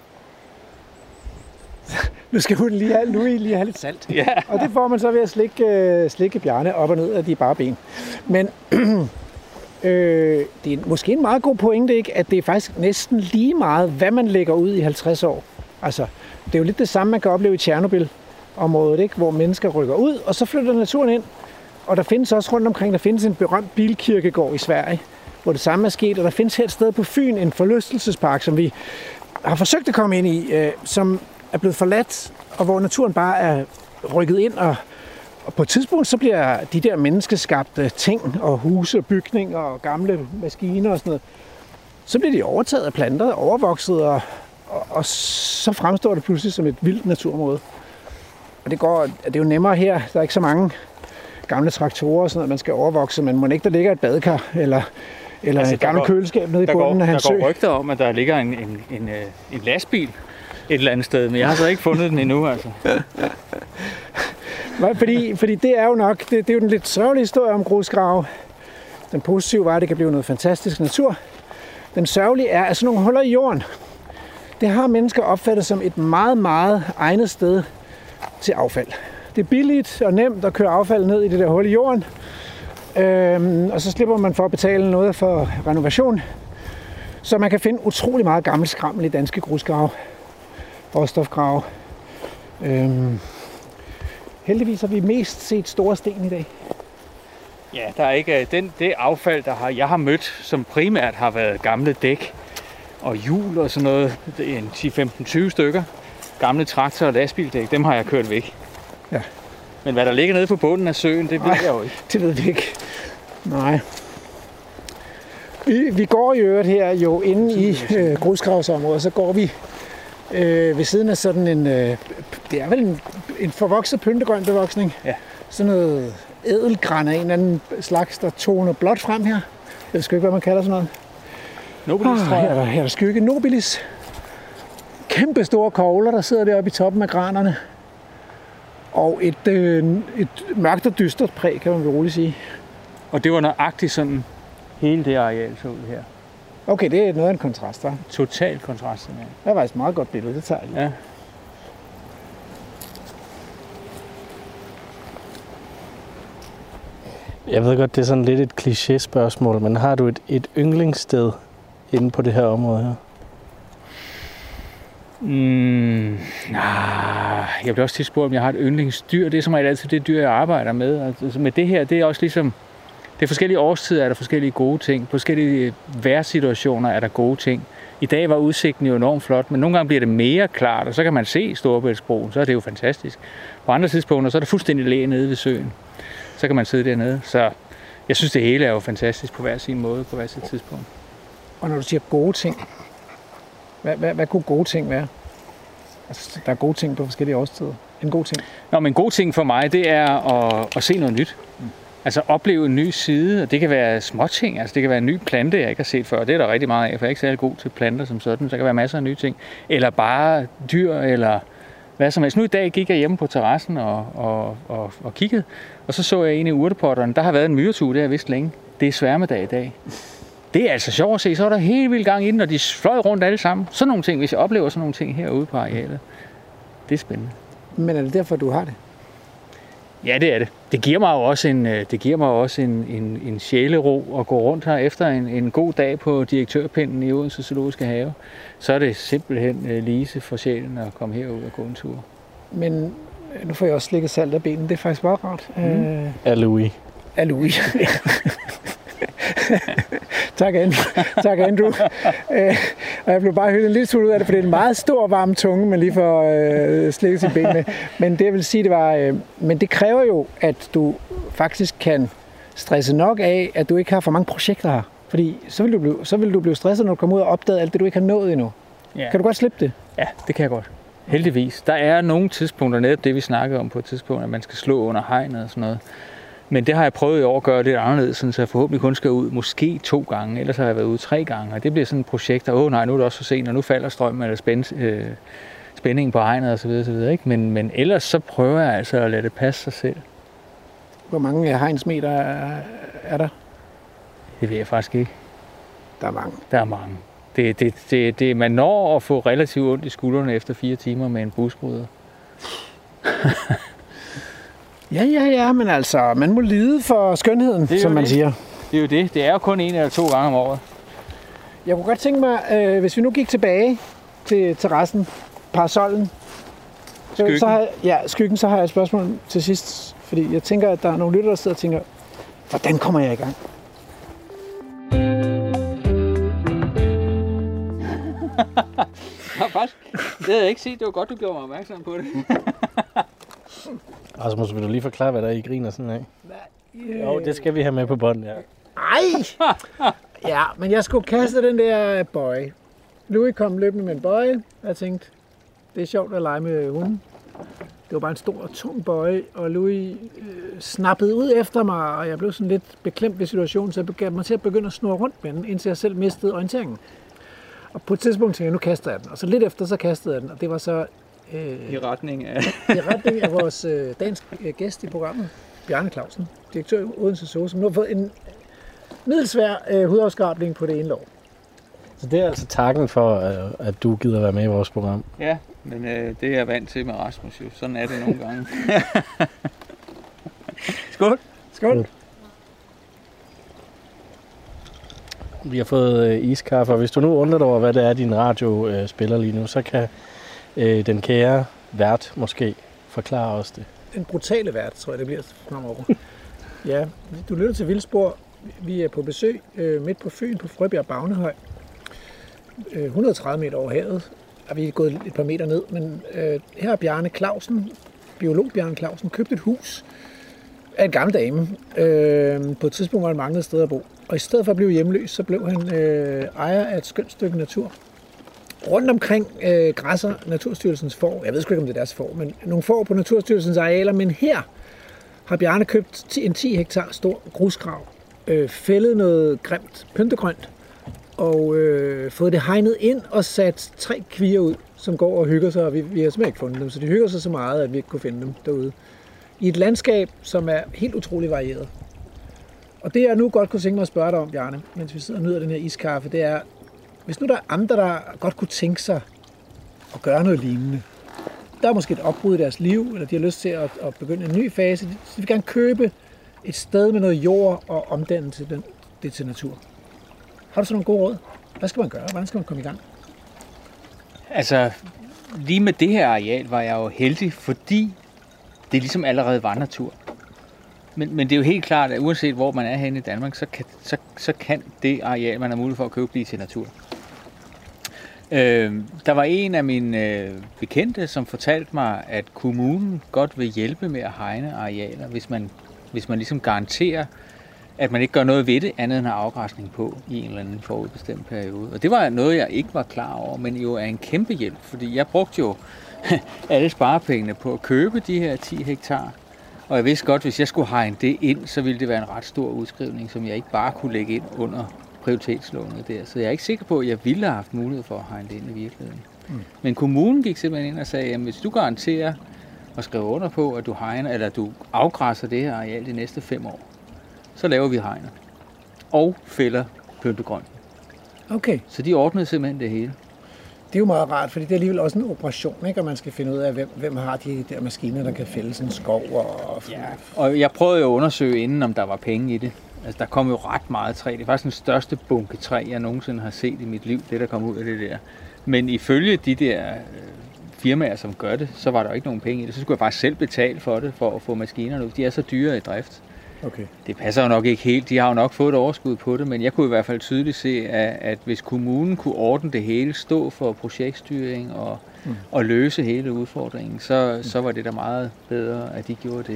Nu skal hun lige have, Louis lige have lidt salt. Ja. Og det får man så ved at slikke, slikke Bjarne op og ned af de bare ben. Men øh, det er måske en meget god pointe, ikke? At det er faktisk næsten lige meget, hvad man lægger ud i halvtreds år. Altså, det er jo lidt det samme, man kan opleve i Tjernobyl-området, ikke? Hvor mennesker rykker ud, og så flytter naturen ind. Og der findes også rundt omkring, der findes en berømt bilkirkegård i Sverige, hvor det samme er sket. Og der findes her et sted på Fyn en forlystelsespark, som vi har forsøgt at komme ind i, øh, som er blevet forladt, og hvor naturen bare er rykket ind, og, og på et tidspunkt så bliver de der menneskeskabte ting og huse og bygninger og gamle maskiner og sådan noget, så bliver de overtaget af planter, overvokset, og, og, og så fremstår det pludselig som et vildt naturområde. Og det, går, det er jo nemmere her, der er ikke så mange gamle traktorer og sådan noget, man skal overvokse, men må ikke der ligger et badekar, eller, eller altså, et gammelt køleskab nede i bunden af hans sø. Der går rygter om, at der ligger en, en, en, en lastbil et eller andet sted, men jeg har så ikke fundet den endnu, altså. fordi, fordi det er jo nok, det, det er jo den lidt sørgelige historie om grusgrave. Den positive var, at det kan blive noget fantastisk natur. Den sørgelige er, at sådan nogle huller i jorden, det har mennesker opfattet som et meget, meget egnet sted til affald. Det er billigt og nemt at køre affald ned i det der hul i jorden, øhm, og så slipper man for at betale noget for renovation. Så man kan finde utrolig meget gammel skrammel i danske grusgrave, råstofgrave. Øhm, heldigvis har vi mest set store sten i dag. Ja, der er ikke den, det affald, der har, jeg har mødt, som primært har været gamle dæk og hjul og sådan noget, det er en ti femten tyve stykker. Gamle traktor- og lastbildæk, dem har jeg kørt væk. Ja. Men hvad der ligger nede på bunden af søen, det ved Nej, jeg jo ikke. Det ved vi ikke. Nej. Vi, vi går i øvrigt her jo inde i øh, grusgravsområdet, så går vi øh, ved siden af sådan en, øh, det er vel en, en forvokset pyntegrøn bevoksning. Ja. Sådan noget ædelgran af en eller anden slags, der toner blåt frem her. Jeg ved sgu ikke, hvad man kalder sådan noget. Nobilis, ah, tror jeg. Her er der, her er der skygge. Nobilis. Kæmpe store kogler, der sidder deroppe i toppen af granerne. Og et, øh, et mørkt og dystert præg, kan man vel roligt sige. Og det var nøjagtigt sådan, hele det areal så ud her. Okay, det er noget af en kontrast, hva'? Total kontrast. Ja. Det er faktisk et meget godt billede, det tager jeg lige. Ja. Jeg ved godt, det er sådan lidt et kliché-spørgsmål, men har du et, et yndlingssted inde på det her område her? Mm, nah, jeg bliver også tit spurgt, om jeg har et yndlingsdyr. Det er som regel altid det dyr, jeg arbejder med. Altså, med det her, det er også ligesom, det er forskellige årstider, er der forskellige gode ting. På forskellige vejrsituationer er der gode ting. I dag var udsigten jo enormt flot, men nogle gange bliver det mere klart, og så kan man se Storebæltsbroen, så er det jo fantastisk. På andre tidspunkter, så er der fuldstændig læge nede ved søen. Så kan man sidde dernede. Så jeg synes, det hele er jo fantastisk på hver sin måde, på hver sit tidspunkt. Og når du siger gode ting, hvad, hvad, hvad kunne gode ting være? Altså, der er gode ting på forskellige årstider. En god ting. Nå, men en god ting for mig, det er at, at se noget nyt. Mm. Altså opleve en ny side, og det kan være småting. Altså det kan være en ny plante, jeg ikke har set før. Det er der rigtig meget af, for jeg er ikke særlig god til planter som sådan. Så der kan være masser af nye ting. Eller bare dyr, eller hvad som helst. Nu i dag gik jeg hjemme på terrassen og, og, og, og kiggede, og så så jeg en i urtepotterne. Der har været en myretue, det har jeg vidst længe. Det er sværmedag i dag. Det er altså sjovt at se. Så er der helt vildt gang inden, og de fløj rundt alle sammen. Sådan nogle ting, hvis jeg oplever sådan nogle ting herude på arealet. Det er spændende. Men er det derfor, du har det? Ja, det er det. Det giver mig jo også en, det giver mig også en, en, en sjælero at gå rundt her efter en, en god dag på direktørpinden i Odense Zoologiske Have. Så er det simpelthen uh, lise for sjælen at komme herud og gå en tur. Men nu får jeg også slikket salt af benen. Det er faktisk meget rart. Mm. Øh... Af Louis. Af Louis. tak, Andrew. tak, Andrew. Øh, og jeg blev bare hyldet en lille smule ud af det, for det er en meget stor, varm tunge, man lige får øh, slikket sine ben med. Men det jeg vil sige, det var, øh, men det kræver jo, at du faktisk kan stresse nok af, at du ikke har for mange projekter her. Fordi så vil du blive, så vil du blive stresset, når du kommer ud og opdager alt det, du ikke har nået endnu. Ja. Kan du godt slippe det? Ja, det kan jeg godt. Heldigvis. Der er nogle tidspunkter, netop det vi snakkede om på et tidspunkt, at man skal slå under hegnet og sådan noget. Men det har jeg prøvet i år at gøre lidt anderledes, så jeg forhåbentlig kun skal ud måske to gange, ellers har jeg været ude tre gange. Og det bliver sådan et projekt, der, åh nej, nu er det også for sent, og nu falder strømmen eller spænd, øh, spændingen på hegnet osv. osv. Ikke? Men, men ellers så prøver jeg altså at lade det passe sig selv. Hvor mange hegnsmeter er, er der? Det ved jeg faktisk ikke. Der er mange. Der er mange. Det, det, det, det, man når at få relativt ondt i skuldrene efter fire timer med en busbryder. Ja, ja, ja, men altså, man må lide for skønheden, som man det. siger. Det er jo det. Det er jo kun en eller to gange om året. Jeg kunne godt tænke mig, øh, hvis vi nu gik tilbage til terrassen, parasollen. Skyggen. Så har, ja, skyggen, så har jeg et spørgsmål til sidst. Fordi jeg tænker, at der er nogle lyttere, der sidder og tænker, hvordan kommer jeg i gang? faktisk, det havde jeg ikke set. Det var godt, du gjorde mig opmærksom på det. Rasmus, vil du lige forklare, hvad der er, I griner sådan af? Jo, det skal vi have med på bånd, ja. Ej! Ja, men jeg skulle kaste den der bøje. Louis kom løbende med en bøje, og jeg tænkte, det er sjovt at lege med hunden. Det var bare en stor og tung bøje, og Louis øh, snappede ud efter mig, og jeg blev sådan lidt beklemt ved situationen, så jeg begav mig til at begynde at snurre rundt med den, indtil jeg selv mistede orienteringen. Og på et tidspunkt tænkte jeg, nu kaster jeg den. Og så lidt efter, så kastede jeg den, og det var så... Øh, I retning af... I retning af vores øh, dansk øh, gæst i programmet, Bjarne Clausen, direktør i Odense Zoo, som nu har fået en middelsvær øh, hudafskrabning på det ene lår. Så det er altså takken for, øh, at du gider være med i vores program. Ja, men øh, det er jeg vant til med Rasmus jo. Sådan er det nogle gange. Skål! Skål! Vi har fået øh, iskaffe, og hvis du nu undrer dig over, hvad det er, din radio øh, spiller lige nu, så kan øh, den kære vært måske forklare os det. En brutale vært, tror jeg, det bliver fremover. Ja, du lytter til Vildspor. Vi er på besøg øh, midt på Fyn på Frøbjerg Bagnehøj. et hundrede og tredive meter over havet. Og vi er gået et par meter ned, men øh, her er Bjarne Clausen, biolog Bjarne Clausen, købt et hus af en gammel dame øh, på et tidspunkt, hvor han manglede et sted at bo. Og i stedet for at blive hjemløs, så blev han øh, ejer af et skønt stykke natur. Rundt omkring øh, græsser Naturstyrelsens får, jeg ved sgu ikke, om det er deres får, men nogle får på Naturstyrelsens arealer, men her har Bjarne købt en ti hektar stor grusgrav, øh, fældet noget grimt pyntegrønt, og øh, fået det hegnet ind og sat tre kvier ud, som går og hygger sig, og vi, vi har simpelthen ikke fundet dem, så de hygger sig så meget, at vi ikke kunne finde dem derude. I et landskab, som er helt utroligt varieret. Og det jeg nu godt kunne tænke mig at spørge dig om, Bjarne, mens vi sidder og nyder den her iskaffe, det er, hvis nu der er andre, der godt kunne tænke sig at gøre noget lignende, der er måske et opbrud i deres liv, eller de har lyst til at, at begynde en ny fase, de vil gerne købe et sted med noget jord og omdanne til den, det til natur. Har du så nogle gode råd? Hvad skal man gøre? Hvordan skal man komme i gang? Altså, lige med det her areal var jeg jo heldig, fordi det ligesom allerede var natur. Men, men det er jo helt klart, at uanset hvor man er henne i Danmark, så kan, så, så kan det areal, man har mulighed for at købe, blive til natur. Øh, der var en af mine øh, bekendte, som fortalte mig, at kommunen godt vil hjælpe med at hegne arealer, hvis man, hvis man ligesom garanterer, at man ikke gør noget ved det, andet end at have afgræsning på i en eller anden forudbestemt periode. Og det var noget, jeg ikke var klar over, men jo er en kæmpe hjælp, fordi jeg brugte jo alle sparepengene på at købe de her ti hektar. Og jeg vidste godt, at hvis jeg skulle hegne det ind, så ville det være en ret stor udskrivning, som jeg ikke bare kunne lægge ind under prioritetslånet der. Så jeg er ikke sikker på, at jeg ville have haft mulighed for at hegne det ind i virkeligheden. Mm. Men kommunen gik simpelthen ind og sagde, at hvis du garanterer og skriver under på, at du hegner, eller at du afgræsser det her areal de næste fem år, så laver vi hegner. Og fælder pyntegrønten. Okay. Så de ordnede simpelthen det hele. Det er jo meget rart, fordi det er alligevel også en operation, ikke? Og man skal finde ud af, hvem, hvem har de der maskiner, der kan fælde sådan en skov. Og... Ja, og jeg prøvede jo at undersøge inden, om der var penge i det. Altså, der kom jo ret meget træ. Det er faktisk den største bunke træ, jeg nogensinde har set i mit liv, det der kom ud af det der. Men ifølge de der øh, firmaer, som gør det, så var der ikke nogen penge i det. Så skulle jeg faktisk selv betale for det, for at få maskinerne ud. De er så dyre i drift. Okay. Det passer jo nok ikke helt. De har jo nok fået et overskud på det, men jeg kunne i hvert fald tydeligt se, at, at hvis kommunen kunne ordne det hele, stå for projektstyring og, mm. og løse hele udfordringen, så, mm. så var det da meget bedre, at de gjorde det.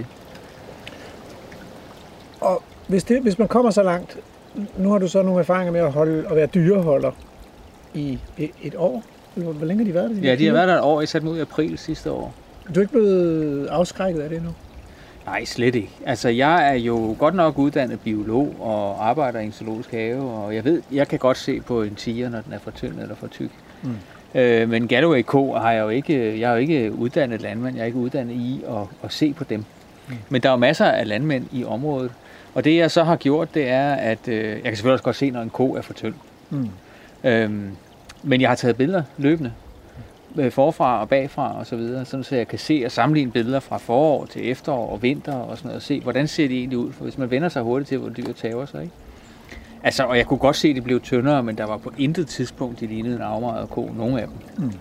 Og hvis, det, hvis man kommer så langt, nu har du så nogle erfaringer med at, holde, at være dyreholder i et, et år. Hvor længe har de været der? De ja, de har været der et år. Jeg satte mig ud i april sidste år. Du er ikke blevet afskrækket af det endnu? Nej, slet ikke. Altså, jeg er jo godt nok uddannet biolog og arbejder i en zoologisk have, og jeg ved, jeg kan godt se på en tiger, når den er for tynd eller for tyk. Mm. Øh, men Galloway ko har jeg jo ikke, jeg er jo ikke uddannet landmand, jeg er ikke uddannet i at, at se på dem. Mm. Men der er jo masser af landmænd i området, og det jeg så har gjort, det er, at øh, jeg kan selvfølgelig også godt se, når en ko er for tynd. Mm. Øhm, men jeg har taget billeder løbende. Forfra og bagfra og så videre, sådan så jeg kan se og sammenligne billeder fra forår til efterår og vinter og sådan noget, og se, hvordan ser de egentlig ud, for hvis man vender sig hurtigt til, hvor dyr tager sig, ikke? Altså, og jeg kunne godt se, at de blev tyndere, men der var på intet tidspunkt, de lignede en afmejret ko, nogen af dem. Mm.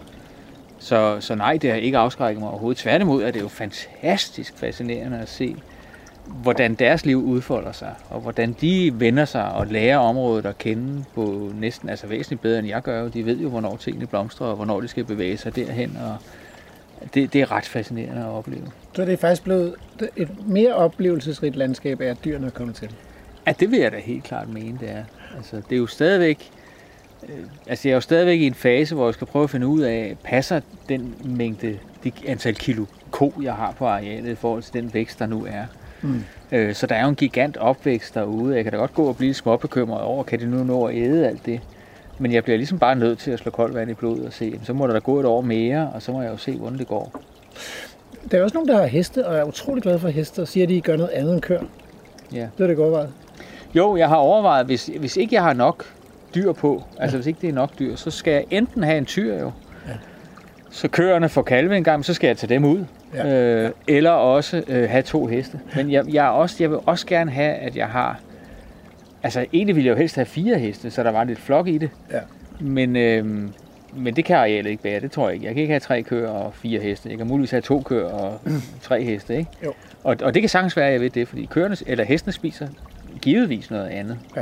Så, så nej, det har ikke afskrækket mig overhovedet. Tværtimod er det jo fantastisk fascinerende at se, hvordan deres liv udfolder sig, og hvordan de vender sig og lærer området at kende på næsten altså væsentligt bedre, end jeg gør. De ved jo, hvornår tingene blomstrer, og hvornår de skal bevæge sig derhen, og det, det er ret fascinerende at opleve. Så det er faktisk blevet et mere oplevelsesrigt landskab af, at dyrene er kommet til? Ja, det vil jeg da helt klart mene, det er. Altså, det er jo stadigvæk... Øh, altså, jeg er jo stadigvæk i en fase, hvor jeg skal prøve at finde ud af, passer den mængde, det antal kilo ko, jeg har på arealet, i forhold til den vækst, der nu er. Mm. Øh, så der er jo en gigant opvækst derude. Jeg kan da godt gå og blive småbekymret over, kan de nu nå at æde alt det? Men jeg bliver ligesom bare nødt til at slå koldt vand i blodet og se, så må der da gå et år mere, og så må jeg jo se, hvordan det går. Der er også nogen, der har heste, og er utrolig glad for heste, og siger, at de gør noget andet end køer. Ja. Det er det godt overvejet. Jo, jeg har overvejet, hvis, hvis ikke jeg har nok dyr på, altså ja. Hvis ikke det er nok dyr, så skal jeg enten have en tyr jo, ja. Så køerne får kalve en gang, så skal jeg tage dem ud, ja. øh, eller også øh, have to heste. Men jeg, jeg, er også, jeg vil også gerne have, at jeg har, altså egentlig vil jeg jo helst have fire heste, så der var lidt flok i det, ja. men, øh, men det kan arealet ikke bære, det tror jeg ikke. Jeg kan ikke have tre køer og fire heste, jeg kan muligvis have to køer og tre heste, ikke? Jo. Og, og det kan sagtens være, at jeg ved det, fordi køerne, eller hestene spiser givetvis noget andet. Ja.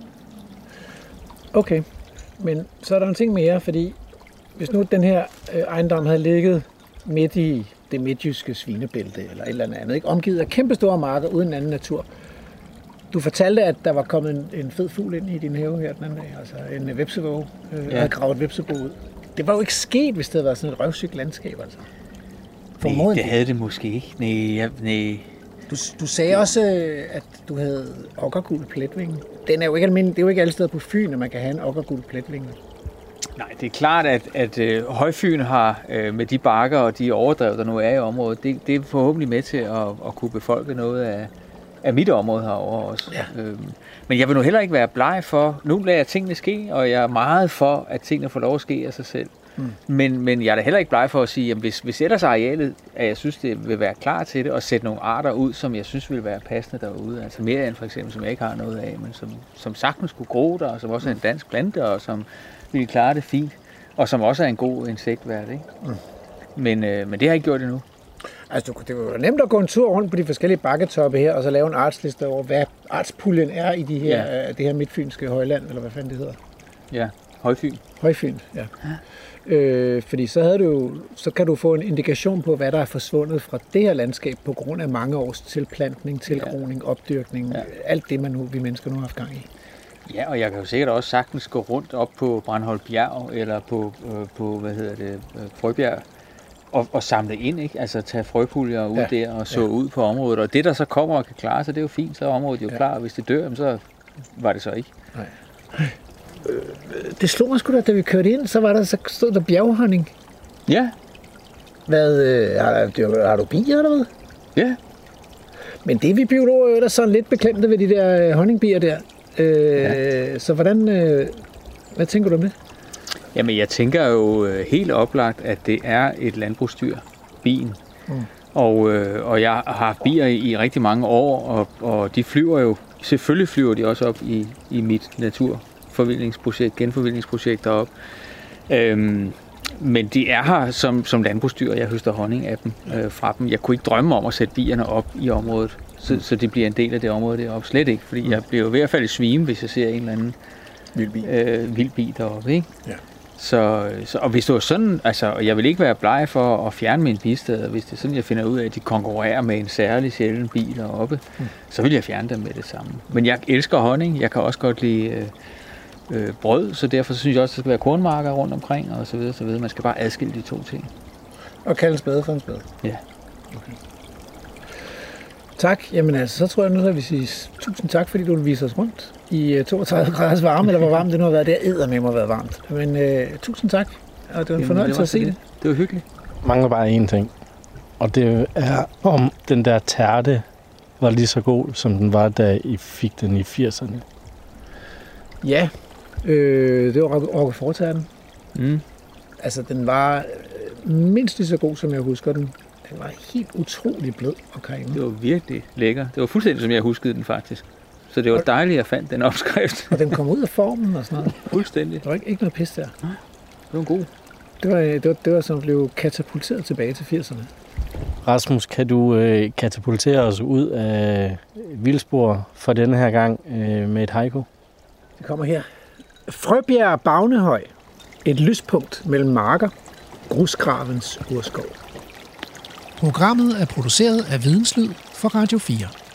Okay, men så er der en ting mere, fordi hvis nu den her øh, ejendom havde ligget midt i det midtjyske svinebælte eller et eller andet, ikke? Omgivet af kæmpe store marker uden anden natur. Du fortalte, at der var kommet en, en fed fugl ind i din have her den anden dag, altså en vepsevåge, øh, ja. havde gravet vepsebo ud. Det var jo ikke sket, hvis det havde været sådan et røvsygt landskab, altså. Nej, det havde det måske ikke. Nej, jeg, nej. Du, du sagde også, at du havde okkergul pletvinge. Den er jo ikke almindelig, det er jo ikke alle steder på Fyn, at man kan have en okkergul pletvinge. Nej, det er klart, at, at øh, Højfyn har øh, med de bakker og de overdrev, der nu er i området, det, det er forhåbentlig med til at, at kunne befolke noget af, af mit område herovre også. Ja. Øhm, men jeg vil nu heller ikke være bleg for, nu lader jeg tingene ske, og jeg er meget for, at tingene får lov at ske af sig selv. Mm. Men, men jeg er da heller ikke bleg for at sige, at hvis, hvis ellers arealet, at jeg synes, det vil være klar til det, og sætte nogle arter ud, som jeg synes vil være passende derude. Altså mere end for eksempel, som jeg ikke har noget af, men som, som sagtens skulle gro der, og som også er en dansk plante, og som ville klare det fint, og som også er en god insektvært, ikke? Mm. Men, øh, men det har jeg ikke gjort endnu. Altså, det var nemt at gå en tur rundt på de forskellige bakketoppe her, og så lave en artsliste over, hvad artspuljen er i de her, ja. det her midtfynske højland, eller hvad fanden det hedder. Ja, Højfyn. Højfyn, ja. ja. Øh, fordi så, havde du, så kan du få en indikation på, hvad der er forsvundet fra det her landskab, på grund af mange års tilplantning, tilgroning, ja. opdyrkning, ja. alt det, man nu, vi mennesker nu har haft gang i. Ja, og jeg kan jo sikkert også sagtens gå rundt op på Brandholt Bjerg, eller på, øh, på hvad hedder det, Frøbjerg, og, og samle ind, ikke? Altså tage frøpuljer ud ja. der og så ja. ud på området. Og det, der så kommer og kan klare sig, det er jo fint, så er området jo ja. klar. Hvis det dør, så var det så ikke. Nej. Det slog mig sgu da, da vi kørte ind, så var der, så stod der bjerghonning. Ja. Hvad, øh, har, har du bier eller hvad? Ja. Men det vi biologer er der sådan lidt beklemte ved de der honningbier der. Øh, ja. Så hvordan, øh, hvad tænker du om det? Jamen jeg tænker jo helt oplagt, at det er et landbrugsdyr, bien. Mm. Og, øh, og jeg har haft bier i, i rigtig mange år, og, og de flyver jo, selvfølgelig flyver de også op i, i mit naturforvildningsprojekt, genforvildningsprojekt deroppe. Øhm, men de er her som, som landbrugsdyr, og jeg høster honning af dem, øh, fra dem. Jeg kunne ikke drømme om at sætte bierne op i området, så, mm. så det bliver en del af det område deroppe. Slet ikke, fordi mm. jeg bliver jo i hvert fald i svime, hvis jeg ser en eller anden vild bi, øh, vild bi deroppe, ikke? Ja. Så, så, og hvis det var sådan, altså, jeg vil ikke være bleg for at fjerne min bistad, hvis det er sådan, jeg finder ud af, at de konkurrerer med en særlig sjælden bil deroppe, mm. så vil jeg fjerne dem med det samme. Men jeg elsker honning, jeg kan også godt lide øh, øh, brød, så derfor synes jeg også, at der skal være kornmarker rundt omkring, og så videre, så videre. Man skal bare adskille de to ting. Og kalde spade for en spade? Ja. Okay. Tak. Jamen altså, så tror jeg nu, at vi siger tusind tak, fordi du vil vise os rundt i toogtredive graders varme, eller hvor varmt det nu har været. Det har eddermame har været varmt. Men uh, tusind tak, og det var en fornøjelse at se det. det. Det var hyggeligt. Mangler bare én ting, og det er, om den der tærte var lige så god, som den var, da I fik den i firserne. Ja, øh, det var Roquefort-tærten. Mm. Altså, den var mindst lige så god, som jeg husker den. Den var helt utrolig blød og creme. Det var virkelig lækker. Det var fuldstændig, som jeg huskede den faktisk. Så det var dejligt, at jeg fandt den opskrift. Og den kom ud af formen og sådan noget. Fuldstændig. Der var ikke, ikke noget pis der. Nej, det var god. Det var, det var, det var som blev katapulteret tilbage til firserne. Rasmus, kan du øh, katapultere os ud af vildspor for denne her gang øh, med et haiku? Det kommer her. Frøbjerg Bagnehøj. Et lyspunkt mellem marker. Grusgravens urskov. Programmet er produceret af Videnslyd for Radio fire.